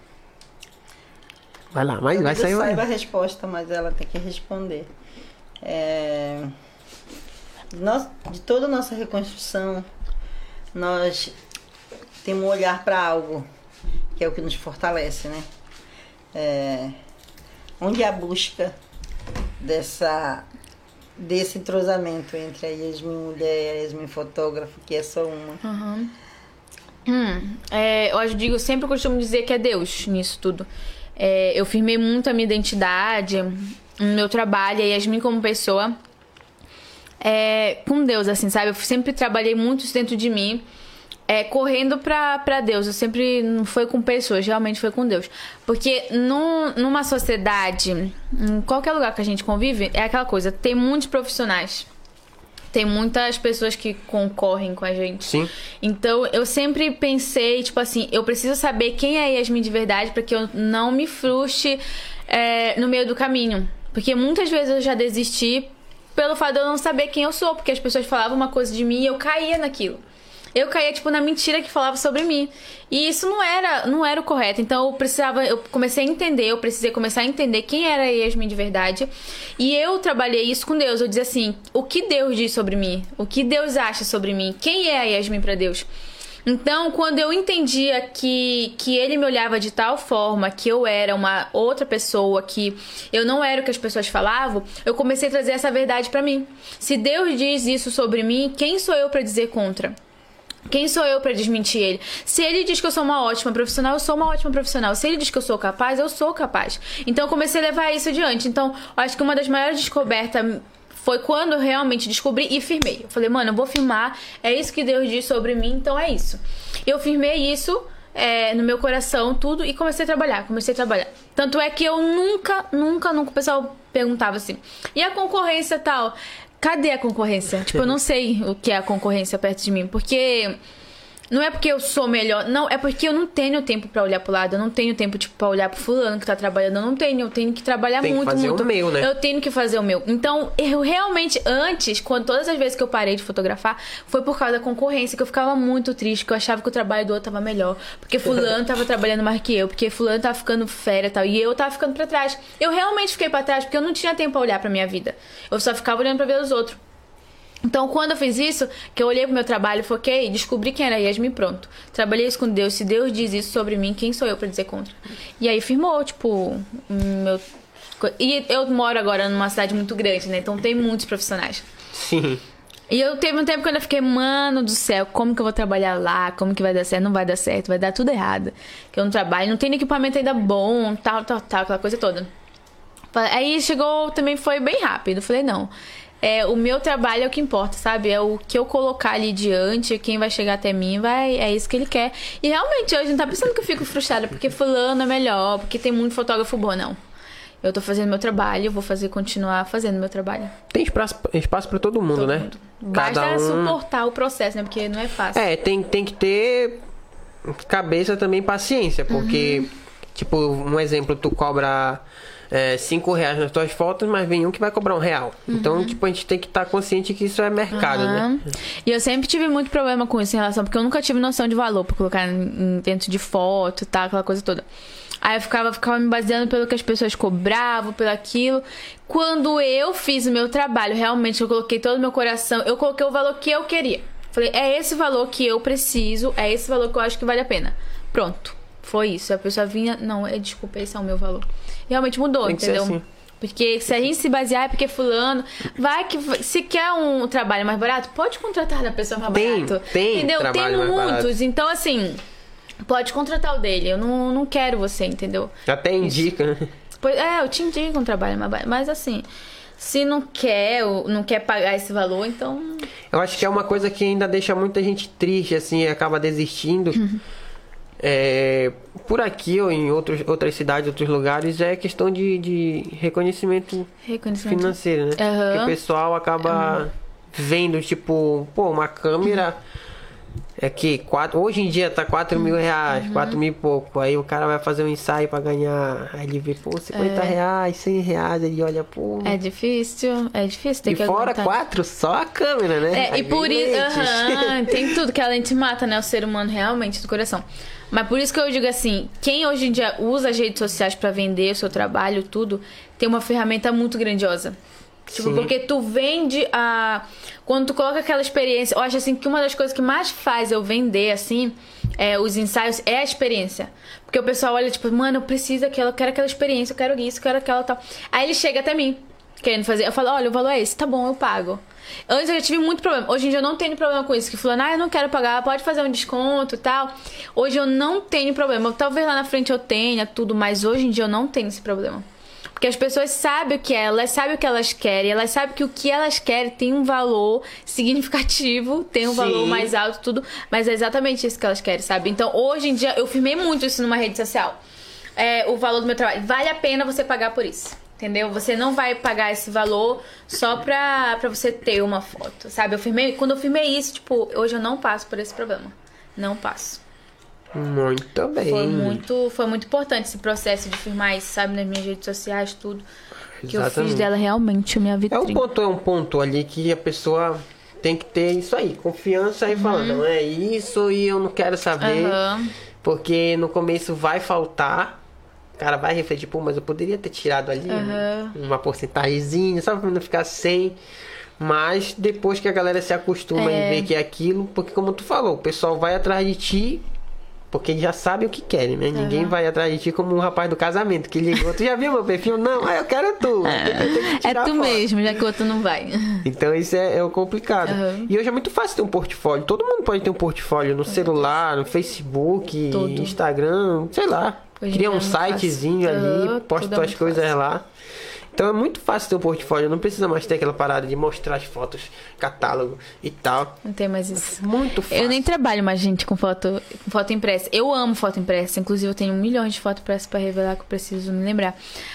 Vai lá, mas vai sair. Eu Vai. saiba a resposta, mas ela tem que responder. É... Nós, de toda a nossa reconstrução, nós temos um olhar para algo, que é o que nos fortalece, né? É... Onde a busca dessa, desse entrosamento entre a Yasmin mulher e a Yasmin fotógrafo, que é só uma. Uhum. Hum, é, eu digo, sempre costumo dizer que é Deus nisso tudo. É, eu firmei muito a minha identidade, o meu trabalho, a Yasmin como pessoa, é, com Deus, assim, sabe? Eu sempre trabalhei muito isso dentro de mim. É, correndo pra, pra Deus. Eu sempre não foi com pessoas, realmente foi com Deus. Porque num, numa sociedade, em qualquer lugar que a gente convive, é aquela coisa, tem muitos profissionais. Tem muitas pessoas que concorrem com a gente. Sim. Então, eu sempre pensei, tipo assim, eu preciso saber quem é a Yasmin de verdade pra que eu não me frustre é, no meio do caminho. Porque muitas vezes eu já desisti pelo fato de eu não saber quem eu sou. Porque as pessoas falavam uma coisa de mim e eu caía naquilo. Eu caía, tipo, na mentira que falava sobre mim. E isso não era, não era o correto. Então, eu precisava... Eu comecei a entender. Eu precisei começar a entender quem era a Yasmin de verdade. E eu trabalhei isso com Deus. Eu dizia assim... O que Deus diz sobre mim? O que Deus acha sobre mim? Quem é a Yasmin pra Deus? Então, quando eu entendia que, que ele me olhava de tal forma, que eu era uma outra pessoa, que eu não era o que as pessoas falavam, eu comecei a trazer essa verdade pra mim. Se Deus diz isso sobre mim, quem sou eu pra dizer contra? Quem sou eu pra desmentir ele? Se ele diz que eu sou uma ótima profissional, eu sou uma ótima profissional. Se ele diz que eu sou capaz, eu sou capaz. Então eu comecei a levar isso adiante. Então, eu acho que uma das maiores descobertas foi quando eu realmente descobri e firmei. Eu falei, mano, eu vou firmar, é isso que Deus diz sobre mim, então é isso. Eu firmei isso é, no meu coração, tudo, e comecei a trabalhar, comecei a trabalhar. Tanto é que eu nunca, nunca, nunca, o pessoal perguntava assim, e a concorrência tal? Cadê a concorrência? Tipo, eu não sei o que é a concorrência perto de mim, porque... Não é porque eu sou melhor, não, é porque eu não tenho tempo pra olhar pro lado, eu não tenho tempo, tipo, pra olhar pro fulano que tá trabalhando, eu não tenho, eu tenho que trabalhar Tem que muito, fazer muito. o meu, né? Eu tenho que fazer o meu. Então, eu realmente, antes, quando todas as vezes que eu parei de fotografar, foi por causa da concorrência, que eu ficava muito triste, que eu achava que o trabalho do outro tava melhor, porque fulano tava trabalhando mais que eu, porque fulano tava ficando férias e tal, e eu tava ficando pra trás. Eu realmente fiquei pra trás, porque eu não tinha tempo pra olhar pra minha vida. Eu só ficava olhando pra ver os outros. Então, quando eu fiz isso, que eu olhei pro meu trabalho, foquei, descobri quem era a Yasmin, pronto. Trabalhei isso com Deus. Se Deus diz isso sobre mim, quem sou eu pra dizer contra? E aí firmou, tipo, meu... E eu moro agora numa cidade muito grande, né? Então tem muitos profissionais. Sim. E eu teve um tempo quando eu fiquei, mano do céu, como que eu vou trabalhar lá? Como que vai dar certo? Não vai dar certo, vai dar tudo errado. Que eu não trabalho, não tenho equipamento ainda bom, tal, tal, tal, aquela coisa toda. Aí chegou, também foi bem rápido. Falei, não... É, o meu trabalho é o que importa, sabe? É o que eu colocar ali diante, quem vai chegar até mim, vai, é isso que ele quer. E realmente, hoje não tá pensando que eu fico frustrada porque fulano é melhor, porque tem muito fotógrafo bom, não. Eu tô fazendo meu trabalho, eu vou fazer, continuar fazendo meu trabalho. Tem espaço, espaço pra todo mundo, Todo né? mundo. Basta Cada um... suportar o processo, né? Porque não é fácil. É, tem, tem que ter cabeça também, paciência, porque, uhum. tipo, um exemplo, tu cobra é, cinco reais nas tuas fotos, mas vem um que vai cobrar um real. Uhum. Então, tipo, a gente tem que estar tá consciente que isso é mercado, uhum. né? E eu sempre tive muito problema com isso em relação, porque eu nunca tive noção de valor pra colocar em, dentro de foto e tal, aquela coisa toda. Aí eu ficava, ficava me baseando pelo que as pessoas cobravam, pelo aquilo. Quando eu fiz o meu trabalho, realmente eu coloquei todo o meu coração, eu coloquei o valor que eu queria. Falei, é esse valor que eu preciso, é esse valor que eu acho que vale a pena. Pronto, foi isso. A pessoa vinha, não, é, desculpa, esse é o meu valor. Realmente mudou, tem que entendeu? Ser assim. Porque se a gente se basear, é porque fulano, vai que se quer um trabalho mais barato, pode contratar da pessoa mais tem, barato. Tem, entendeu? Tem muitos, barato. Então assim... Pode contratar o dele, eu não, não quero você, entendeu? Até indica, né? Pois, é, eu te indico um trabalho, mas, mas assim, se não quer, não quer pagar esse valor, então... Eu acho que é uma coisa que ainda deixa muita gente triste, assim, acaba desistindo. Uhum. É, por aqui ou em outros, outras cidades, outros lugares, é questão de, de reconhecimento, reconhecimento financeiro, né? Uhum. Porque o pessoal acaba uhum. vendo, tipo, pô, uma câmera... Uhum. É que quatro, hoje em dia tá quatro mil reais, uhum. quatro mil e pouco. Aí o cara vai fazer um ensaio pra ganhar. Aí ele vê, pô, cinquenta reais, cem reais. Ele olha, pô. É difícil, é difícil ter e que fora aguentar. quatro, só a câmera, né? É, e por isso. Uhum, tem tudo que a lente mata, né? O ser humano realmente do coração. Mas por isso que eu digo assim: quem hoje em dia usa as redes sociais pra vender o seu trabalho, tudo, tem uma ferramenta muito grandiosa. Tipo, Sim. porque tu vende a... Quando tu coloca aquela experiência... Eu acho assim que uma das coisas que mais faz eu vender, assim... É, os ensaios é a experiência. Porque o pessoal olha, tipo... Mano, eu preciso daquela... Eu quero aquela experiência. Eu quero isso, eu quero aquela tal... Aí ele chega até mim... Querendo fazer... Eu falo, olha, o valor é esse. Tá bom, eu pago. Antes eu já tive muito problema. Hoje em dia eu não tenho problema com isso. Que falando, ah, eu não quero pagar. Pode fazer um desconto e tal. Hoje eu não tenho problema. Talvez lá na frente eu tenha tudo. Mas hoje em dia eu não tenho esse problema. Porque as pessoas sabem o que é, elas sabem o que elas querem, elas sabem que o que elas querem tem um valor significativo, tem um Sim. valor mais alto, tudo, mas é exatamente isso que elas querem, sabe? Então, hoje em dia, eu firmei muito isso numa rede social. É, o valor do meu trabalho. Vale a pena você pagar por isso, entendeu? Você não vai pagar esse valor só pra, pra você ter uma foto, sabe? Eu firmei, quando eu firmei isso, tipo, hoje eu não passo por esse problema. Não passo. Muito bem. Foi muito, foi muito importante esse processo de firmar isso, sabe? Nas minhas redes sociais, tudo. Que Exatamente. Eu fiz dela realmente a minha vitrine. É um ponto, é um ponto ali que a pessoa tem que ter isso aí. Confiança e uhum. falar, não é isso e eu não quero saber. Uhum. Porque no começo vai faltar. O cara vai refletir, pô, mas eu poderia ter tirado ali uhum. uma porcentagemzinha, só pra não ficar sem... Mas depois que a galera se acostuma é. e vê que é aquilo... Porque como tu falou, o pessoal vai atrás de ti... Porque eles já sabem o que querem, né? Uhum. Ninguém vai atrás de ti como um rapaz do casamento que ligou. Tu já viu meu perfil? Não, ah, eu quero tu. É, é tu foto. mesmo, já que o outro não vai. Então isso é, é o complicado. Uhum. E hoje é muito fácil ter um portfólio. Todo mundo pode ter um portfólio no celular, no Facebook, Todo. Instagram, sei lá. Hoje Cria um é sitezinho fácil. ali, uhum, posta as coisas fácil. lá. Então é muito fácil ter um portfólio, não precisa mais ter aquela parada de mostrar as fotos, catálogo e tal. Não tem mais isso. Muito fácil. Eu nem trabalho mais, gente, com foto, com foto impressa. Eu amo foto impressa, inclusive eu tenho milhões de fotos impressas pra revelar que eu preciso me lembrar.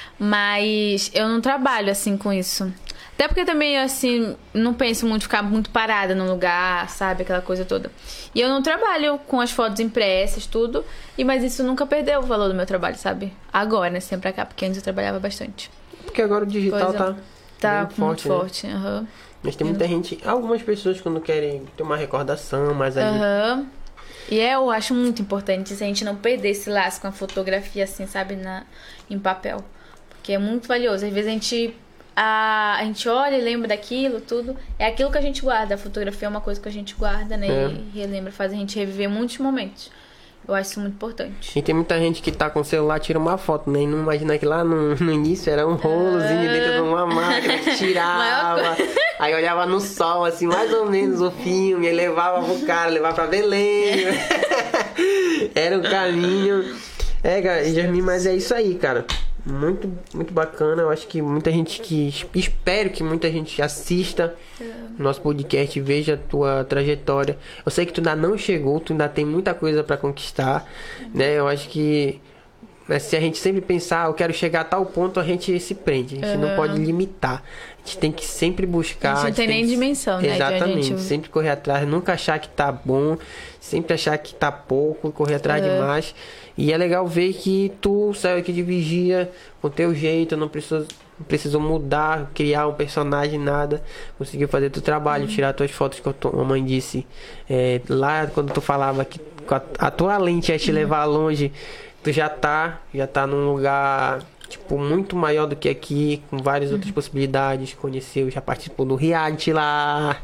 Mas eu não trabalho assim com isso. Até porque também, assim, não penso muito ficar muito parada num lugar, sabe? Aquela coisa toda. E eu não trabalho com as fotos impressas, tudo. E, mas isso nunca perdeu o valor do meu trabalho, sabe? Agora, né? Sempre pra cá, porque antes eu trabalhava bastante. Porque agora o digital é. tá, tá muito forte. Muito forte, né? forte. Uhum. Mas tem muita gente... Algumas pessoas quando querem ter uma recordação, mas aí... Uhum. E eu acho muito importante se a gente não perder esse laço com a fotografia, assim, sabe? Na, em papel. Porque é muito valioso. Às vezes a gente... A, a gente olha e lembra daquilo, tudo. É aquilo que a gente guarda. A fotografia é uma coisa que a gente guarda, né? É. E relembra, faz a gente reviver muitos momentos. Eu acho isso muito importante. E tem muita gente que tá com o celular, tira uma foto, né? E não imagina que lá no, no início era um rolozinho ah. dentro de uma máquina que tirava. Aí olhava no sol, assim, mais ou menos o filme. Aí levava pro cara, levava pra Belém. Era um caminho. É, cara, Jasmin, mas é isso aí, cara. Muito, muito bacana. Eu acho que muita gente que... Espero que muita gente assista é. nosso podcast, veja a tua trajetória. Eu sei que tu ainda não chegou, tu ainda tem muita coisa pra conquistar, né? Eu acho que Mas se a gente sempre pensar, ah, eu quero chegar a tal ponto, a gente se prende. A gente Uhum. não pode limitar. A gente tem que sempre buscar. A gente não tem tem nem que- dimensão, né, de Exatamente. onde a gente- Sempre correr atrás, nunca achar que tá bom, sempre achar que tá pouco, correr atrás É. demais. E é legal ver que tu saiu aqui de Vigia com teu jeito, não precisou, não precisou mudar, criar um personagem, nada. Conseguiu fazer teu trabalho, tirar tuas fotos que a tua mãe disse é, lá quando tu falava que com a, a tua lente ia te levar longe. Tu já tá, já tá num lugar, tipo, muito maior do que aqui, com várias outras possibilidades. Conheceu, já participou do reality lá.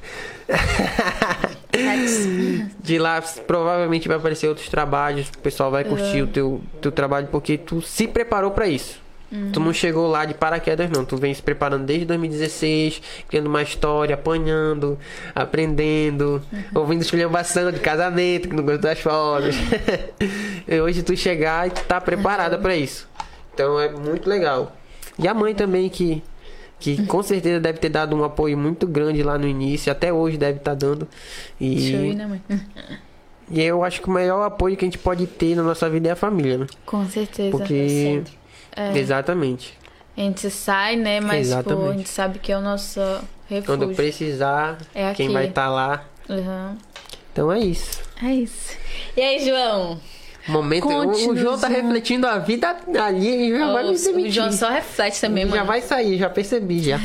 De lá, provavelmente vai aparecer outros trabalhos. O pessoal vai curtir o teu, teu trabalho, porque tu se preparou pra isso. Tu não chegou lá de paraquedas, não. Tu vem se preparando desde dois mil e dezesseis, criando uma história, apanhando, aprendendo, ouvindo esculhambação de casamento, que não gostou das fotos. E hoje tu chegar e tu tá preparada pra isso. Então é muito legal. E a mãe também, que, que com certeza deve ter dado um apoio muito grande lá no início, até hoje deve estar dando. Deixa eu ir, E, né, mãe? e eu acho que o maior apoio que a gente pode ter na nossa vida é a família, né? Com certeza. Porque. É. Exatamente. A gente sai, né? Mas pô, a Exatamente. gente sabe que é o nosso refúgio. Quando precisar, É quem aqui. vai estar lá. Uhum. Então é isso. É isso. E aí, João? Momento. O, o Conte-nos João tá um- refletindo a vida ali e já vai me o, o demitir. João só reflete também, já mano. vai sair, já percebi já.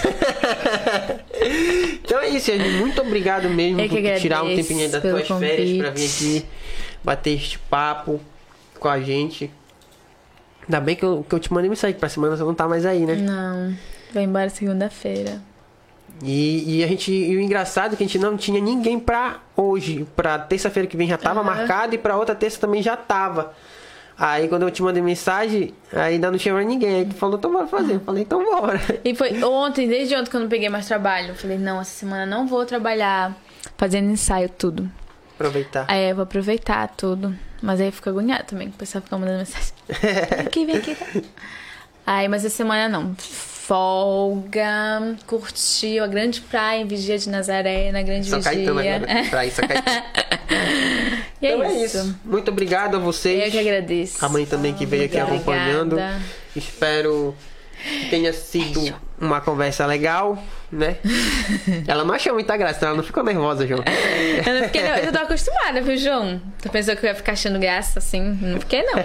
Então é isso, gente. Muito obrigado mesmo Eu que por tirar um agradeço tempinho aí das pelo tuas férias pra vir convite. aqui bater este papo com a gente. Ainda bem que eu, que eu te mandei mensagem pra semana, você não tá mais aí, né? Não. Vai embora segunda-feira. E, e a gente, e o engraçado é que a gente não tinha ninguém pra hoje. Pra terça-feira que vem já tava Aham. marcado e pra outra terça também já tava. Aí quando eu te mandei mensagem, aí ainda não tinha mais ninguém. Aí tu falou, então bora fazer. Eu falei, então bora. E foi ontem, desde ontem que eu não peguei mais trabalho. Eu falei, não, essa semana não vou trabalhar fazendo ensaio, tudo. Aproveitar. Aí eu vou aproveitar tudo. Mas aí eu fico agoniada também, o pessoal fica mandando mensagem. Vem aqui, vem aqui. Tá? Aí, mas essa semana não. Folga, curtiu a grande praia em Vigia de Nazaré, na grande São Vigia. Caetano agora. Pra isso, São Caetano. E é, Então é isso. isso. Muito obrigado a vocês. Eu que agradeço. A mãe também que veio aqui Obrigada. acompanhando. Espero que tenha sido uma conversa legal, né? Ela não achou muita graça, ela não ficou nervosa, João. Eu não fiquei, não. Eu tô acostumada, viu, João? Tu pensou que eu ia ficar achando graça assim? Não fiquei, não.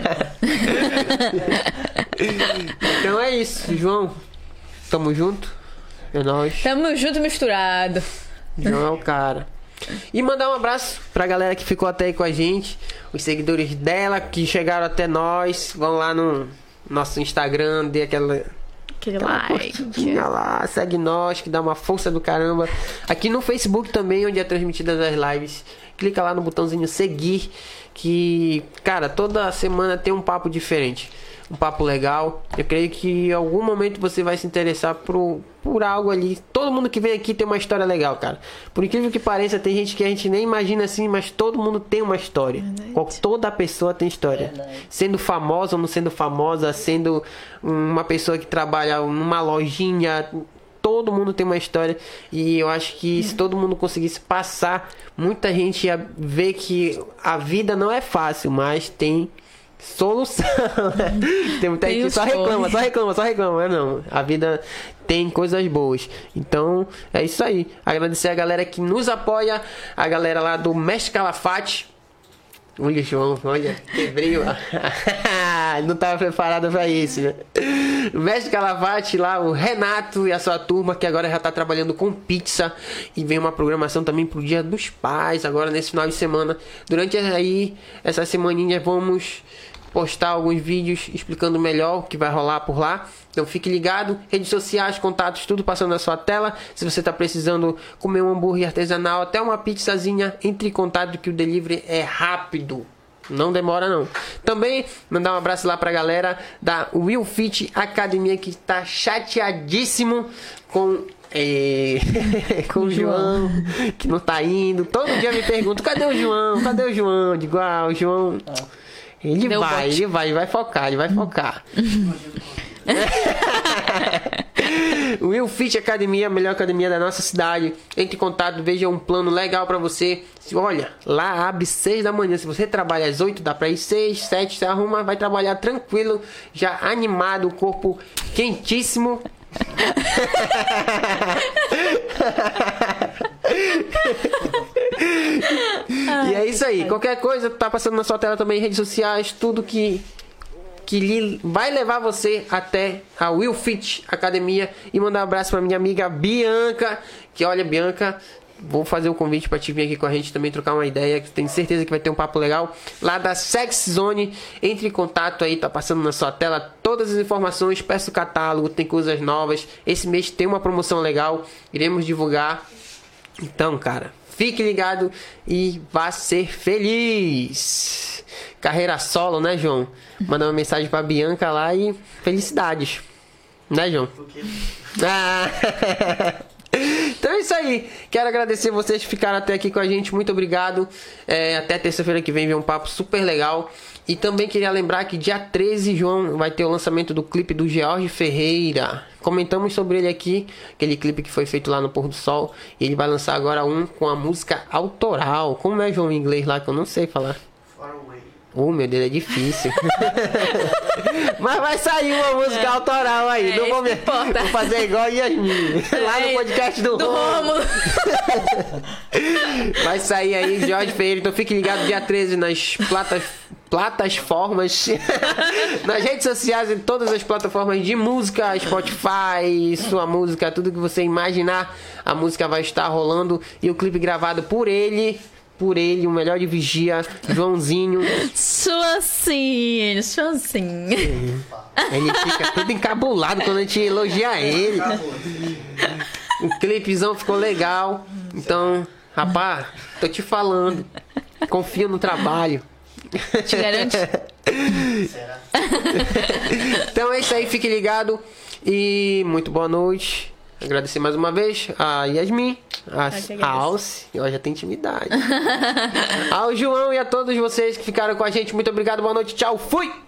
Então é isso, João. Tamo junto. É nóis. Tamo junto misturado. João é o cara. E mandar um abraço pra galera que ficou até aí com a gente. Os seguidores dela que chegaram até nós. Vão lá no nosso Instagram, dê aquela, Aquele aquela like. curtidinha lá, segue nós, que dá uma força do caramba. Aqui no Facebook também, onde é transmitidas as lives. Clica lá no botãozinho seguir, que, cara, toda semana tem um papo diferente. Um papo legal. Eu creio que em algum momento você vai se interessar por, por algo ali. Todo mundo que vem aqui tem uma história legal, cara. Por incrível que pareça, tem gente que a gente nem imagina assim, mas todo mundo tem uma história. Qual- Toda pessoa tem história. Sendo famosa ou não sendo famosa, sendo uma pessoa que trabalha numa lojinha. Todo mundo tem uma história. E eu acho que se todo mundo conseguisse passar, muita gente ia ver que a vida não é fácil, mas tem solução, né? Tem muita Tem gente que os só reclama, fones. só reclama, só reclama. Mas não, a vida tem coisas boas. Então, é isso aí. Agradecer a galera que nos apoia, a galera lá do Mestre Calafate. Olha, João, olha, quebrei. Ó. Não estava preparado para isso, né? O Mestre Calafate lá, o Renato e a sua turma, que agora já está trabalhando com pizza. E vem uma programação também pro Dia dos Pais, agora nesse final de semana. Durante aí, essa semaninha, vamos postar alguns vídeos explicando melhor o que vai rolar por lá. Então fique ligado, redes sociais, contatos, tudo passando na sua tela. Se você está precisando comer um hambúrguer artesanal, até uma pizzazinha, entre em contato que o delivery é rápido. Não demora não. Também mandar um abraço lá pra galera da Will Fit Academia, que tá chateadíssimo com é, com o João, que não tá indo. Todo dia me pergunto, cadê o João? Cadê o João? Eu digo, ah, o João... Ele Deu vai, bote. ele vai, ele vai focar, ele vai focar. Will Fit Academia, a melhor academia da nossa cidade. Entre em contato, veja um plano legal pra você. Olha, lá abre seis da manhã. Se você trabalha às oito, dá pra ir seis, sete, você arruma, vai trabalhar tranquilo, já animado, o corpo quentíssimo. E é isso aí. Qualquer coisa, tá passando na sua tela também, redes sociais, tudo que que lhe vai levar você até a Will Fit Academia. E mandar um abraço pra minha amiga Bianca, que olha, Bianca, vou fazer o convite pra te vir aqui com a gente também trocar uma ideia, que tenho certeza que vai ter um papo legal lá da Sex Zone. Entre em contato aí, tá passando na sua tela todas as informações, peça o catálogo, tem coisas novas. Esse mês tem uma promoção legal, iremos divulgar. Então, cara, fique ligado e vá ser feliz. Carreira solo, né, João? Manda uma mensagem pra Bianca lá e felicidades. Né, João? Ah. Então é isso aí. Quero agradecer vocês que ficaram até aqui com a gente. Muito obrigado. É, até terça-feira que vem vem um papo super legal. E também queria lembrar que dia treze, João, vai ter o lançamento do clipe do George Ferreira. Comentamos sobre ele aqui, aquele clipe que foi feito lá no Pôr do Sol. E ele vai lançar agora um com a música autoral. Como é, João, em inglês lá, que eu não sei falar. Oh, meu Deus, é difícil. Mas vai sair uma música é. autoral aí. É, não vou, me... vou fazer igual a Yasmin. Lá no podcast do, do Rômulo. Vai sair aí, Jorge Ferreira. Então fique ligado dia treze nas platas... plataformas, nas redes sociais, em todas as plataformas de música, Spotify, sua música, tudo que você imaginar, a música vai estar rolando. E o clipe gravado por ele... Por ele, o melhor de Vigia, Joãozinho. Suancinho, Suancinho. Ele fica todo encabulado quando a gente elogia ele. O clipezão ficou legal. Então, rapaz, tô te falando. Confia no trabalho. Te garante? Então é isso aí, fique ligado. E muito boa noite. Agradecer mais uma vez a Yasmin, a, a Alce, ó, já tem intimidade. Ao João e a todos vocês que ficaram com a gente, muito obrigado, boa noite, tchau, fui!